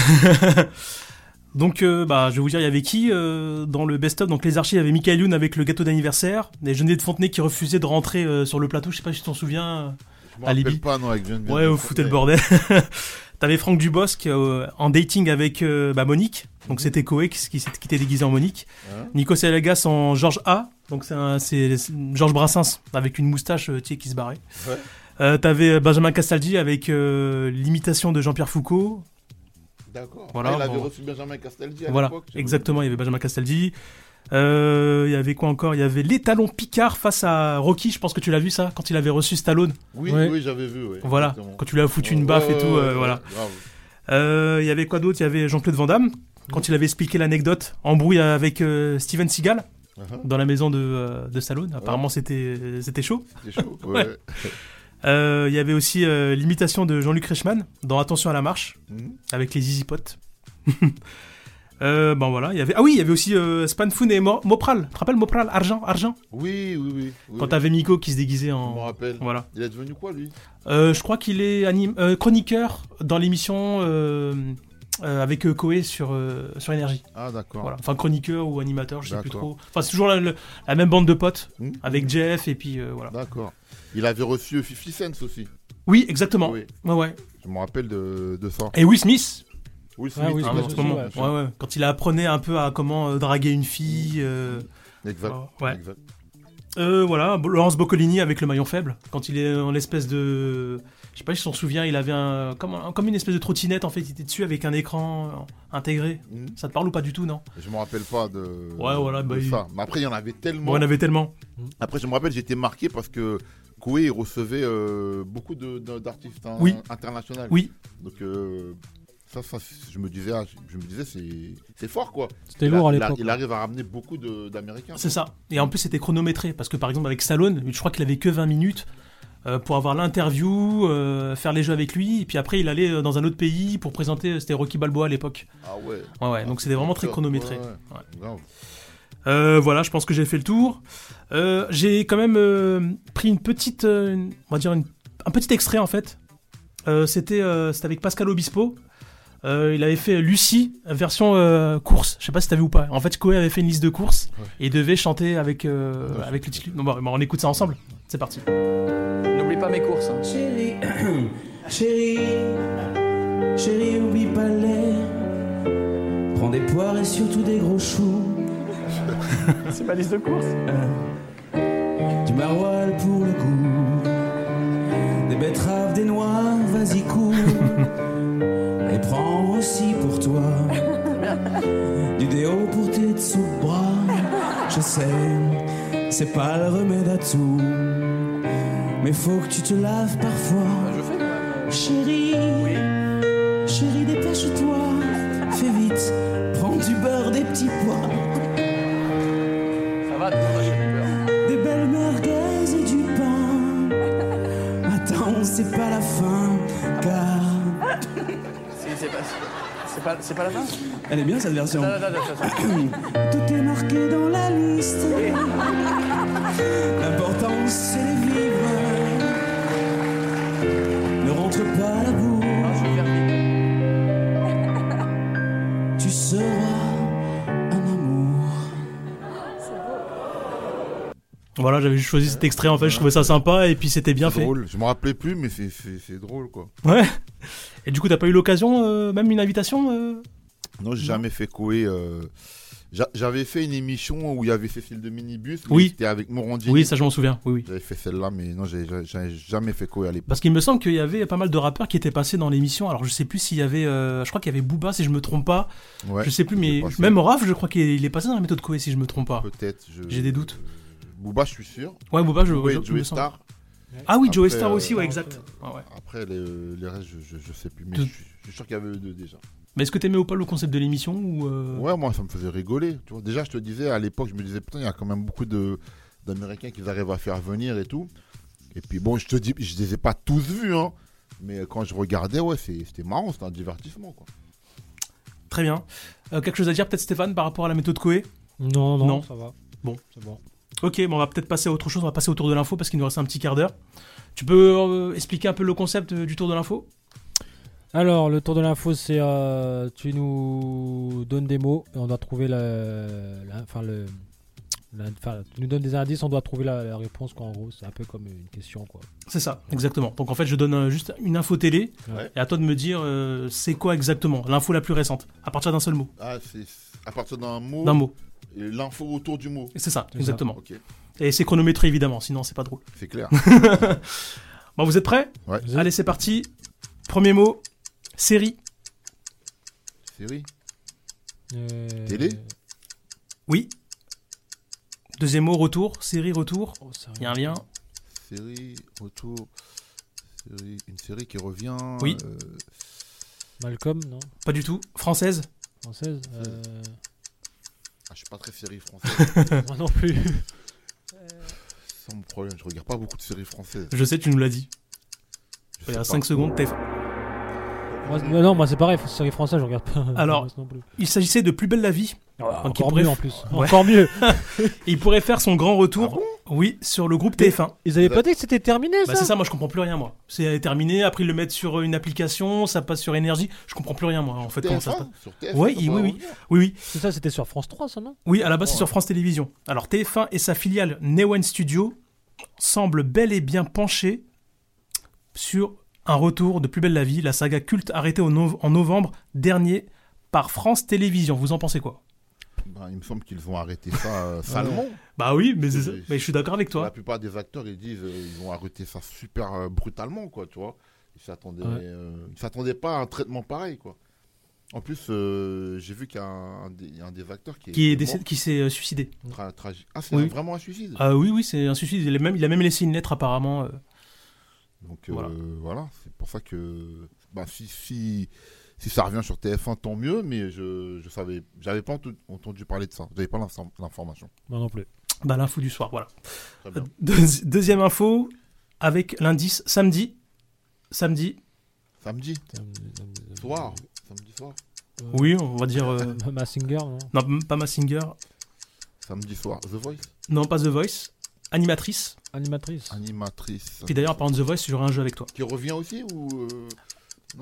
Speaker 2: Donc, je vais vous dire, il y avait qui dans le best-of? Donc, les archives, il y avait Michael Youn avec le gâteau d'anniversaire, les Geneviève de Fontenay qui refusaient de rentrer sur le plateau. Je sais pas si tu t'en souviens.
Speaker 4: Je me rappelle pas, non, avec Geneviève.
Speaker 2: Ouais, foutez le bordel. T'avais Franck Dubosc en dating avec Monique. Donc, c'était Koé qui était déguisé en Monique. Nico Salegas en Georges A. Donc, c'est Georges Brassens avec une moustache qui se barrait. Ouais. T'avais Benjamin Castaldi avec l'imitation de Jean-Pierre Foucault.
Speaker 4: D'accord.
Speaker 2: Voilà,
Speaker 4: il avait reçu Benjamin Castaldi à
Speaker 2: voilà,
Speaker 4: l'époque.
Speaker 2: exactement, il y avait Benjamin Castaldi. Il y avait quoi encore? Il y avait l'étalon Picard face à Rocky. Je pense que tu l'as vu ça quand il avait reçu Stallone.
Speaker 4: Oui, j'avais vu. Ouais,
Speaker 2: voilà,
Speaker 4: exactement.
Speaker 2: Quand tu lui as foutu une baffe et tout. Voilà. Il y avait quoi d'autre? Il y avait Jean-Claude Van Damme quand il avait expliqué l'anecdote en brouille avec Steven Seagal dans la maison de Stallone. Apparemment, c'était chaud.
Speaker 4: C'était chaud. Ouais.
Speaker 2: Il y avait aussi l'imitation de Jean-Luc Reichmann dans Attention à la marche avec les Easy Potes. Voilà, il y avait aussi Spanfoon et Mopral. Tu te rappelles Mopral, argent.
Speaker 4: Oui.
Speaker 2: Quand t'avais Miko qui se déguisait en.
Speaker 4: Je me rappelle.
Speaker 2: Voilà.
Speaker 4: Il est devenu quoi lui?
Speaker 2: Je crois qu'il est chroniqueur dans l'émission avec Koé sur Énergie.
Speaker 4: Ah d'accord.
Speaker 2: Voilà. Enfin chroniqueur ou animateur, je sais plus trop. Enfin c'est toujours la même bande de potes avec Jeff et puis voilà.
Speaker 4: D'accord. Il avait reçu 50 Cent aussi.
Speaker 2: Oui, exactement. Oui. Ouais.
Speaker 4: Je me rappelle de ça.
Speaker 2: Et Will Smith.
Speaker 4: Will Smith,
Speaker 2: en ce moment. Ouais. Quand il apprenait un peu à comment draguer une fille.
Speaker 4: Exact.
Speaker 2: Ouais. Exact. Voilà, Laurence Boccolini avec le maillon faible. Quand il est en l'espèce de... Je sais pas si tu t'en souviens, il avait comme une espèce de trottinette en fait, il était dessus avec un écran intégré. Ça te parle ou pas du tout, non?
Speaker 4: Je me rappelle pas de ça. Mais après, il y en avait tellement.
Speaker 2: Ouais, il y en avait tellement.
Speaker 4: Après, je me rappelle, j'étais marqué parce que Koé recevait beaucoup d'artistes internationaux.
Speaker 2: Oui.
Speaker 4: Donc ça, je me disais, c'est fort quoi.
Speaker 3: C'était lourd à l'époque.
Speaker 4: Il arrive à ramener beaucoup d'Américains.
Speaker 2: C'est ça. Et en plus, c'était chronométré parce que par exemple avec Stallone, je crois qu'il avait que 20 minutes. Pour avoir l'interview, faire les jeux avec lui, et puis après il allait dans un autre pays pour présenter, c'était Rocky Balboa à l'époque.
Speaker 4: Ah ouais.
Speaker 2: Ouais, donc c'était vraiment très chronométré.
Speaker 4: Ouais.
Speaker 2: Voilà, je pense que j'ai fait le tour. J'ai quand même pris une petite, on va dire un petit extrait en fait. C'était avec Pascal Obispo. Il avait fait Lucie version course. Je sais pas si t'as vu ou pas. En fait, Koé avait fait une liste de courses et il devait chanter avec le titre. On écoute ça ensemble. C'est parti.
Speaker 16: N'oublie pas mes courses. Hein.
Speaker 17: Chérie, oublie pas l'air. Prends des poires et surtout des gros choux.
Speaker 16: C'est ma liste de courses.
Speaker 17: Du maroilles pour le goût. Des betteraves, des noix, vas-y cours. Et prends aussi pour toi. Du déo pour tes dessous de bras. Je sais, c'est pas le remède à tout. Mais faut que tu te laves parfois. Chérie, chérie, dépêche-toi. Fais vite,
Speaker 16: va, tout le monde achète peur.
Speaker 17: Des belles merguez et du pain. Attends, c'est pas la fin, car...
Speaker 16: C'est pas la fin.
Speaker 17: Elle est bien cette version.
Speaker 16: Non.
Speaker 17: Tout est marqué dans la liste. L'important c'est de vivre. Ne rentre pas à la bourre. Tu seras un amour.
Speaker 2: Voilà, j'avais juste choisi cet extrait en fait, je trouvais ça sympa et puis c'était bien fait.
Speaker 4: Drôle, je me rappelais plus, mais c'est drôle quoi.
Speaker 2: Ouais. Et du coup, t'as pas eu l'occasion, même une invitation
Speaker 4: Non, j'ai jamais fait Koé. J'avais fait une émission où il y avait Cécile de Minibus.
Speaker 2: Oui.
Speaker 4: C'était avec Morandini.
Speaker 2: Oui, ça je m'en souviens. Oui.
Speaker 4: J'avais fait celle-là, mais non, j'avais jamais fait Koé à l'époque.
Speaker 2: Parce qu'il me semble qu'il y avait pas mal de rappeurs qui étaient passés dans l'émission. Alors je sais plus s'il y avait, je crois qu'il y avait Booba si je me trompe pas.
Speaker 4: Ouais,
Speaker 2: je sais plus, mais même Raph, je crois qu'il est passé dans la méthode Koé si je me trompe pas.
Speaker 4: Peut-être.
Speaker 2: J'ai des doutes.
Speaker 4: Booba, je suis sûr.
Speaker 2: Ouais, Booba, je
Speaker 4: Joey Star.
Speaker 2: Ah oui,
Speaker 4: Après,
Speaker 2: Joey Star aussi, ouais, exact.
Speaker 4: Ouais. Après, les restes, je sais plus. Mais je suis sûr qu'il y avait eux deux déjà.
Speaker 2: Mais est-ce que t'aimais ou pas le concept de l'émission ou
Speaker 4: Ouais, moi ça me faisait rigoler. Tu vois. Déjà, je te disais, à l'époque, je me disais, putain, il y a quand même beaucoup d'Américains qui arrivent à faire venir et tout. Et puis bon, je te dis, je les ai pas tous vus, hein. Mais quand je regardais, ouais, c'était marrant, c'était un divertissement, quoi.
Speaker 2: Très bien. Quelque chose à dire peut-être Stéphane par rapport à la méthode Koé ?
Speaker 3: Non, ça va.
Speaker 2: Bon.
Speaker 3: C'est bon.
Speaker 2: Ok, bon, on va peut-être passer à autre chose, on va passer au tour de l'info parce qu'il nous reste un petit quart d'heure. Tu peux expliquer un peu le concept du tour de l'info ?
Speaker 3: Alors, le tour de l'info, c'est tu nous donnes des mots et on doit trouver tu nous donnes des indices, on doit trouver la réponse, quoi, en gros. C'est un peu comme une question, quoi.
Speaker 2: C'est ça, exactement. Donc en fait, je donne juste une info télé et à toi de me dire c'est quoi exactement l'info la plus récente, à partir d'un seul mot.
Speaker 4: Ah, c'est à partir d'un mot.
Speaker 2: D'un mot.
Speaker 4: Et l'info autour du mot.
Speaker 2: C'est ça, exactement.
Speaker 4: Okay.
Speaker 2: Et c'est chronométré évidemment, sinon c'est pas drôle.
Speaker 4: C'est clair.
Speaker 2: Bon, vous êtes prêts ?
Speaker 4: Ouais.
Speaker 2: Allez, c'est parti. Premier mot, série.
Speaker 4: Série. Télé.
Speaker 2: Oui. Deuxième mot, retour. Série, retour. Il y a un lien.
Speaker 4: Série, retour. Une série qui revient.
Speaker 2: Oui.
Speaker 3: Malcolm, non ?
Speaker 2: Pas du tout. Française.
Speaker 3: Française.
Speaker 4: Je suis pas très série française.
Speaker 3: Moi non plus.
Speaker 4: C'est mon problème, je regarde pas beaucoup de séries françaises.
Speaker 2: Je sais, tu nous l'as dit. Il y a 5 secondes, t'es...
Speaker 3: Moi c'est pareil, série française, je regarde pas.
Speaker 2: Alors,
Speaker 3: non plus.
Speaker 2: Il s'agissait de Plus belle la vie.
Speaker 3: Encore mieux en plus.
Speaker 2: Ouais.
Speaker 3: Encore mieux.
Speaker 2: Il pourrait faire son grand retour, oui, sur le groupe TF1.
Speaker 3: Ils avaient pas dit que c'était terminé, ça ?
Speaker 2: Bah c'est ça, moi je comprends plus rien, moi. C'est terminé, après ils le mettent sur une application, ça passe sur Énergie, je comprends plus rien, moi, en fait.
Speaker 4: TF1,
Speaker 2: comment ça se passe.
Speaker 4: sur TF1,
Speaker 2: Oui.
Speaker 3: C'est ça, c'était sur France 3, ça, non ?
Speaker 2: Oui, à la base c'est sur France Télévisions. Alors TF1 et sa filiale Newen Studio semblent bel et bien penchés sur un retour de Plus belle la vie, la saga culte arrêtée en novembre dernier par France Télévisions. Vous en pensez quoi ?
Speaker 4: Il me semble qu'ils vont arrêter ça salement.
Speaker 2: Bah oui, mais je suis d'accord avec toi.
Speaker 4: La plupart des acteurs, ils disent ils vont arrêter ça super brutalement, quoi, tu vois. Ils s'attendaient pas à un traitement pareil, quoi. En plus, j'ai vu qu'il y a un des acteurs
Speaker 2: qui s'est suicidé.
Speaker 4: Tragique. Ah, c'est vraiment un suicide ?
Speaker 2: Ah oui, c'est un suicide. Il a même laissé une lettre, apparemment.
Speaker 4: Donc voilà, c'est pour ça que si ça revient sur TF1, tant mieux, mais j'avais pas entendu parler de ça. J'avais pas l'information.
Speaker 3: Moi non plus.
Speaker 2: Bah l'info du soir, voilà. Deuxième info avec l'indice samedi.
Speaker 4: Samedi soir.
Speaker 2: Oui, on va dire.
Speaker 3: Massinger, non ?
Speaker 2: Non, pas Massinger.
Speaker 4: Samedi soir. The Voice ?
Speaker 2: Non, pas The Voice. Animatrice.
Speaker 4: Puis
Speaker 2: d'ailleurs, par The Voice, j'aurai un jeu avec toi.
Speaker 4: Qui revient aussi ou non ?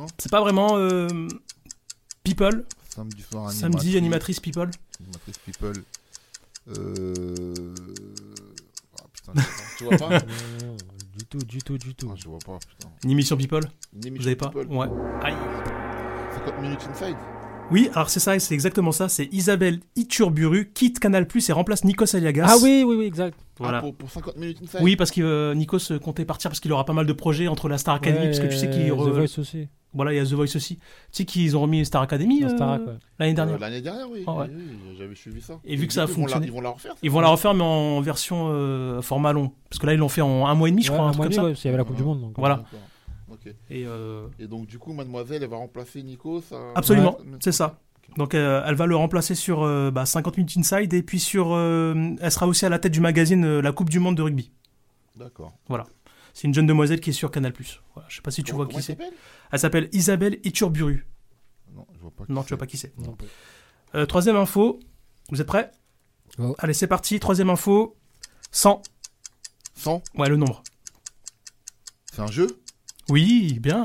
Speaker 2: C'est pas vraiment People.
Speaker 4: Samedi soir,
Speaker 2: Samedi, animatrice People.
Speaker 4: Animatrice People. Putain, tu vois pas ?
Speaker 3: Du tout.
Speaker 4: Ah, je vois pas, putain.
Speaker 2: Une émission People ? Vous avez pas ? Ouais. Aïe.
Speaker 4: 50 minutes inside ?
Speaker 2: Oui, alors c'est ça, c'est exactement ça. C'est Isabelle Iturburu quitte Canal+ et remplace Nikos Aliagas.
Speaker 3: Ah oui, exact.
Speaker 4: Voilà. pour 50 minutes inside ?
Speaker 2: Oui, parce que Nikos comptait partir parce qu'il aura pas mal de projets entre la Star Academy, parce que tu sais qu'il
Speaker 3: The Voice aussi.
Speaker 2: Voilà, il y a The Voice aussi. Tu sais qu'ils ont remis Star Academy l'année dernière.
Speaker 4: L'année dernière, oui.
Speaker 2: Oh, ouais.
Speaker 4: Oui, j'avais suivi ça.
Speaker 2: Et vu que ça a fonctionné,
Speaker 4: ils vont la refaire.
Speaker 2: Ils vont la refaire, mais en version format long, parce que là ils l'ont fait en 1 mois et demi, je crois, un truc comme ça.
Speaker 3: Ouais, il y avait la Coupe du Monde. Donc,
Speaker 2: voilà.
Speaker 4: Okay.
Speaker 2: Et
Speaker 4: donc du coup, Mademoiselle, elle va remplacer Nikos.
Speaker 2: Absolument, c'est ça. Donc elle va le remplacer sur 50 minutes inside et puis elle sera aussi à la tête du magazine La Coupe du Monde de rugby.
Speaker 4: D'accord.
Speaker 2: Voilà. C'est une jeune demoiselle qui est sur Canal+. Voilà. Je sais pas si tu vois qui c'est. Elle s'appelle Isabelle Iturburu.
Speaker 4: Non, je vois pas.
Speaker 2: Non, tu vois pas qui c'est. Troisième info. Vous êtes prêts ?
Speaker 3: Oh.
Speaker 2: Allez, c'est parti. Troisième info. 100.
Speaker 4: 100 ?
Speaker 2: Ouais, le nombre.
Speaker 4: C'est un jeu ?
Speaker 2: Oui, bien.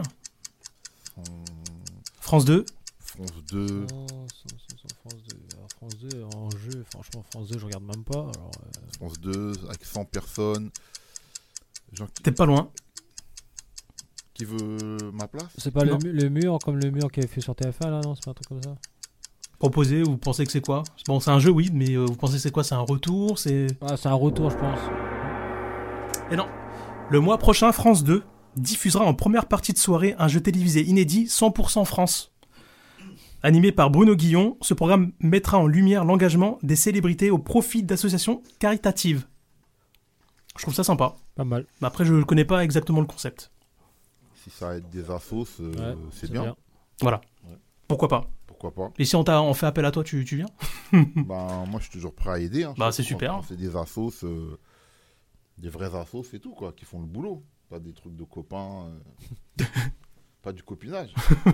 Speaker 2: France 2.
Speaker 4: France 2.
Speaker 3: France 2 en jeu, franchement, France 2, je regarde même pas. Alors,
Speaker 4: France 2, avec 100 personnes.
Speaker 2: T'es pas loin.
Speaker 4: Qui veut ma place ?
Speaker 3: C'est pas le mur, comme le mur qui avait fait sur TF1, là, non ? C'est pas un truc comme ça ?
Speaker 2: Proposé, vous pensez que c'est quoi ? Bon, c'est un jeu, oui, mais vous pensez que c'est quoi ? C'est un retour ? C'est
Speaker 3: un retour, je pense.
Speaker 2: Et non. Le mois prochain, France 2 diffusera en première partie de soirée un jeu télévisé inédit 100% France. Animé par Bruno Guillon, ce programme mettra en lumière l'engagement des célébrités au profit d'associations caritatives. Je trouve ça sympa.
Speaker 3: Pas mal.
Speaker 2: Mais après, je ne connais pas exactement le concept.
Speaker 4: Si ça aide des assos, c'est bien.
Speaker 2: Voilà. Ouais. Pourquoi pas ?
Speaker 4: Pourquoi pas ?
Speaker 2: Et si on fait appel à toi, tu viens ?
Speaker 4: Moi, je suis toujours prêt à aider.
Speaker 2: C'est super.
Speaker 4: C'est des assos, des vrais assos, c'est tout, quoi, qui font le boulot. Pas des trucs de copains. Pas du copinage.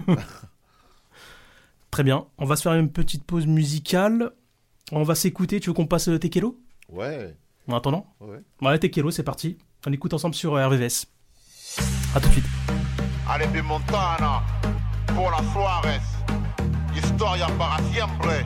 Speaker 2: Très bien. On va se faire une petite pause musicale. On va s'écouter. Tu veux qu'on passe Tekelo ?
Speaker 4: Ouais.
Speaker 2: En attendant ?
Speaker 4: Ouais.
Speaker 2: Allez, Tekelo, c'est parti. On écoute ensemble sur RVVS. A tout de suite.
Speaker 10: Allez, Montana, pour la soirée. Historia para siempre.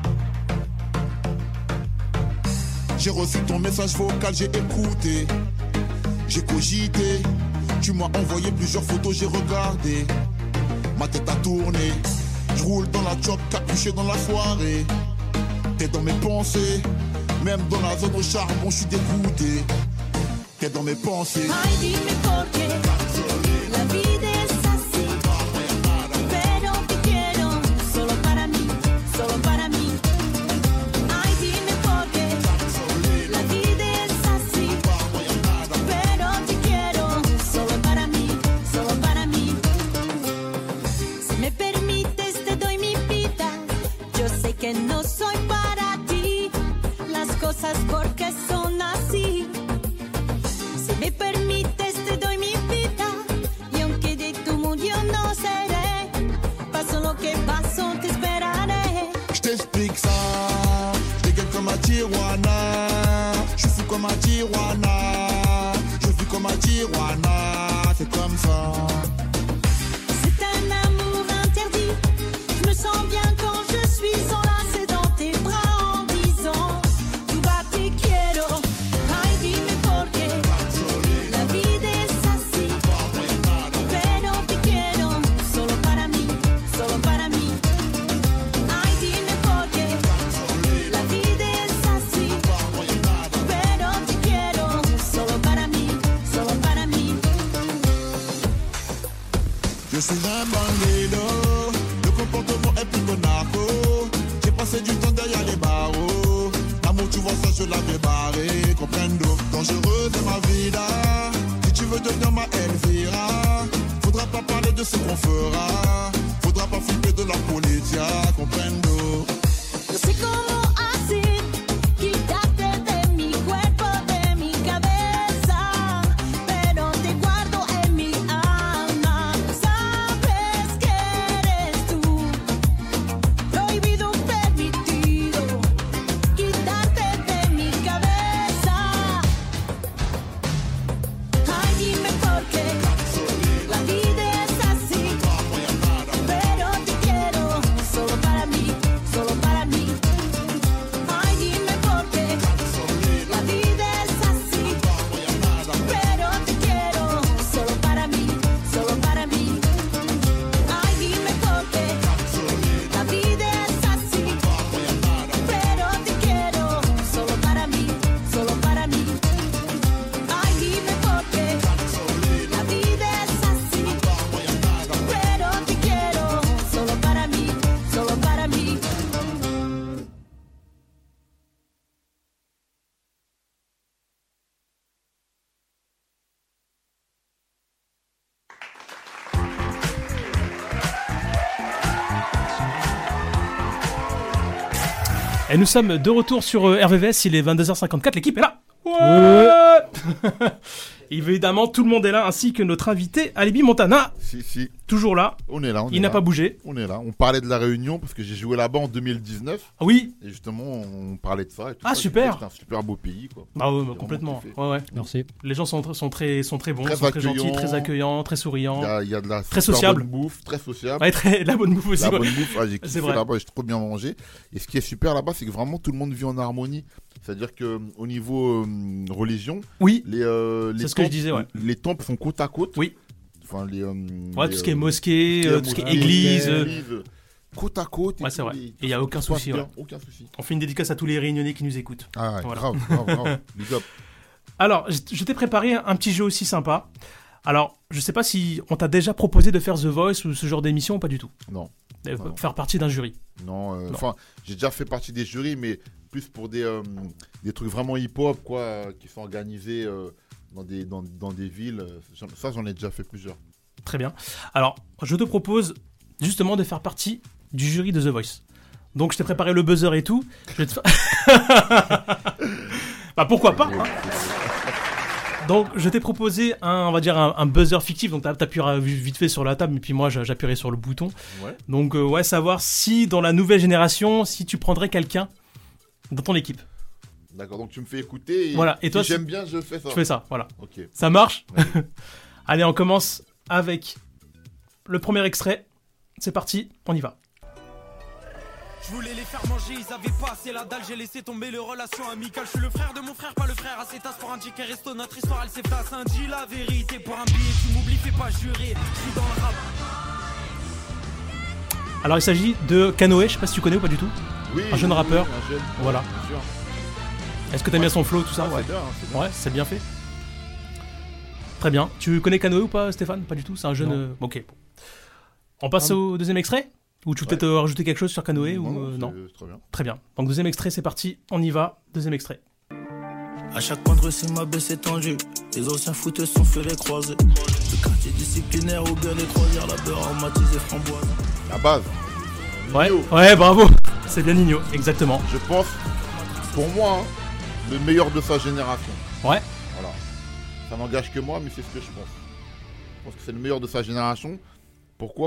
Speaker 18: J'ai reçu ton message vocal, j'ai écouté. J'ai cogité. Tu m'as envoyé plusieurs photos, j'ai regardé. Ma tête a tourné. Je roule dans la job, capuché dans la soirée. T'es dans mes pensées. Même dans la zone au charbon, je suis dégoûté. T'es dans mes pensées.
Speaker 19: Ay, dime por qué la vida es así. Pero te quiero solo para mí, solo para mí. Ay, dime por qué la vida es así. Pero te quiero solo para mí, solo para mí. Si me permites te doy mi vida. Yo sé que no soy para ti. Las cosas porque son así. Si me permites te doy mi vida. Y aunque de tu mundo yo no seré, paso lo que paso te esperaré.
Speaker 18: Je t'explique ça. Je dégaine comme un Tijuana. Je suis fou comme un Tijuana. Je vis comme un Tijuana. C'est comme ça.
Speaker 19: C'est un amour interdit. Je me sens bien quand je suis enlacée dans tes bras en disant tu vas te quiero. Ay, dime por qué la vida es así. Pero te quiero solo para mí, solo para mí. Ay, dime por qué la vida es así. Pero te quiero solo para mí, solo para mí.
Speaker 18: Je suis un bandido. Le comportement est plutôt narco. J'ai passé du temps derrière les barreaux. L'amour, tu vois ça, je l'avais barré. Comprendo. Dangereuse est ma vida. Si tu veux devenir ma Elvira, faudra pas parler de ce qu'on fera. Faudra pas flipper de la policia. Comprendo.
Speaker 19: Yo sé cómo hacer quitarte de mi cuerpo, de mi cabeza, pero te guardo en mi alma. Sabes que eres tú, prohibido, permitido, quitarte de mi cabeza. Ay, dime por qué la vida es así, pero te quiero solo para mí, solo para mí.
Speaker 2: Et nous sommes de retour sur RVVS, il est 22h54, l'équipe est là. Ouais. Évidemment, tout le monde est là, ainsi que notre invité Alibi Montana.
Speaker 4: Si.
Speaker 2: Toujours là.
Speaker 4: On est là.
Speaker 2: Il n'a pas bougé.
Speaker 4: On est là. On parlait de la Réunion parce que j'ai joué là-bas en 2019.
Speaker 2: Ah oui.
Speaker 4: Et justement, on parlait de ça. Et tout
Speaker 2: ah
Speaker 4: ça.
Speaker 2: super.
Speaker 4: C'est un super beau pays, quoi.
Speaker 2: Ah ouais, complètement. Ouais.
Speaker 3: Merci.
Speaker 2: Les gens sont très bons,
Speaker 4: très
Speaker 2: sont très gentils, très accueillants, très souriants.
Speaker 4: Il y a de la
Speaker 2: très sociable.
Speaker 4: Bonne bouffe, très sociable.
Speaker 2: Ouais, la bonne bouffe aussi.
Speaker 4: La bonne bouffe. J'ai kiffé
Speaker 2: vrai.
Speaker 4: là-bas, j'ai trop bien mangé. Et ce qui est super là-bas, c'est que vraiment tout le monde vit en harmonie. C'est-à-dire que au niveau religion,
Speaker 2: oui,
Speaker 4: les
Speaker 2: c'est ce que je disais, ouais.
Speaker 4: Les temples sont côte à côte.
Speaker 2: Oui.
Speaker 4: Enfin
Speaker 2: tout ce qui est mosquée, tout ce qui est église.
Speaker 4: Côte à côte.
Speaker 2: Ouais, c'est vrai. Et il n'y a aucun souci.
Speaker 4: Aucun souci.
Speaker 2: On fait une dédicace à tous les Réunionnais qui nous écoutent.
Speaker 4: Ah ouais,
Speaker 2: voilà.
Speaker 4: grave. Big up.
Speaker 2: Alors, je t'ai préparé un petit jeu aussi sympa. Alors, je sais pas si on t'a déjà proposé de faire The Voice ou ce genre d'émission ou pas du tout.
Speaker 4: Non.
Speaker 2: Faire partie d'un jury.
Speaker 4: Non. Enfin, j'ai déjà fait partie des jurys, mais plus pour des trucs vraiment hip-hop, quoi, qui sont organisés dans des villes. Ça, j'en ai déjà fait plusieurs.
Speaker 2: Très bien. Alors, je te propose justement de faire partie du jury de The Voice. Donc, je t'ai préparé le buzzer et tout. Je vais te bah, pourquoi pas hein. Donc, je t'ai proposé un buzzer fictif. Donc, t'appuieras vite fait sur la table, et puis moi, j'appuierai sur le bouton.
Speaker 4: Ouais.
Speaker 2: Donc, savoir si dans la nouvelle génération, si tu prendrais quelqu'un dans ton équipe.
Speaker 4: D'accord, donc tu me fais écouter.
Speaker 2: Et toi,
Speaker 4: si j'aime bien, je fais ça.
Speaker 2: Je fais ça, voilà.
Speaker 4: Ok.
Speaker 2: Ça marche. Allez, on commence avec le premier extrait. C'est parti, on y va.
Speaker 20: Je voulais les faire manger, ils avaient pas assez la dalle, j'ai laissé tomber les relations amicales. Je suis le frère de mon frère, pas le frère à ses tasses pour un ticket resto. Notre histoire elle s'efface, un dis la vérité. Pour un billet tu m'oublies, fais pas jurer. Je suis dans le rap.
Speaker 2: Alors il s'agit de Kanoé, je sais pas si tu connais ou pas du tout.
Speaker 4: Oui,
Speaker 2: un jeune rappeur.
Speaker 4: Un jeune,
Speaker 2: voilà.
Speaker 4: Bien sûr.
Speaker 2: Est-ce que t'aimes bien son flow, tout ça?
Speaker 4: Ouais, c'est bien.
Speaker 2: Ouais, c'est bien fait. Très bien. Tu connais Kanoé ou pas, Stéphane? Pas du tout, c'est un jeune... Ok. On passe au deuxième extrait? Ou tu veux peut-être rajouter quelque chose sur Kanoé ou non?
Speaker 4: Très bien.
Speaker 2: Très bien. Donc deuxième extrait, c'est parti. On y va. Deuxième extrait.
Speaker 21: À chaque point de rue, c'est ma baisse étendue. Les anciens footeux sont fait les croisés. Le quartier disciplinaire ou bien les croisières, la beurre aromatisée framboise.
Speaker 4: La base.
Speaker 2: Ouais, bravo. C'est bien Nino, exactement.
Speaker 4: Je pense, pour moi, le meilleur de sa génération.
Speaker 2: Ouais.
Speaker 4: Voilà. Ça n'engage que moi, mais c'est ce que je pense. Je pense que c'est le meilleur de sa génération. Pourquoi ?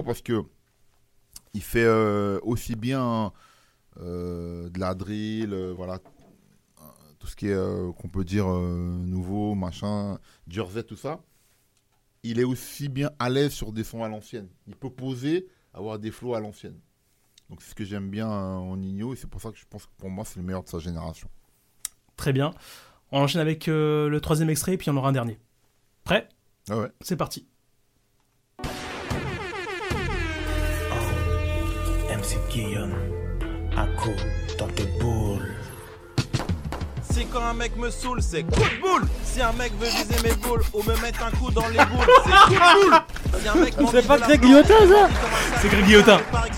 Speaker 4: Parce que il fait aussi bien de la drill, voilà, tout ce qui est qu'on peut dire nouveau, machin, Jersey, tout ça. Il est aussi bien à l'aise sur des sons à l'ancienne. Il peut poser, avoir des flows à l'ancienne. Donc c'est ce que j'aime bien en Nino et c'est pour ça que je pense que pour moi c'est le meilleur de sa génération.
Speaker 2: Très bien. On enchaîne avec le troisième extrait et puis on aura un dernier. Prêt ?
Speaker 4: Ah ouais.
Speaker 2: C'est parti.
Speaker 21: MC Guillaume, un coup dans tes boules.
Speaker 20: C'est quand un mec me saoule, c'est coup de boule. Si un mec veut viser mes boules ou me mettre un coup dans les boules, c'est coup de boule. Si un mec
Speaker 3: c'est pas Greg Guillotin ça?
Speaker 2: C'est Greg Guillotin.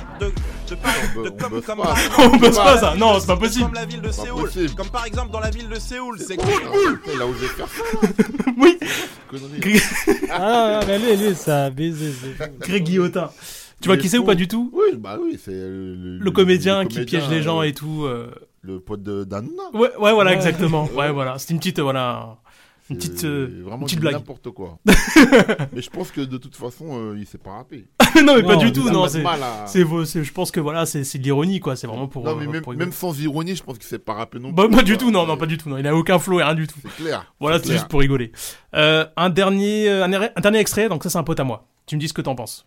Speaker 20: On
Speaker 2: bosse pas ça, non c'est pas possible.
Speaker 20: Comme la ville de Séoul, comme par exemple dans la ville de Séoul, c'est coup de boule.
Speaker 4: Il a osé faire ça.
Speaker 2: Oui.
Speaker 3: Ah mais lui ça a baisé.
Speaker 2: Greg Guillotin. Tu vois qui c'est ou pas du tout?
Speaker 4: Oui, bah oui, c'est le
Speaker 2: comédien qui piège les gens et tout.
Speaker 4: Le pote d'Anouna.
Speaker 2: Ouais, voilà, exactement. Ouais, voilà. C'était une petite, une petite blague.
Speaker 4: N'importe quoi. Mais je pense que de toute façon, il s'est pas rappé.
Speaker 2: Non, mais pas du tout. Non,
Speaker 4: je
Speaker 2: pense que voilà, c'est de l'ironie, quoi. C'est vraiment pour.
Speaker 4: Non, mais même sans ironie, je pense qu'il s'est pas rappé non
Speaker 2: plus.
Speaker 4: Bah,
Speaker 2: pas du tout. Non, pas du tout. Non, il a aucun flow et rien du tout.
Speaker 4: C'est clair.
Speaker 2: Voilà, c'est juste pour rigoler. Un dernier extrait. Donc ça, c'est un pote à moi. Tu me dis ce que t'en penses.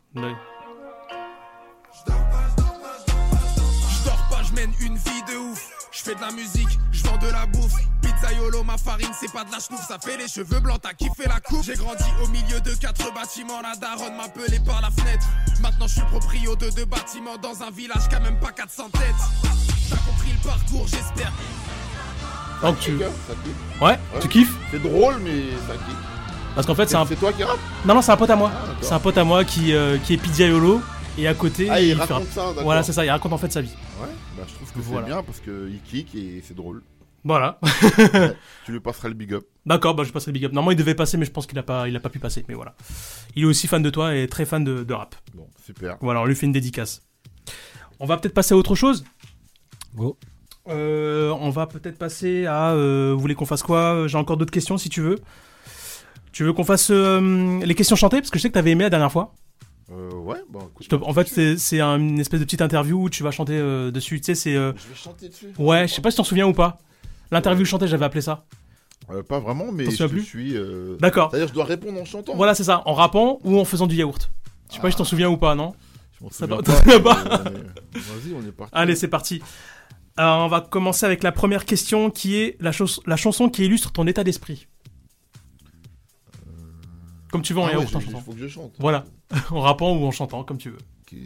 Speaker 20: Je mène une vie de ouf. Je fais de la musique, je vends de la bouffe. Pizzaiolo, ma farine, c'est pas de la chenouf. Ça fait les cheveux blancs, t'as kiffé la coupe. J'ai grandi au milieu de 4 bâtiments. La daronne m'appelait par la fenêtre. Maintenant je suis proprio de 2 bâtiments dans un village qui a même pas 400 têtes. T'as compris le parcours, j'espère.
Speaker 2: Donc tu...
Speaker 4: Ça kiffe.
Speaker 2: Ouais, tu kiffes.
Speaker 4: C'est drôle, mais ça kiffe.
Speaker 2: Parce qu'en fait,
Speaker 4: c'est toi qui rappe.
Speaker 2: Non, c'est un pote à moi. C'est un pote à moi qui est pizzaiolo. Et à côté,
Speaker 4: il raconte ça, d'accord.
Speaker 2: Voilà, c'est ça, il raconte en fait sa vie.
Speaker 4: Ouais, bah je trouve que c'est bien parce qu'il kick et c'est drôle.
Speaker 2: Voilà.
Speaker 4: Tu lui passeras le big up.
Speaker 2: D'accord, bah je passerai le big up. Normalement, il devait passer, mais je pense qu'il a pas pu passer. Mais voilà. Il est aussi fan de toi et très fan de rap.
Speaker 4: Bon, super.
Speaker 2: Voilà, on lui fait une dédicace. On va peut-être passer à autre chose.
Speaker 3: Go.
Speaker 2: On va peut-être passer à... vous voulez qu'on fasse quoi? J'ai encore d'autres questions si tu veux. Tu veux qu'on fasse les questions chantées? Parce que je sais que t'avais aimé la dernière fois.
Speaker 4: Ouais, bon, écoute,
Speaker 2: En fait, c'est une espèce de petite interview où tu vas chanter dessus. Tu sais, c'est...
Speaker 4: Je vais chanter dessus.
Speaker 2: Ouais, je sais pas si t'en souviens ou pas. L'interview chantée, j'avais appelé ça.
Speaker 4: Pas vraiment, mais
Speaker 2: T'en souviens plus
Speaker 4: suis...
Speaker 2: D'accord.
Speaker 4: C'est-à-dire, je dois répondre en chantant.
Speaker 2: Voilà, c'est ça. En rappant ou en faisant du yaourt. Je sais pas si je t'en souviens ou pas, non?
Speaker 4: Je m'en
Speaker 2: Ça
Speaker 4: souviens
Speaker 2: va-
Speaker 4: pas.
Speaker 2: t'en souviens pas
Speaker 4: Vas-y, on est parti.
Speaker 2: Allez, c'est parti. Alors, on va commencer avec la première question qui est la chanson qui illustre ton état d'esprit. Comme tu veux en yaourt, en chantant.
Speaker 4: Il faut que je chante.
Speaker 2: Voilà. En rappant ou en chantant, comme tu veux.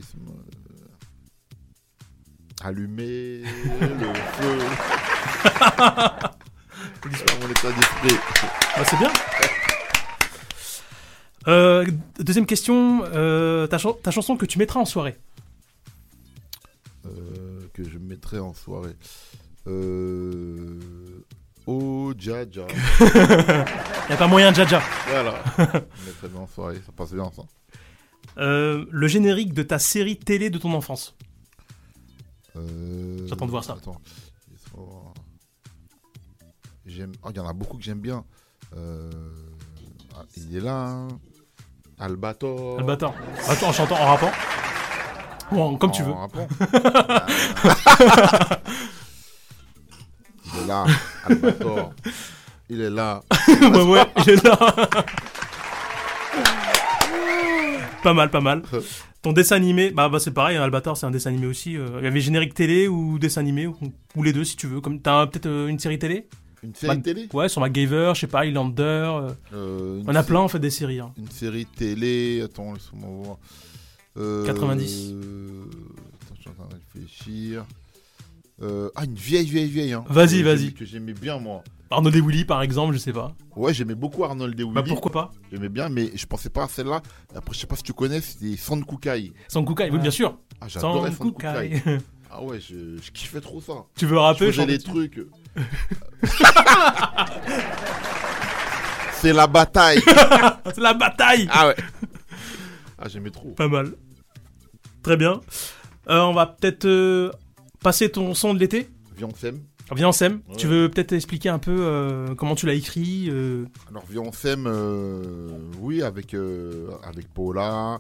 Speaker 4: Allumer le feu. Mon état d'esprit.
Speaker 2: Bah, c'est bien. Deuxième question. Ta chanson que tu mettras en soirée.
Speaker 4: Que je mettrai en soirée. Oh, Jaja.
Speaker 2: Y'a pas moyen de Jaja.
Speaker 4: Voilà. Je mettrai bien en soirée, ça passe bien ça.
Speaker 2: Le générique de ta série télé de ton enfance. J'attends de voir ça.
Speaker 4: Attends. Il y en a beaucoup que j'aime bien. Il est là. Hein. Albator.
Speaker 2: Albator. Attends, en chantant, en rappant. Ou comme tu veux.
Speaker 4: En rappant. Il est là. Albator. Il est là.
Speaker 2: ouais, il est là. Pas mal. Ton dessin animé, bah c'est pareil, hein, Albator c'est un dessin animé aussi. Il y avait générique télé ou dessin animé, ou les deux si tu veux. Comme t'as peut-être une série télé?
Speaker 4: Une série télé?
Speaker 2: Ouais, sur MacGyver, je sais pas, Highlander. On a plein en fait des séries. Hein.
Speaker 4: Une série télé, attends, laisse-moi voir.
Speaker 2: 90.
Speaker 4: Attends, je suis en train de réfléchir. Une vieille. Hein,
Speaker 2: Vas-y.
Speaker 4: Que j'aimais bien moi.
Speaker 2: Arnold et Willy par exemple, je sais pas.
Speaker 4: Ouais, j'aimais beaucoup Arnold et Willy.
Speaker 2: Bah pourquoi pas?
Speaker 4: J'aimais bien, mais je pensais pas à celle-là. Après, je sais pas si tu connais, c'était Sankukai.
Speaker 2: Sankukai, oui, bien sûr.
Speaker 4: Ah, j'adorais Sankukai. Ah ouais, je kiffais trop ça.
Speaker 2: Tu veux rapper?
Speaker 4: Je faisais les trucs. C'est la bataille.
Speaker 2: C'est la bataille.
Speaker 4: Ah ouais. Ah, j'aimais trop.
Speaker 2: Pas mal. Très bien. On va peut-être passer ton son de l'été.
Speaker 4: Viens
Speaker 2: on s'aime.
Speaker 4: Ouais.
Speaker 2: Tu veux peut-être expliquer un peu comment tu l'as écrit
Speaker 4: Alors Viens on s'aime, oui, avec Paula,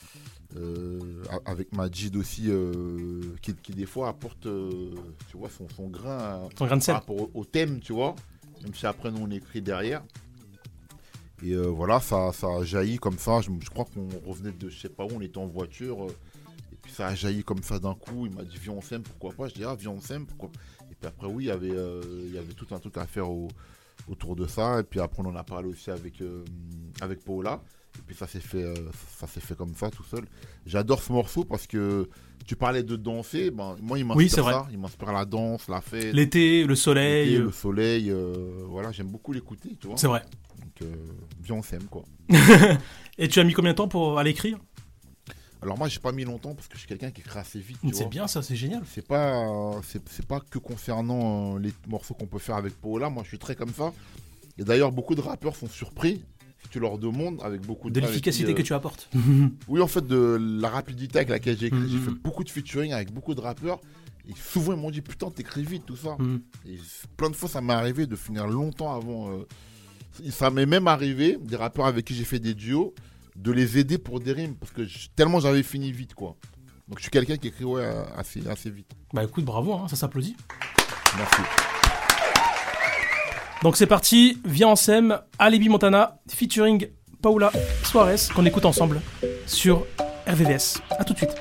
Speaker 4: avec Majid aussi, qui des fois apporte, tu vois, son grain,
Speaker 2: de sel
Speaker 4: par rapport au thème, tu vois, même si après nous on écrit derrière. Et voilà, ça a jailli comme ça. Je crois qu'on revenait de je sais pas où, on était en voiture. Et puis ça a jailli comme ça d'un coup. Il m'a dit viens on s'aime, pourquoi pas. Je dis viens on s'aime, pourquoi. Et puis après oui, il y avait tout un truc à faire autour de ça. Et puis après on en a parlé aussi avec Paula. Et puis ça s'est fait comme ça tout seul. J'adore ce morceau parce que tu parlais de danser. Moi il m'inspire ça. Il m'inspire la danse, la fête.
Speaker 2: L'été, le soleil.
Speaker 4: Voilà, j'aime beaucoup l'écouter, tu vois.
Speaker 2: C'est vrai.
Speaker 4: Donc viens on s'aime quoi.
Speaker 2: Et tu as mis combien de temps pour aller écrire?
Speaker 4: Alors moi j'ai pas mis longtemps parce que je suis quelqu'un qui écrit assez vite.
Speaker 2: C'est bien ça, c'est génial.
Speaker 4: C'est pas que concernant les morceaux qu'on peut faire avec Paola. Moi je suis très comme ça. Et d'ailleurs beaucoup de rappeurs sont surpris si tu leur demandes avec beaucoup
Speaker 2: de l'efficacité que tu apportes.
Speaker 4: Oui, en fait, de la rapidité avec laquelle j'ai écrit. J'ai fait beaucoup de featuring avec beaucoup de rappeurs. Et souvent ils m'ont dit putain t'écris vite tout ça. Et plein de fois ça m'est arrivé de finir longtemps avant. Ça m'est même arrivé des rappeurs avec qui j'ai fait des duos de les aider pour des rimes parce que tellement j'avais fini vite quoi. Donc je suis quelqu'un qui écrit assez vite.
Speaker 2: Bah écoute, bravo, hein, ça s'applaudit.
Speaker 4: Merci.
Speaker 2: Donc c'est parti, viens on s'aime, Alibi Montana featuring Paula Suarez qu'on écoute ensemble sur RVVS. A tout de suite.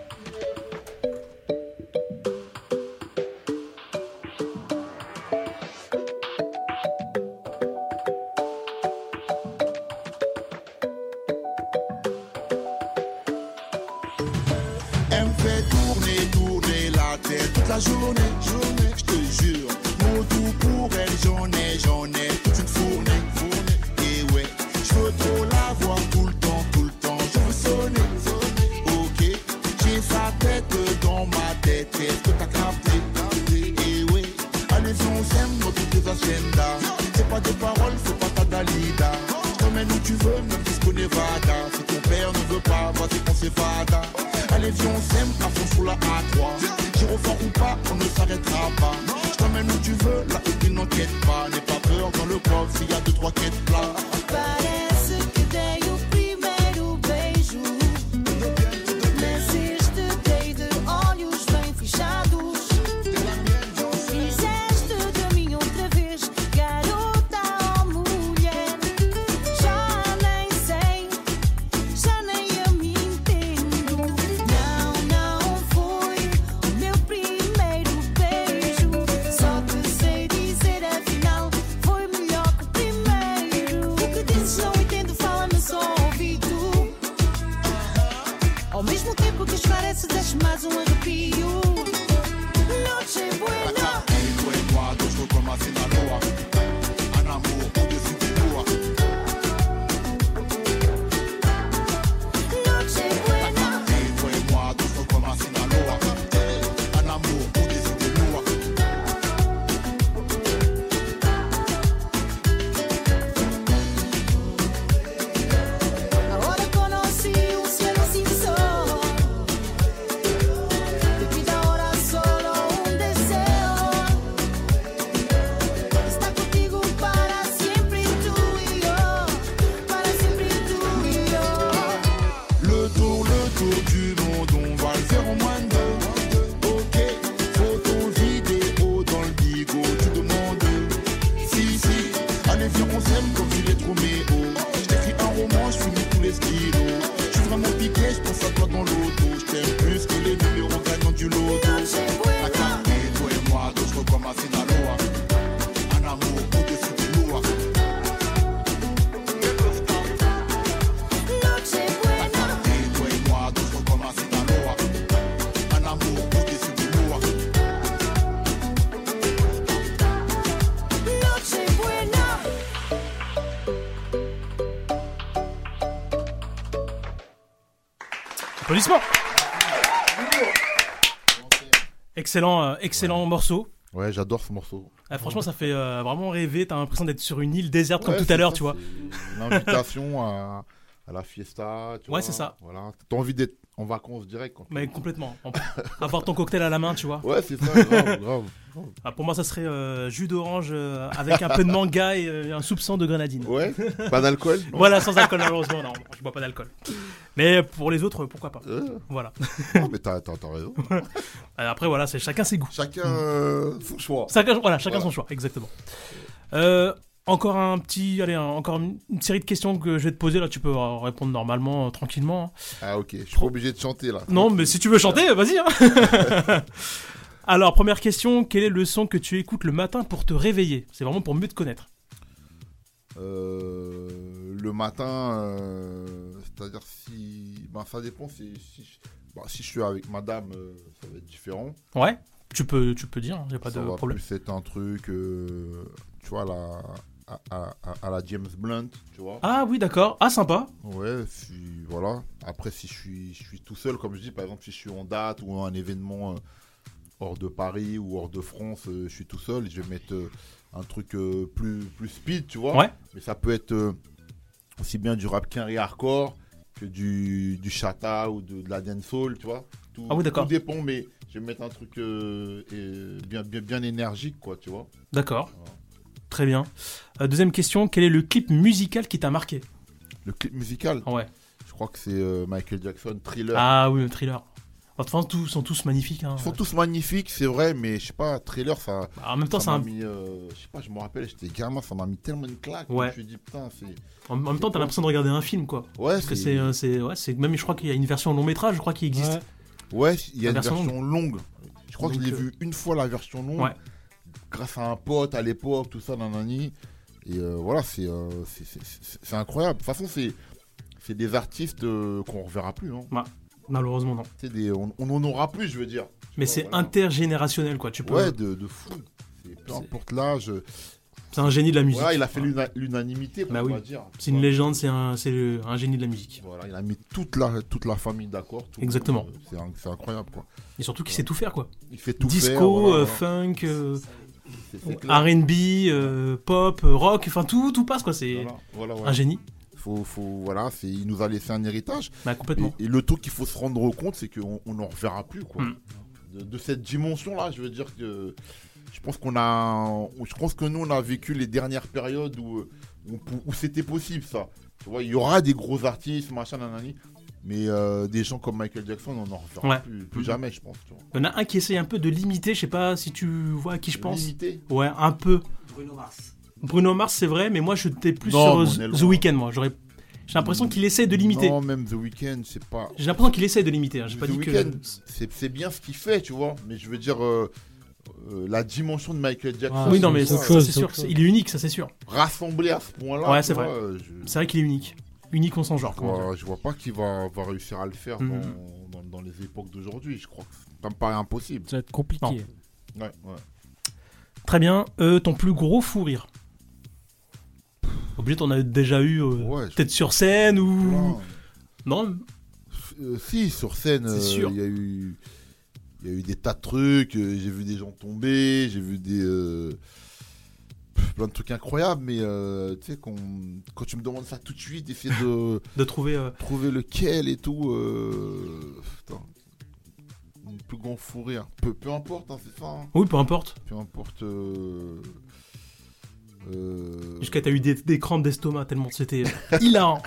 Speaker 18: Elle me fait tourner la tête toute la journée, je te jure. Mon tout pour elle, j'en ai toute une fournée. Et ouais, je veux trop la voir tout le temps, je veux sonner. Ok, j'ai sa tête dans ma tête, est-ce que t'as capté? Et ouais, allez on s'aime dans toutes les agendas. C'est pas des paroles, c'est pas ta Dalida. Je t'emmène où tu veux, même Disco Nevada. Si ton père ne veut pas, vas-y qu'on s'évada. Allez viens on s'aime, à fond sous la A3. Giro fort ou pas, on ne s'arrêtera pas. Je t'emmène t'emmène où tu veux, là où tu n'enquêtes pas. N'aie pas peur dans le coffre s'il y a 2-3 quêtes plats.
Speaker 19: Parece que dei o primeiro beijo, mas este dei de olhos bem fechados. Fizeste de mim outra vez, garota ou mulher. Já nem sei, já nem eu me entendo. Não foi o meu primeiro beijo. Só te sei dizer afinal, foi melhor que o primeiro. O que dizes não entendo, fala-me só ao ouvido. Ao mesmo tempo que esclareces, deixe mais arrepio. Noche buena.
Speaker 18: Toi et moi, d'autres comme à Sinaloa. Un amour au-dessus des lois.
Speaker 19: Noche buena.
Speaker 18: Toi et moi, d'autres comme à Sinaloa. Un amour au-dessus des lois.
Speaker 19: Ahora conocí un cielo sin sol. Te pido ahora solo un deseo. Estar contigo para siempre tú y yo. Para siempre tú y yo.
Speaker 18: Le tour du monde, on va le faire en moins de deux. Ok, photo, vidéo dans le bigot, tu demandes. Si, allez viens on s'aime comme Juliette Roméo. Je t'écris un roman, je finis tous les stylos. Je suis vraiment piqué, je pense à toi dans l'auto. Je t'aime plus que les numéros gagnants du loto. Toi et moi, d'autres comme à Sinaloa. Un amour au-dessus des lois.
Speaker 19: Noche buena.
Speaker 18: Toi et moi, d'autres comme à Sinaloa. Un amour au-dessus des lois.
Speaker 19: Noche buena.
Speaker 2: Applaudissements. Excellent morceau.
Speaker 4: Ouais, j'adore ce morceau.
Speaker 2: Ah, franchement, ça fait vraiment rêver. T'as l'impression d'être sur une île déserte comme
Speaker 4: Ouais,
Speaker 2: tout
Speaker 4: c'est
Speaker 2: à l'heure,
Speaker 4: ça,
Speaker 2: tu vois.
Speaker 4: c'est une invitation à la fiesta. Tu
Speaker 2: Ouais,
Speaker 4: vois.
Speaker 2: c'est ça.
Speaker 4: Voilà. T'as envie d'être en vacances direct.
Speaker 2: Mais complètement. Avoir ton cocktail à la main, tu vois.
Speaker 4: Ouais, c'est ça, grave.
Speaker 2: Ah, pour moi, ça serait jus d'orange avec un peu de manga et un soupçon de grenadine.
Speaker 4: Ouais, pas d'alcool.
Speaker 2: Voilà, sans alcool, malheureusement. Non, je bois pas d'alcool. Mais pour les autres, pourquoi pas. Voilà.
Speaker 4: Non, mais t'as raison.
Speaker 2: Après, voilà, c'est chacun ses goûts.
Speaker 4: Chacun son choix.
Speaker 2: Chacun son choix, exactement. Encore encore une série de questions que je vais te poser. Là, tu peux répondre normalement, tranquillement.
Speaker 4: Ah, ok. Je suis pas obligé de chanter, là.
Speaker 2: Non, mais si tu veux chanter, vas-y. Hein. Alors, première question. Quel est le son que tu écoutes le matin pour te réveiller? C'est vraiment pour mieux te connaître.
Speaker 4: Le matin, c'est-à-dire si... Ben, ça dépend si je suis avec madame, ça va être différent.
Speaker 2: Ouais, tu peux dire, j'ai pas de problème.
Speaker 4: Ça va plus être un truc, tu vois, à la James Blunt, tu vois.
Speaker 2: Ah oui, d'accord. Ah, sympa.
Speaker 4: Ouais, voilà. Après, si je suis tout seul, comme je dis, par exemple, si je suis en date ou un événement hors de Paris ou hors de France, je suis tout seul, je vais mettre un truc plus speed, tu vois.
Speaker 2: Ouais.
Speaker 4: Mais ça peut être aussi bien du rap qu'un hardcore que du chata ou de la dancehall, tu vois.
Speaker 2: Ah oui, d'accord.
Speaker 4: Tout dépend, mais je vais mettre un truc bien énergique, quoi, tu vois.
Speaker 2: D'accord. Voilà. Très bien. Deuxième question, quel est le clip musical qui t'a marqué?
Speaker 4: Le clip musical?
Speaker 2: Ouais.
Speaker 4: Je crois que c'est Michael Jackson, Thriller.
Speaker 2: Ah oui, le Thriller. Enfin, tous sont tous magnifiques. Hein.
Speaker 4: Ils sont tous magnifiques, c'est vrai, mais je sais pas, Thriller, ça.
Speaker 2: Bah, en même temps,
Speaker 4: ça m'a mis. Je sais pas, je me rappelle, j'étais gamin, ça m'a mis tellement une claque.
Speaker 2: Ouais.
Speaker 4: Je me suis dit, putain, c'est.
Speaker 2: En même temps, t'as l'impression de regarder un film, quoi.
Speaker 4: Ouais.
Speaker 2: Parce que c'est même, je crois qu'il y a une version long métrage, je crois qu'il existe.
Speaker 4: Ouais, il y a une version longue. Je crois que je l'ai vu une fois la version longue.
Speaker 2: Ouais.
Speaker 4: Grâce à un pote à l'époque, tout ça, nanani. Et voilà, c'est incroyable. De toute façon, c'est des artistes qu'on reverra plus. Hein.
Speaker 2: Ouais. Malheureusement, non.
Speaker 4: On n'en aura plus, je veux dire.
Speaker 2: Mais c'est intergénérationnel, quoi. Tu peux...
Speaker 4: Ouais, de fou. Peu importe l'âge.
Speaker 2: C'est un génie de la musique.
Speaker 4: Ouais, il a fait l'unanimité,
Speaker 2: bah
Speaker 4: on
Speaker 2: oui.
Speaker 4: va dire.
Speaker 2: C'est une légende, c'est un génie de la musique.
Speaker 4: Voilà, il a mis toute la famille d'accord.
Speaker 2: Exactement.
Speaker 4: C'est incroyable, quoi.
Speaker 2: Et surtout qu'il sait tout faire, quoi.
Speaker 4: Il fait tout
Speaker 2: Disco,
Speaker 4: faire. Voilà.
Speaker 2: funk, R&B, pop, rock, enfin tout passe, quoi. C'est
Speaker 4: voilà.
Speaker 2: un génie.
Speaker 4: Voilà, il nous a laissé un héritage.
Speaker 2: Bah, complètement.
Speaker 4: Et le truc qu'il faut se rendre compte, c'est qu'on n'en reverra plus, quoi. De cette dimension-là, je veux dire que je pense que nous on a vécu les dernières périodes où c'était possible ça. Tu vois, il y aura des gros artistes, machin, nanani, mais des gens comme Michael Jackson, on n'en refera plus jamais, je pense. Tu vois.
Speaker 2: Il y en a un qui essaye un peu de limiter, je sais pas si tu vois à qui je pense.
Speaker 4: Limiter ?
Speaker 2: Ouais, un peu. Bruno Mars, c'est vrai, mais moi je t'ai plus sur The Weeknd, moi. J'ai l'impression qu'il essaie de limiter.
Speaker 4: Non, même The Weeknd, c'est pas.
Speaker 2: J'ai l'impression qu'il essaie de limiter. Hein. J'ai pas dit
Speaker 4: Weeknd, c'est bien ce qu'il fait, tu vois. Mais je veux dire, la dimension de Michael Jackson.
Speaker 2: Ah, oui, non, mais ça, c'est sûr. Il est unique, ça c'est sûr.
Speaker 4: Rassemblé à ce point-là.
Speaker 2: Ouais, c'est vrai. C'est vrai qu'il est unique. Unique en son genre.
Speaker 4: Je vois pas qu'il va réussir à le faire dans les époques d'aujourd'hui. Je crois que ça me paraît impossible.
Speaker 3: Ça va être compliqué.
Speaker 4: Ouais.
Speaker 2: Très bien. Ton plus gros fou rire. Obligé, t'en as déjà eu peut-être sur scène ou. Non.
Speaker 4: Si, sur scène, il y a eu des tas de trucs. J'ai vu des gens tomber, j'ai vu plein de trucs incroyables, mais tu sais, quand tu me demandes ça tout de suite, essayer
Speaker 2: de trouver
Speaker 4: lequel et tout. Putain. Mon plus grand fou rire. Peu importe, hein, c'est ça. Hein.
Speaker 2: Oui, peu importe.
Speaker 4: Peu importe.
Speaker 2: Jusqu'à t'as eu des crampes d'estomac tellement c'était hilarant.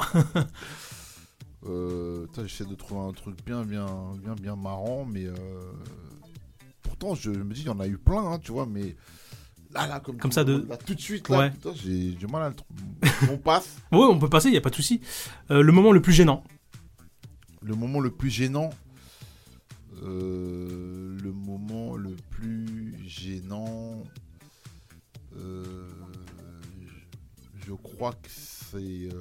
Speaker 4: J'essaie de trouver un truc bien marrant, mais pourtant je me dis il y en a eu plein, hein, tu vois, mais là comme ça là, tout de suite là, putain, j'ai du mal à le trouver. On passe.
Speaker 2: Oui, on peut passer, il y a pas de souci. Le moment le plus gênant.
Speaker 4: Le moment le plus gênant. Le moment le plus gênant. Je crois que c'est.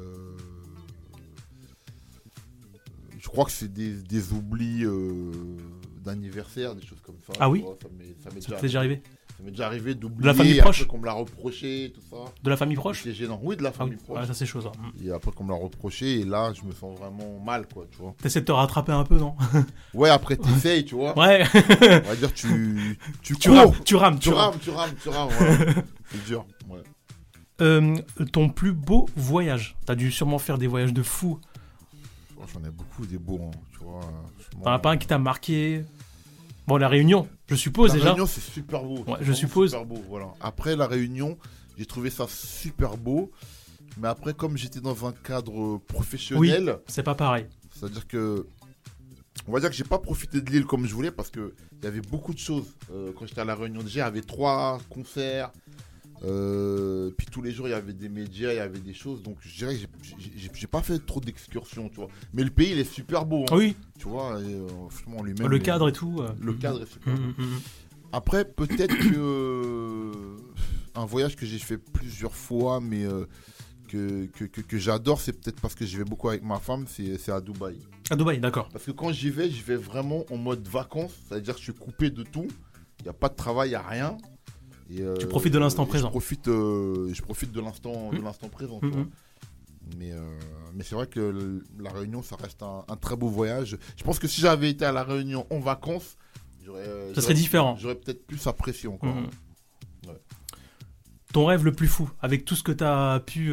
Speaker 4: Je crois que c'est des oublis d'anniversaire, des choses comme ça.
Speaker 2: Ah oui.
Speaker 4: Ça m'est
Speaker 2: déjà arrivé.
Speaker 4: Ça m'est déjà arrivé d'oublier.
Speaker 2: De la famille proche.
Speaker 4: Après qu'on me l'a reproché, tout ça.
Speaker 2: De la famille proche.
Speaker 4: C'est gênant. Oui, de la famille proche.
Speaker 2: Ouais, ça c'est chose. Hein.
Speaker 4: Et après qu'on me l'a reproché, et là, je me sens vraiment mal, quoi, tu vois.
Speaker 2: T'essaies de te rattraper un peu, non?
Speaker 4: Ouais, après t'essayes, tu vois.
Speaker 2: Ouais.
Speaker 4: On va dire tu rames.
Speaker 2: Tu rames.
Speaker 4: Ouais. C'est dur. Ouais.
Speaker 2: Ton plus beau voyage. T'as dû sûrement faire des voyages de fou.
Speaker 4: J'en ai beaucoup des beaux, hein, tu vois.
Speaker 2: T'en as pas un qui t'a marqué? Bon, la Réunion, je suppose déjà.
Speaker 4: La Réunion, c'est super beau.
Speaker 2: Ouais, je suppose.
Speaker 4: Super beau, voilà. Après la Réunion, j'ai trouvé ça super beau. Mais après, comme j'étais dans un cadre professionnel,
Speaker 2: oui, c'est pas pareil.
Speaker 4: C'est-à-dire que, on va dire que j'ai pas profité de l'île comme je voulais parce que il y avait beaucoup de choses. Quand j'étais à la Réunion, déjà, il y avait 3 concerts. Puis tous les jours il y avait des médias, il y avait des choses, donc je dirais que j'ai pas fait trop d'excursions, tu vois. Mais le pays il est super beau, hein,
Speaker 2: oui.
Speaker 4: Tu vois, franchement lui-même.
Speaker 2: Le cadre et tout.
Speaker 4: Le cadre est super beau. Après peut-être que un voyage que j'ai fait plusieurs fois, mais que j'adore, c'est peut-être parce que j'y vais beaucoup avec ma femme, c'est à Dubaï.
Speaker 2: À Dubaï, d'accord.
Speaker 4: Parce que quand j'y vais vraiment en mode vacances, c'est-à-dire que je suis coupé de tout, il n'y a pas de travail, il n'y a rien. Et
Speaker 2: tu profites de l'instant présent.
Speaker 4: Je profite de l'instant présent. Mais c'est vrai que la Réunion, ça reste un très beau voyage. Je pense que si j'avais été à la Réunion en vacances,
Speaker 2: ça serait différent.
Speaker 4: J'aurais peut-être plus apprécié encore. Ouais.
Speaker 2: Ton rêve le plus fou, avec tout ce que t'as pu,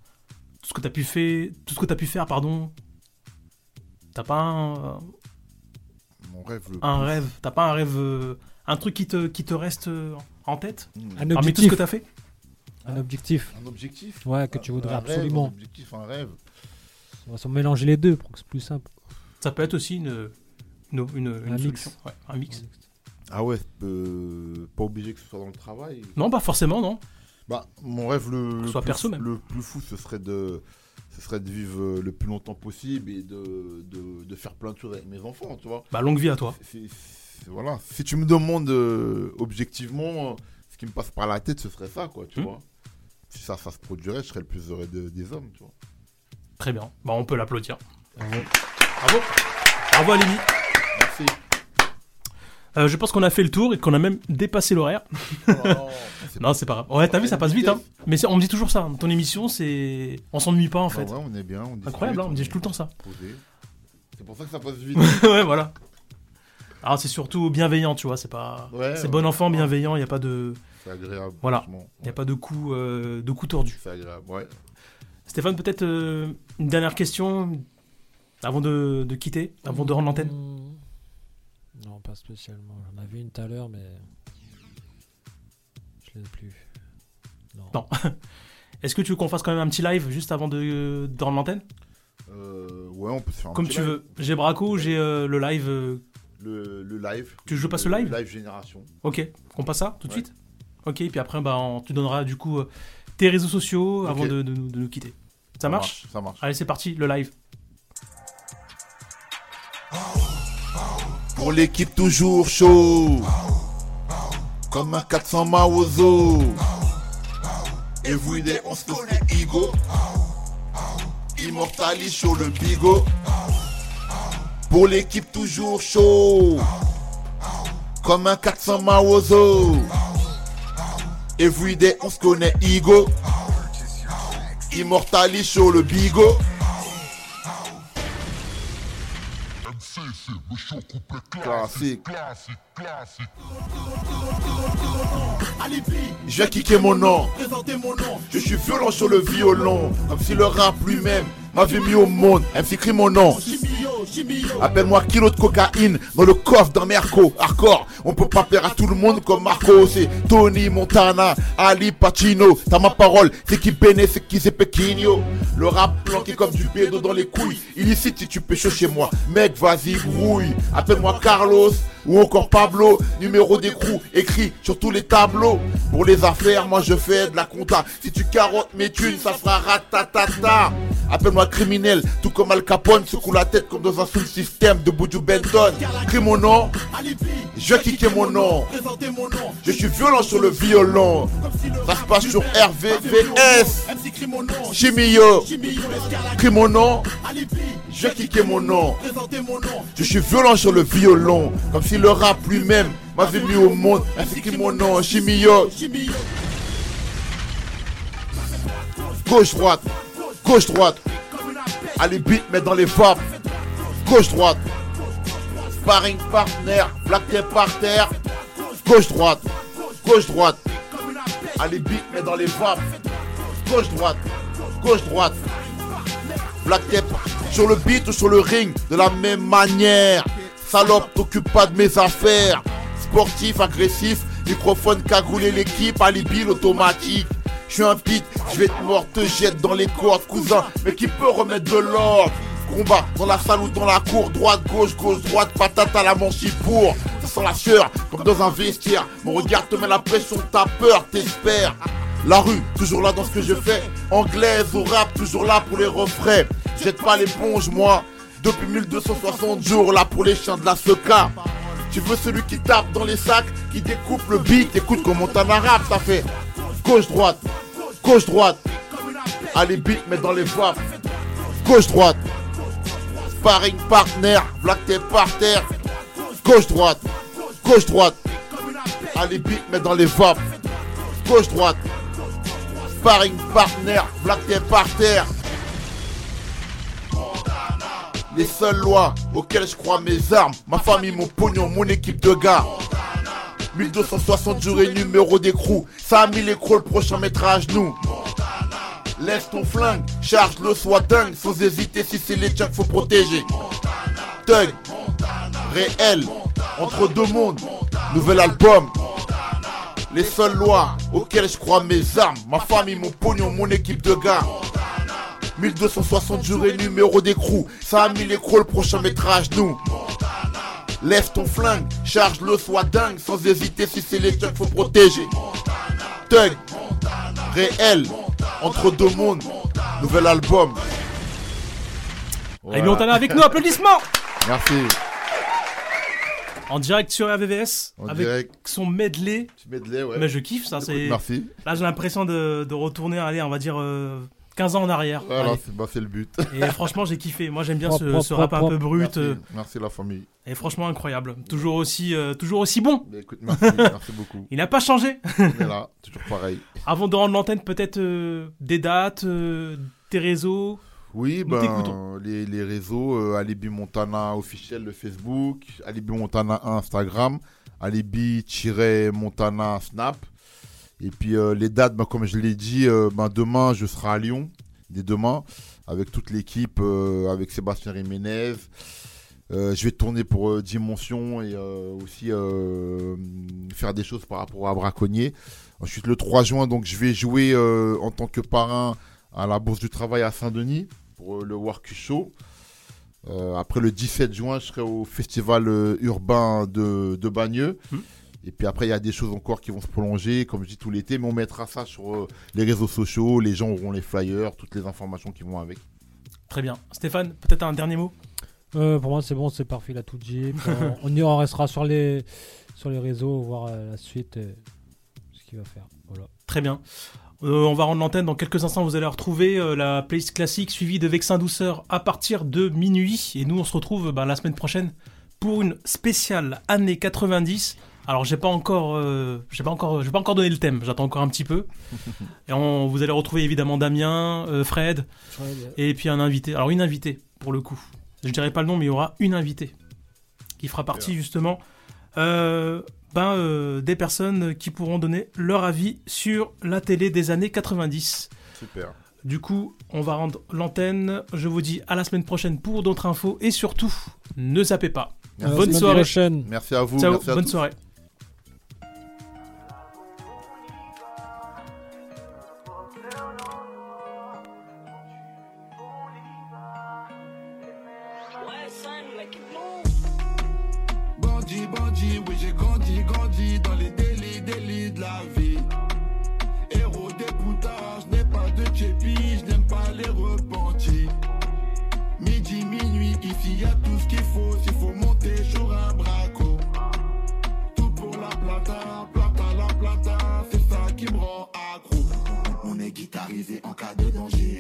Speaker 2: faire, pardon. T'as pas
Speaker 4: mon rêve
Speaker 2: rêve. T'as pas un rêve, un truc qui te reste en tête
Speaker 3: un
Speaker 2: parmi
Speaker 3: objectif.
Speaker 2: tout ce que t'as fait.
Speaker 3: Un objectif.
Speaker 4: Un objectif.
Speaker 3: Ouais, que tu voudrais
Speaker 4: un rêve,
Speaker 3: absolument.
Speaker 4: Un objectif, un rêve.
Speaker 3: On va se mélanger les deux pour que c'est plus simple.
Speaker 2: Ça peut être aussi une
Speaker 3: mix.
Speaker 2: solution. Ouais, un mix.
Speaker 4: Ah ouais, pas obligé que ce soit dans le travail.
Speaker 2: Non, pas forcément, non.
Speaker 4: Bah, mon rêve le plus fou, ce serait de vivre le plus longtemps possible et de faire plein de choses avec mes enfants, tu vois.
Speaker 2: Bah, longue vie à toi.
Speaker 4: Voilà, si tu me demandes objectivement, ce qui me passe par la tête, ce serait ça, quoi, tu vois. Si ça se produirait, je serais le plus heureux des hommes, tu vois.
Speaker 2: Très bien, bah on peut l'applaudir. Bravo Alibi.
Speaker 4: Merci.
Speaker 2: Je pense qu'on a fait le tour et qu'on a même dépassé l'horaire. Non, c'est pas grave. Ouais, t'as vu, ça passe vite, hein. Mais on me dit toujours ça. Ton émission, c'est. On s'ennuie pas, en fait.
Speaker 4: Ouais, on est bien.
Speaker 2: Incroyable, hein, on me dit tout le temps ça.
Speaker 4: C'est pour ça que ça passe vite.
Speaker 2: Ouais, voilà. Alors, c'est surtout bienveillant, tu vois. C'est pas. C'est bon enfant, bienveillant, y a pas de.
Speaker 4: C'est agréable.
Speaker 2: Voilà. Y a pas de coups tordus.
Speaker 4: C'est agréable, ouais.
Speaker 2: Stéphane, peut-être une dernière question avant de quitter, avant de rendre l'antenne.
Speaker 3: Non, pas spécialement. J'en avais une tout à l'heure, mais Je les ai plus.
Speaker 2: Non. Est-ce que tu veux qu'on fasse quand même un petit live juste avant de rendre l'antenne?
Speaker 4: Ouais, on peut se faire un
Speaker 2: Comme
Speaker 4: petit
Speaker 2: tu
Speaker 4: live.
Speaker 2: veux. J'ai Braco, j'ai le live.
Speaker 4: Le live.
Speaker 2: Tu veux que je passe le live?
Speaker 4: Le live Génération.
Speaker 2: Ok, qu'on passe ça tout de
Speaker 4: Ouais.
Speaker 2: suite. Ok, puis après, tu donneras du coup tes réseaux sociaux
Speaker 4: Ok.
Speaker 2: avant de nous quitter. Ça marche?
Speaker 4: Ça marche.
Speaker 2: Allez, c'est parti, le live.
Speaker 18: Pour l'équipe toujours chaud, comme un 400 Maozo. Everyday on se connaît Igo, immortalise sur le bigot. Pour l'équipe toujours chaud, comme un 400 Maozo. Everyday on se connaît Igo, immortalise sur le bigot. Classique. Je vais kicker mon nom. Je suis violent sur le violon, comme si le rap lui-même m'avait mis au monde. MC crie mon nom. Appelle-moi kilo de cocaïne dans le coffre d'un Merco. Hardcore, on peut pas plaire à tout le monde comme Marco. C'est Tony Montana, Ali Pacino. T'as ma parole, c'est qui Bene, c'est qui c'est Pequinho. Le rap planqué comme du bédo dans les couilles. Illicite si tu pécho chez moi. Mec, vas-y, grouille. Appelle-moi Carlos ou encore Pablo. Numéro d'écrou écrit sur tous les tableaux. Pour les affaires, moi je fais de la compta. Si tu carottes mes thunes, ça fera ratatata. Appelle-moi criminel, tout comme Al Capone. Secoue la tête comme dans un sound system de Buju Benton. Crie mon nom, je vais kicker mon nom. Je suis violent sur le violon. Ça se passe sur RVVS. Chimio, crie mon nom, je vais kicker mon nom. Je suis violent sur le violon, comme si le rap lui-même m'avait mis au monde. Ainsi que mon nom, Chimio. Gauche droite, gauche droite. Allez beat mais dans les vapes. Gauche droite. Sparring partner, plaqué par terre. Gauche droite, gauche droite. Allez beat mais dans les vapes. Gauche droite, gauche droite. Plaqué sur le beat ou sur le ring de la même manière. Salope, t'occupe pas de mes affaires. Sportif, agressif, microphone cagoulé l'équipe, alibi l'automatique. Je suis un pit, je vais te mort, te jette dans les cordes, cousin. Mais qui peut remettre de l'ordre? Combat dans la salle ou dans la cour, droite, gauche, gauche, droite, patate à la manchibourg. Ça sent la sueur, comme dans un vestiaire. Mon regard te met la pression, t'as peur, t'espères. La rue, toujours là dans ce que je fais. Anglaise au rap, toujours là pour les refrains. Jette pas l'éponge, moi. Depuis 1260 jours, là pour les chiens de la Soca. Tu veux celui qui tape dans les sacs, qui découpe le beat. Écoute comment t'en arabe, ça fait gauche, droite, gauche, droite. Allez, beat, mais dans les vapes. Gauche, droite. Sparring partner, plaqué par terre. Gauche, droite, gauche, droite. Allez, beat, mais dans les vapes. Gauche, droite. Sparring partner, plaqué par terre. Les seules lois auxquelles je crois, mes armes, ma famille, mon pognon, mon équipe de gars. 1260 jours et numéro d'écrou. Ça a mis l'écrou, le prochain mettra à genoux. Laisse ton flingue, charge-le, sois dingue. Sans hésiter, si c'est les tiens qu'il faut protéger. Thug, réel, entre deux mondes. Nouvel album. Les seules lois auxquelles je crois, mes armes, ma famille, mon pognon, mon équipe de gars. 1260 jours et numéro d'écrou. Ça a mis l'écrou, le prochain mettra à genoux. Lève ton flingue, charge-le, sois dingue. Sans hésiter, si c'est les tiens qu'il faut protéger. Thug, réel, entre deux mondes. Nouvel album.
Speaker 2: Voilà. Et Montana avec nous, applaudissements.
Speaker 4: Merci.
Speaker 2: En direct sur RVVS,
Speaker 4: en
Speaker 2: avec
Speaker 4: direct.
Speaker 2: Son medley.
Speaker 4: Petit medley, ouais.
Speaker 2: Mais je kiffe ça. C'est...
Speaker 4: Merci.
Speaker 2: Là, j'ai l'impression de retourner, allez, on va dire 15 ans en arrière.
Speaker 4: Voilà, c'est le but.
Speaker 2: Et franchement, j'ai kiffé. Moi, j'aime bien ce rap un peu brut.
Speaker 4: Merci la famille.
Speaker 2: Et franchement, incroyable. Toujours aussi bon.
Speaker 4: Mais écoute, merci beaucoup.
Speaker 2: Il n'a pas changé.
Speaker 4: On est là, toujours pareil.
Speaker 2: Avant de rendre l'antenne, peut-être des dates, tes réseaux.
Speaker 4: Oui, les réseaux, Alibi Montana officiel, le Facebook, Alibi Montana 1 Instagram, Alibi-Montana Snap. Et puis les dates, comme je l'ai dit, demain je serai à Lyon, dès demain, avec toute l'équipe, avec Sébastien Jiménez. Je vais tourner pour Dimension et aussi faire des choses par rapport à Braconnier. Ensuite, le 3 juin, donc, je vais jouer en tant que parrain à la Bourse du Travail à Saint-Denis pour le Work Show. Après, le 17 juin, je serai au Festival urbain de Bagneux. Et puis après, il y a des choses encore qui vont se prolonger, comme je dis, tout l'été. Mais on mettra ça sur les réseaux sociaux. Les gens auront les flyers, toutes les informations qui vont avec.
Speaker 2: Très bien. Stéphane, peut-être un dernier mot?
Speaker 3: Pour moi, c'est bon, c'est parfait, il a tout dit. On restera sur les réseaux, voir la suite, ce qu'il va faire. Voilà.
Speaker 2: Très bien. On va rendre l'antenne. Dans quelques instants, vous allez retrouver la playlist classique suivie de Vexin Douceur à partir de minuit. Et nous, on se retrouve la semaine prochaine pour une spéciale année 90. Alors, j'ai pas encore donné le thème. J'attends encore un petit peu. Et vous allez retrouver évidemment Damien, Fred, et puis un invité. Alors, une invitée pour le coup. Je dirais pas le nom, mais il y aura une invitée qui fera partie justement des personnes qui pourront donner leur avis sur la télé des années 90.
Speaker 4: Super.
Speaker 2: Du coup, on va rendre l'antenne. Je vous dis à la semaine prochaine pour d'autres infos et surtout, ne zappez pas. Bonne soirée.
Speaker 4: Merci à vous.
Speaker 2: Ciao,
Speaker 4: merci à
Speaker 2: bonne
Speaker 4: tous.
Speaker 2: soirée.
Speaker 18: Bandit, oui j'ai grandi dans les délits de la vie. Héros des poutages, je n'ai pas de chépi, je n'aime pas les repentis. Midi, minuit, ici y a tout ce qu'il faut, s'il faut monter sur un braco. Tout pour la plata, c'est ça qui me rend accro. On est guitarisé en cas de danger.